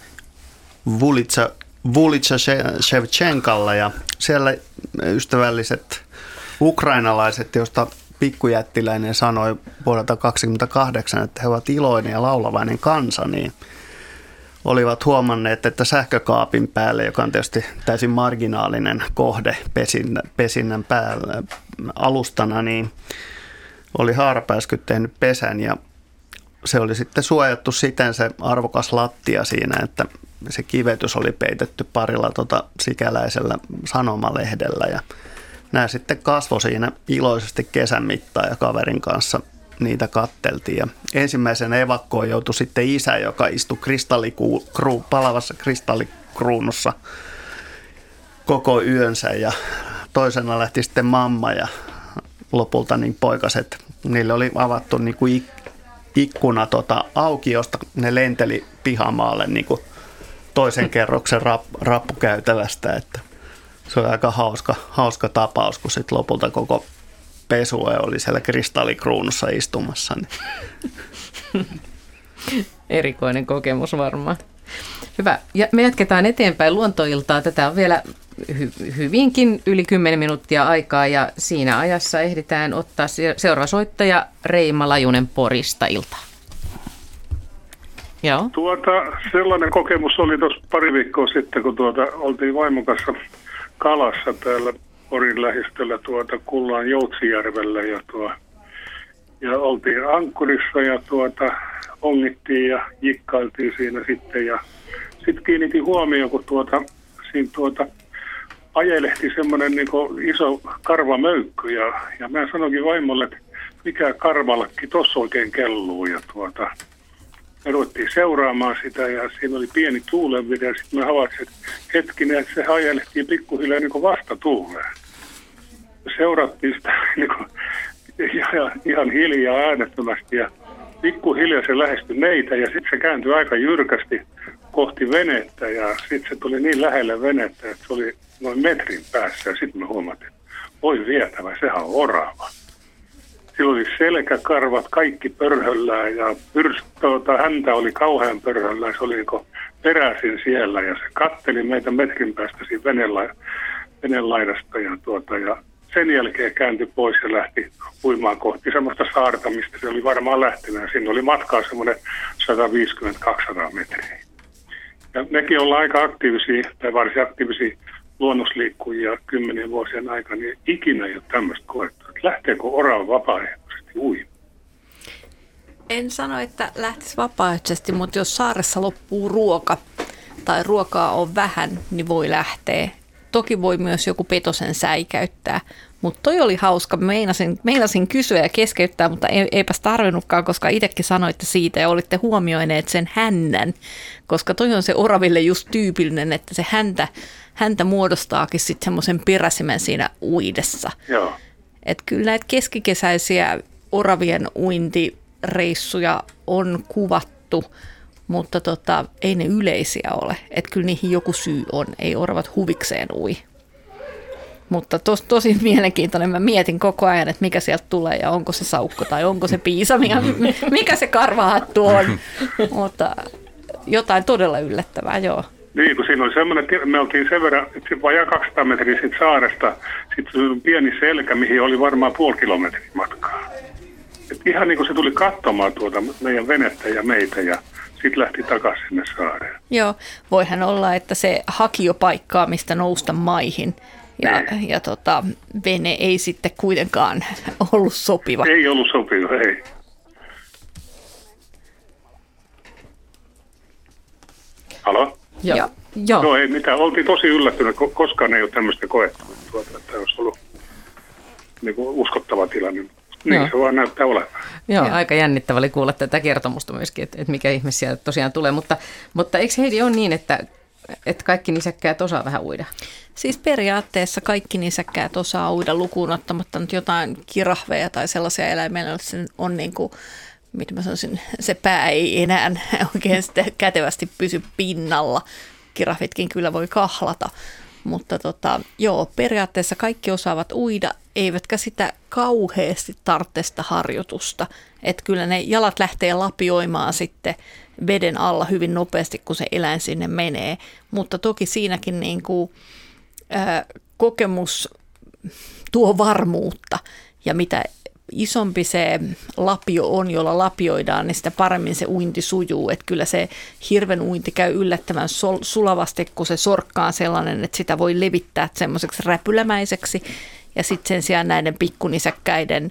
Vulitsa Shevchenkalla ja siellä ystävälliset ukrainalaiset, joista pikkujättiläinen sanoi vuodelta 1928, että he ovat iloinen ja laulavainen kansa, niin olivat huomanneet, että sähkökaapin päälle, joka on tietysti täysin marginaalinen kohde pesinnän päällä alustana, niin oli haarapääskyt tehnyt pesän ja se oli sitten suojattu siten se arvokas lattia siinä, että se kivetys oli peitetty parilla sikäläisellä sanomalehdellä ja nämä sitten kasvoi siinä iloisesti kesän mittaan ja kaverin kanssa niitä katteltiin. Ja ensimmäisenä evakkoon joutui sitten isä, joka istui palavassa kristallikruunussa koko yönsä ja toisena lähti sitten mamma ja lopulta niin poikaset, niille oli avattu niin kuin ikkuna auki, josta ne lenteli pihamaalle niin kuin toisen kerroksen rappukäytävästä, että se oli aika hauska tapaus, kun sitten lopulta koko pesue oli siellä kristallikruunussa istumassa. Niin. Erikoinen kokemus varmaan. Hyvä. Ja me jatketaan eteenpäin luontoiltaa. Tätä on vielä hyvinkin yli 10 minuuttia aikaa ja siinä ajassa ehditään ottaa seuraava soittaja Reima Lajunen Porista. Iltaa. Joo. Sellainen kokemus oli tuossa pari viikkoa sitten, kun oltiin vaimon kanssa kalassa täällä Porin lähistöllä Kullaan Joutsijärvellä ja oltiin ankkurissa ja ongittiin ja jikkailtiin siinä sitten ja sitten kiinnitin huomioon, kun siinä ajelehti semmoinen niinku iso karvamöykky ja mä sanoinkin vaimolle, että mikä karvalakki tossa oikein kelluu ja me ruvettiin seuraamaan sitä ja siinä oli pieni tuulenvire ja sitten mä havaitsin, että hetkinen, että se ajelehtii pikkuhiljaa niin kuin vastatuuleen. Seurattiin sitä niin kuin, ihan hiljaa äänettömästi ja pikkuhiljaa se lähestyi meitä ja sitten se kääntyi aika jyrkästi kohti venettä ja sitten se tuli niin lähelle venettä, että se oli noin metrin päässä ja sitten me huomattiin, että voi vietävä, sehän on orava. Sillä oli selkäkarvat kaikki pörhöllään ja häntä oli kauhean pörhöllään, se oli niin peräisin siellä ja se katteli meitä metrin päästä siinä venelaidasta ja sen jälkeen kääntyi pois ja lähti uimaan kohti semmoista saarta, mistä se oli varmaan lähtenyt. Siinä oli matkaa semmoinen 150-200 metriä. Ja mekin ollaan aika aktiivisia, tai varsin aktiivisia luonnosliikkujia 10 vuosien aikana, niin ikinä ei ole tämmöistä koettu. Lähteekö orava vapaaehtoisesti uimaan? En sano, että lähtisi vapaaehtoisesti, mutta jos saaressa loppuu ruoka tai ruokaa on vähän, niin voi lähteä. Toki voi myös joku petosen säikäyttää, mutta toi oli hauska. Meinasin kysyä ja keskeyttää, mutta eipäs tarvinnutkaan, koska itsekin sanoitte siitä ja olitte huomioineet sen hännän, koska toi on se oraville just tyypillinen, että se häntä muodostaakin sitten semmoisen peräsimen siinä uidessa. Joo. Että kyllä näitä keskikesäisiä oravien uintireissuja on kuvattu, mutta ei ne yleisiä ole. Että kyllä niihin joku syy on. Ei oravat huvikseen ui. Mutta tosi mielenkiintoinen. Mä mietin koko ajan, että mikä sieltä tulee ja onko se saukko tai onko se piisami ja mikä se karvahattu on. Mutta jotain todella yllättävää, joo. Niin, kun siinä oli semmoinen, me oltiin sen verran, että vajaa 200 metriä siitä saaresta, sitten oli pieni selkä, mihin oli varmaan 0,5 kilometriä matkaa. Et ihan niin kuin se tuli katsomaan meidän venettä ja meitä ja sitten lähti takaisin sinne saareen. Joo, voihan olla, että se haki jo paikkaa, mistä nousta maihin ja vene ei sitten kuitenkaan ollut sopiva. Ei ollut sopiva, ei. Halo? Joo. No ei mitään, oltiin tosi yllättyneet, koskaan ei ole tämmöistä koettu, että olisi ollut niin uskottava tilanne. Niin se vaan näyttää olevan. Joo, aika jännittävä oli kuulla tätä kertomusta myöskin, että mikä ihme sieltä tosiaan tulee. Mutta eikö Heidi ole niin, että kaikki nisäkkäät osaa vähän uida? Siis periaatteessa kaikki nisäkkäät osaa uida lukuun ottamatta nyt jotain kirahveja tai sellaisia eläimiä, joilla on niin kuin, mitä mä sanoisin, se pää ei enää oikein sitten kätevästi pysy pinnalla. Kirahvitkin kyllä voi kahlata. Mutta periaatteessa kaikki osaavat uida, eivätkä sitä kauheasti tarvitse sitä harjoitusta. Että kyllä ne jalat lähtee lapioimaan sitten veden alla hyvin nopeasti, kun se eläin sinne menee. Mutta toki siinäkin niin kuin, kokemus tuo varmuutta ja mitä isompi se lapio on, jolla lapioidaan, niin sitä paremmin se uinti sujuu. Että kyllä se hirven uinti käy yllättävän sulavasti, kun se sorkka on sellainen, että sitä voi levittää semmoiseksi räpylämäiseksi. Ja sitten sen sijaan näiden pikkunisäkkäiden,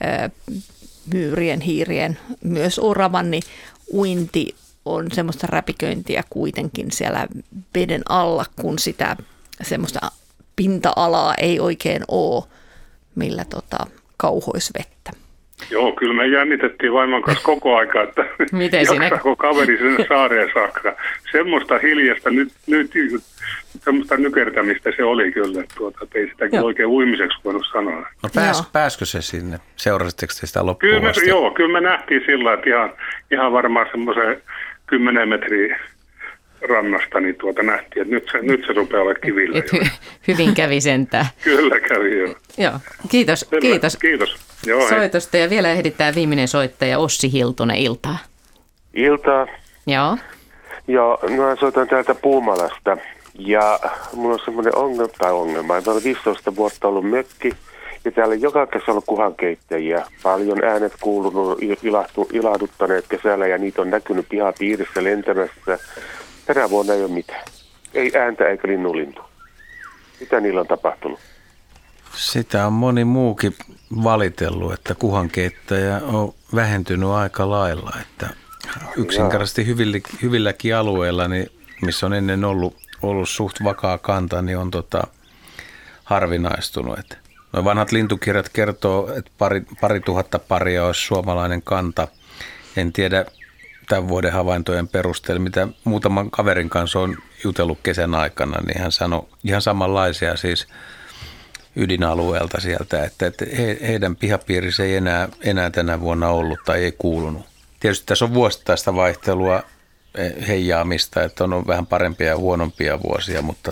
myyrien, hiirien, myös oravan, niin uinti on semmoista räpiköintiä kuitenkin siellä veden alla, kun sitä semmoista pinta-alaa ei oikein ole, millä kauhoisi vettä. Joo, kyllä me jännitettiin vaimon kanssa koko aika, että jaksaako kaveri sinne saareen saakka. Semmoista hiljasta, nyt semmoista nykertämistä se oli kyllä, että ei sitä kyllä oikein uimiseksi voinut sanoa. No pääskö se sinne? Seurasitteko te sitä loppuun asti? Kyllä me nähtiin sillä, että ihan varmaan semmoisen 10 metriä rannasta, niin nähtiin, että nyt se rupeaa olemaan kivillä. Hyvin kävi sentään. Kyllä kävi, joo. Joo, kiitos. Kiitos. Joo, soitosta ja vielä ehditään viimeinen soittaja Ossi Hiltunen, iltaa. Iltaa. Joo. Joo, mä soitan täältä Puumalasta ja mulla on semmoinen ongelma. Mä olen 15 vuotta ollut mökki ja täällä joka kesä ollut kuhankeittäjiä. Paljon äänet kuulunut, ilahduttaneet kesällä ja niitä on näkynyt pihapiirissä lentämässä. Tänä vuonna ei ole mitään. Ei ääntä eikä linnulintu. Mitä niillä on tapahtunut? Sitä on moni muukin valitellut, että kuhankeittäjä on vähentynyt aika lailla. Että yksinkertaisesti hyvilläkin alueilla, niin missä on ennen ollut suht vakaa kanta, niin on harvinaistunut. Että nuo vanhat lintukirjat kertoo, että pari tuhatta paria olisi suomalainen kanta. En tiedä tämän vuoden havaintojen perusteella, mitä muutaman kaverin kanssa on jutellut kesän aikana, niin hän sanoi ihan samanlaisia siis ydinalueelta sieltä, että heidän pihapiirissä ei enää tänä vuonna ollut tai ei kuulunut. Tietysti tässä on vuosittaista vaihtelua heijaamista, että on vähän parempia ja huonompia vuosia, mutta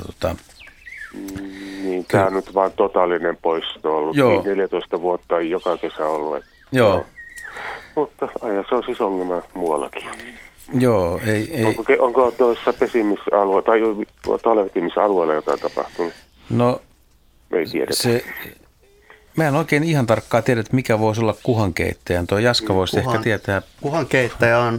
niin, tämä on nyt vaan totaalinen poisto ollut. Joo. 14 vuotta on joka kesä ollut. Joo. Mutta se on siis ongelma muuallakin. Joo, ei. Onko tuossa pesimisalueella tai talvehtimisalueella jotain tapahtunut? No, ei tiedetä. Mä en oikein ihan tarkkaan tiedä, että mikä voisi olla kuhankeittäjän. Tuo Jaska voisi ehkä tietää. Kuhankeittäjä on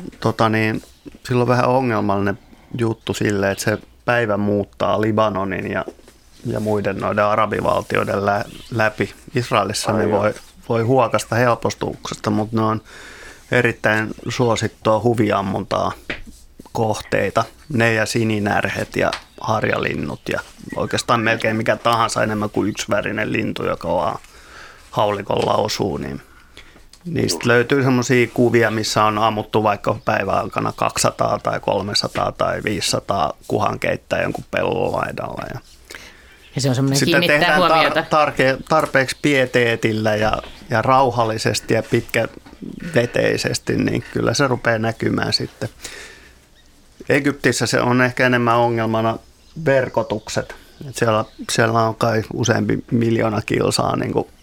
silloin vähän ongelmallinen juttu sille, että se päivä muuttaa Libanonin ja muiden noiden arabivaltioiden läpi. Israelissa ne voi huokasta helpostuksesta, mutta ne on erittäin suosittua huviammuntaa kohteita. Ne ja sininärhet ja harjalinnut ja oikeastaan melkein mikä tahansa enemmän kuin yksivärinen lintu, joka vaan haulikolla osuu. Niin niistä löytyy semmoisia kuvia, missä on ammuttu vaikka päivän aikana 200 tai 300 tai 500 kuhankeittäjää jonkun pellon laidalla. Ja se on semmoinen sitten kiinnittää huomiota. Tarpeeksi pieteetillä ja rauhallisesti ja pitkäveteisesti, niin kyllä se rupeaa näkymään sitten. Egyptissä se on ehkä enemmän ongelmana verkotukset. Siellä on kai useampi miljoona kilsaa niin kuin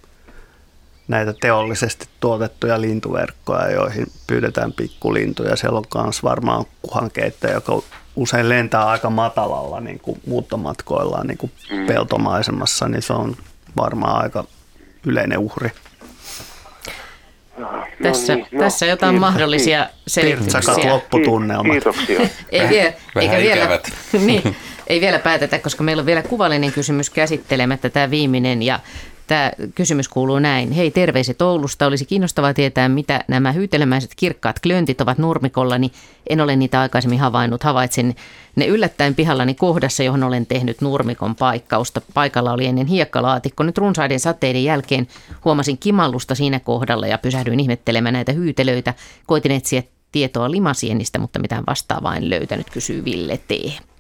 näitä teollisesti tuotettuja lintuverkkoja, joihin pyydetään pikkulintuja. Siellä on myös varmaan kuhankeittäjä, joka usein lentää aika matalalla niin kuin muuttomatkoillaan niin kuin peltomaisemassa, niin se on varmaan aika yleinen uhri. Tässä jotain mahdollisia selityksiä. Lopputunnelmat. Kiitoksia. Ei vielä päätetä, koska meillä on vielä kuvallinen kysymys käsittelemättä, tämä viimeinen. Ja tämä kysymys kuuluu näin. Hei, terveiset Oulusta. Olisi kiinnostavaa tietää, mitä nämä hyytelemäiset kirkkaat klöntit ovat nurmikollani. En ole niitä aikaisemmin havainnut. Havaitsin ne yllättäen pihallani kohdassa, johon olen tehnyt nurmikon paikkausta. Paikalla oli ennen hiekkalaatikko. Nyt runsaiden sateiden jälkeen huomasin kimallusta siinä kohdalla ja pysähdyin ihmettelemään näitä hyytelöitä. Koitin etsiä tietoa limasienistä, mutta mitään vastaavaa en löytänyt, kysyy Ville T.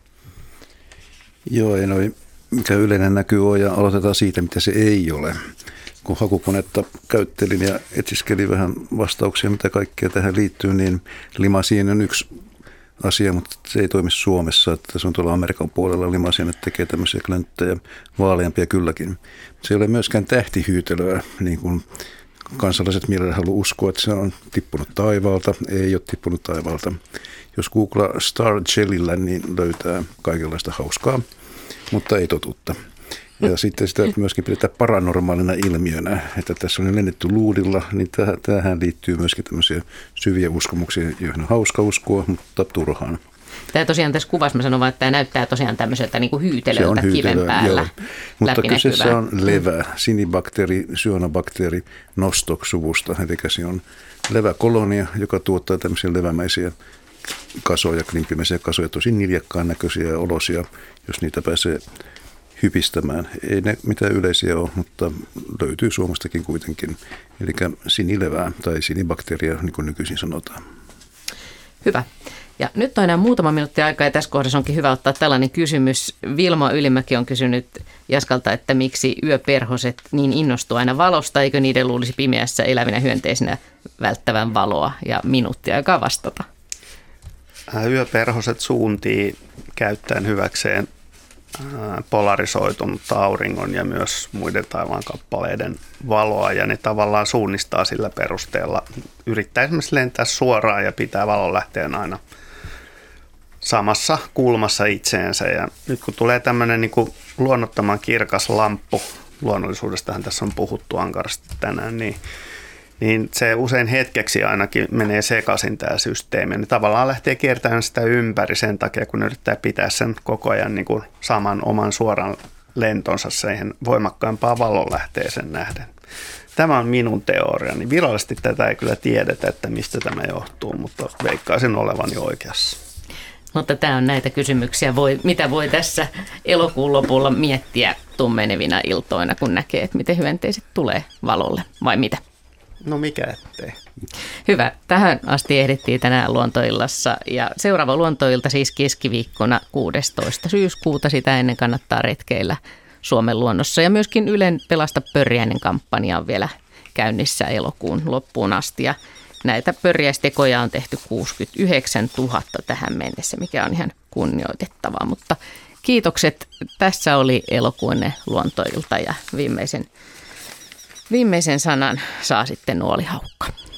Joo, ei noin. Mikä yleinen näkyy on, ja aloitetaan siitä, mitä se ei ole. Kun hakukonetta käyttelin ja etsiskelin vähän vastauksia, mitä kaikkea tähän liittyy, niin limasieni on yksi asia, mutta se ei toimi Suomessa. Että se on tuolla Amerikan puolella, limasienet tekee tämmöisiä klönttejä, vaaleampia kylläkin. Se ei ole myöskään tähtihyytelöä, niin kuin kansalaiset mielellä haluaa uskoa, että se on tippunut taivaalta. Ei ole tippunut taivaalta. Jos googlaa Star Jellyllä, niin löytää kaikenlaista hauskaa, mutta ei totuutta. Ja sitten sitä myöskin pidetään paranormaalina ilmiönä, että tässä on lennetty luudilla, niin tähän liittyy myöskin tämmöisiä syviä uskomuksia, joihin on hauska uskoa, mutta turhaan. Tämä tosiaan tässä kuvassa mä sanon vaan, että tämä näyttää tosiaan tämmöiseltä niin kuin hyytelöltä kiven päällä. Mutta kyseessä on levä, sinibakteeri, syönobakteeri, nostoc-suvusta, eli se on leväkolonia, joka tuottaa tämmöisiä levämäisiä kasoja, klimpimäisiä kasoja, tosi niljakkaan näköisiä ja olosia, jos niitä pääsee hypistämään. Ei ne mitään yleisiä ole, mutta löytyy Suomestakin kuitenkin. Eli sinilevää tai sinibakteeria, niin kuin nykyisin sanotaan. Hyvä. Ja nyt on enää muutama minuutti aikaa ja tässä kohdassa onkin hyvä ottaa tällainen kysymys. Vilma Ylimäki on kysynyt Jaskalta, että miksi yöperhoset niin innostuu aina valosta, eikö niiden luulisi pimeässä elävinä hyönteisinä välttävän valoa, ja minuuttia aikaa vastata. Yöperhoset suuntii käyttäen hyväkseen polarisoitunutta auringon ja myös muiden taivaankappaleiden valoa, ja ne tavallaan suunnistaa sillä perusteella. Yrittää esimerkiksi lentää suoraan ja pitää valonlähteen aina samassa kulmassa itseensä. Ja nyt kun tulee tämmöinen niin kuin luonnottoman kirkas lamppu, luonnollisuudestahan tässä on puhuttu ankarasti tänään, niin se usein hetkeksi ainakin menee sekaisin tämä systeemi. Ne tavallaan lähtee kiertämään sitä ympäri sen takia, kun ne yrittää pitää sen koko ajan niin kuin saman oman suoran lentonsa siihen voimakkaampaan valonlähteeseen nähden. Tämä on minun teoriani. Virallisesti tätä ei kyllä tiedetä, että mistä tämä johtuu, mutta veikkaisin olevani oikeassa. Mutta tämä on näitä kysymyksiä, mitä voi tässä elokuun lopulla miettiä tummenevina iltoina, kun näkee, että miten hyönteiset tulee valolle, vai mitä? No mikä ettei. Hyvä. Tähän asti ehdittiin tänään Luontoillassa ja seuraava Luontoilta siis keskiviikkona 16. syyskuuta. Sitä ennen kannattaa retkeillä Suomen luonnossa ja myöskin Ylen Pelasta Pörjäinen -kampanja on vielä käynnissä elokuun loppuun asti ja näitä pörjäistekoja on tehty 69 000 tähän mennessä, mikä on ihan kunnioitettavaa, mutta kiitokset. Tässä oli elokuinen Luontoilta ja viimeisen sanan saa sitten Nuoli Haukka.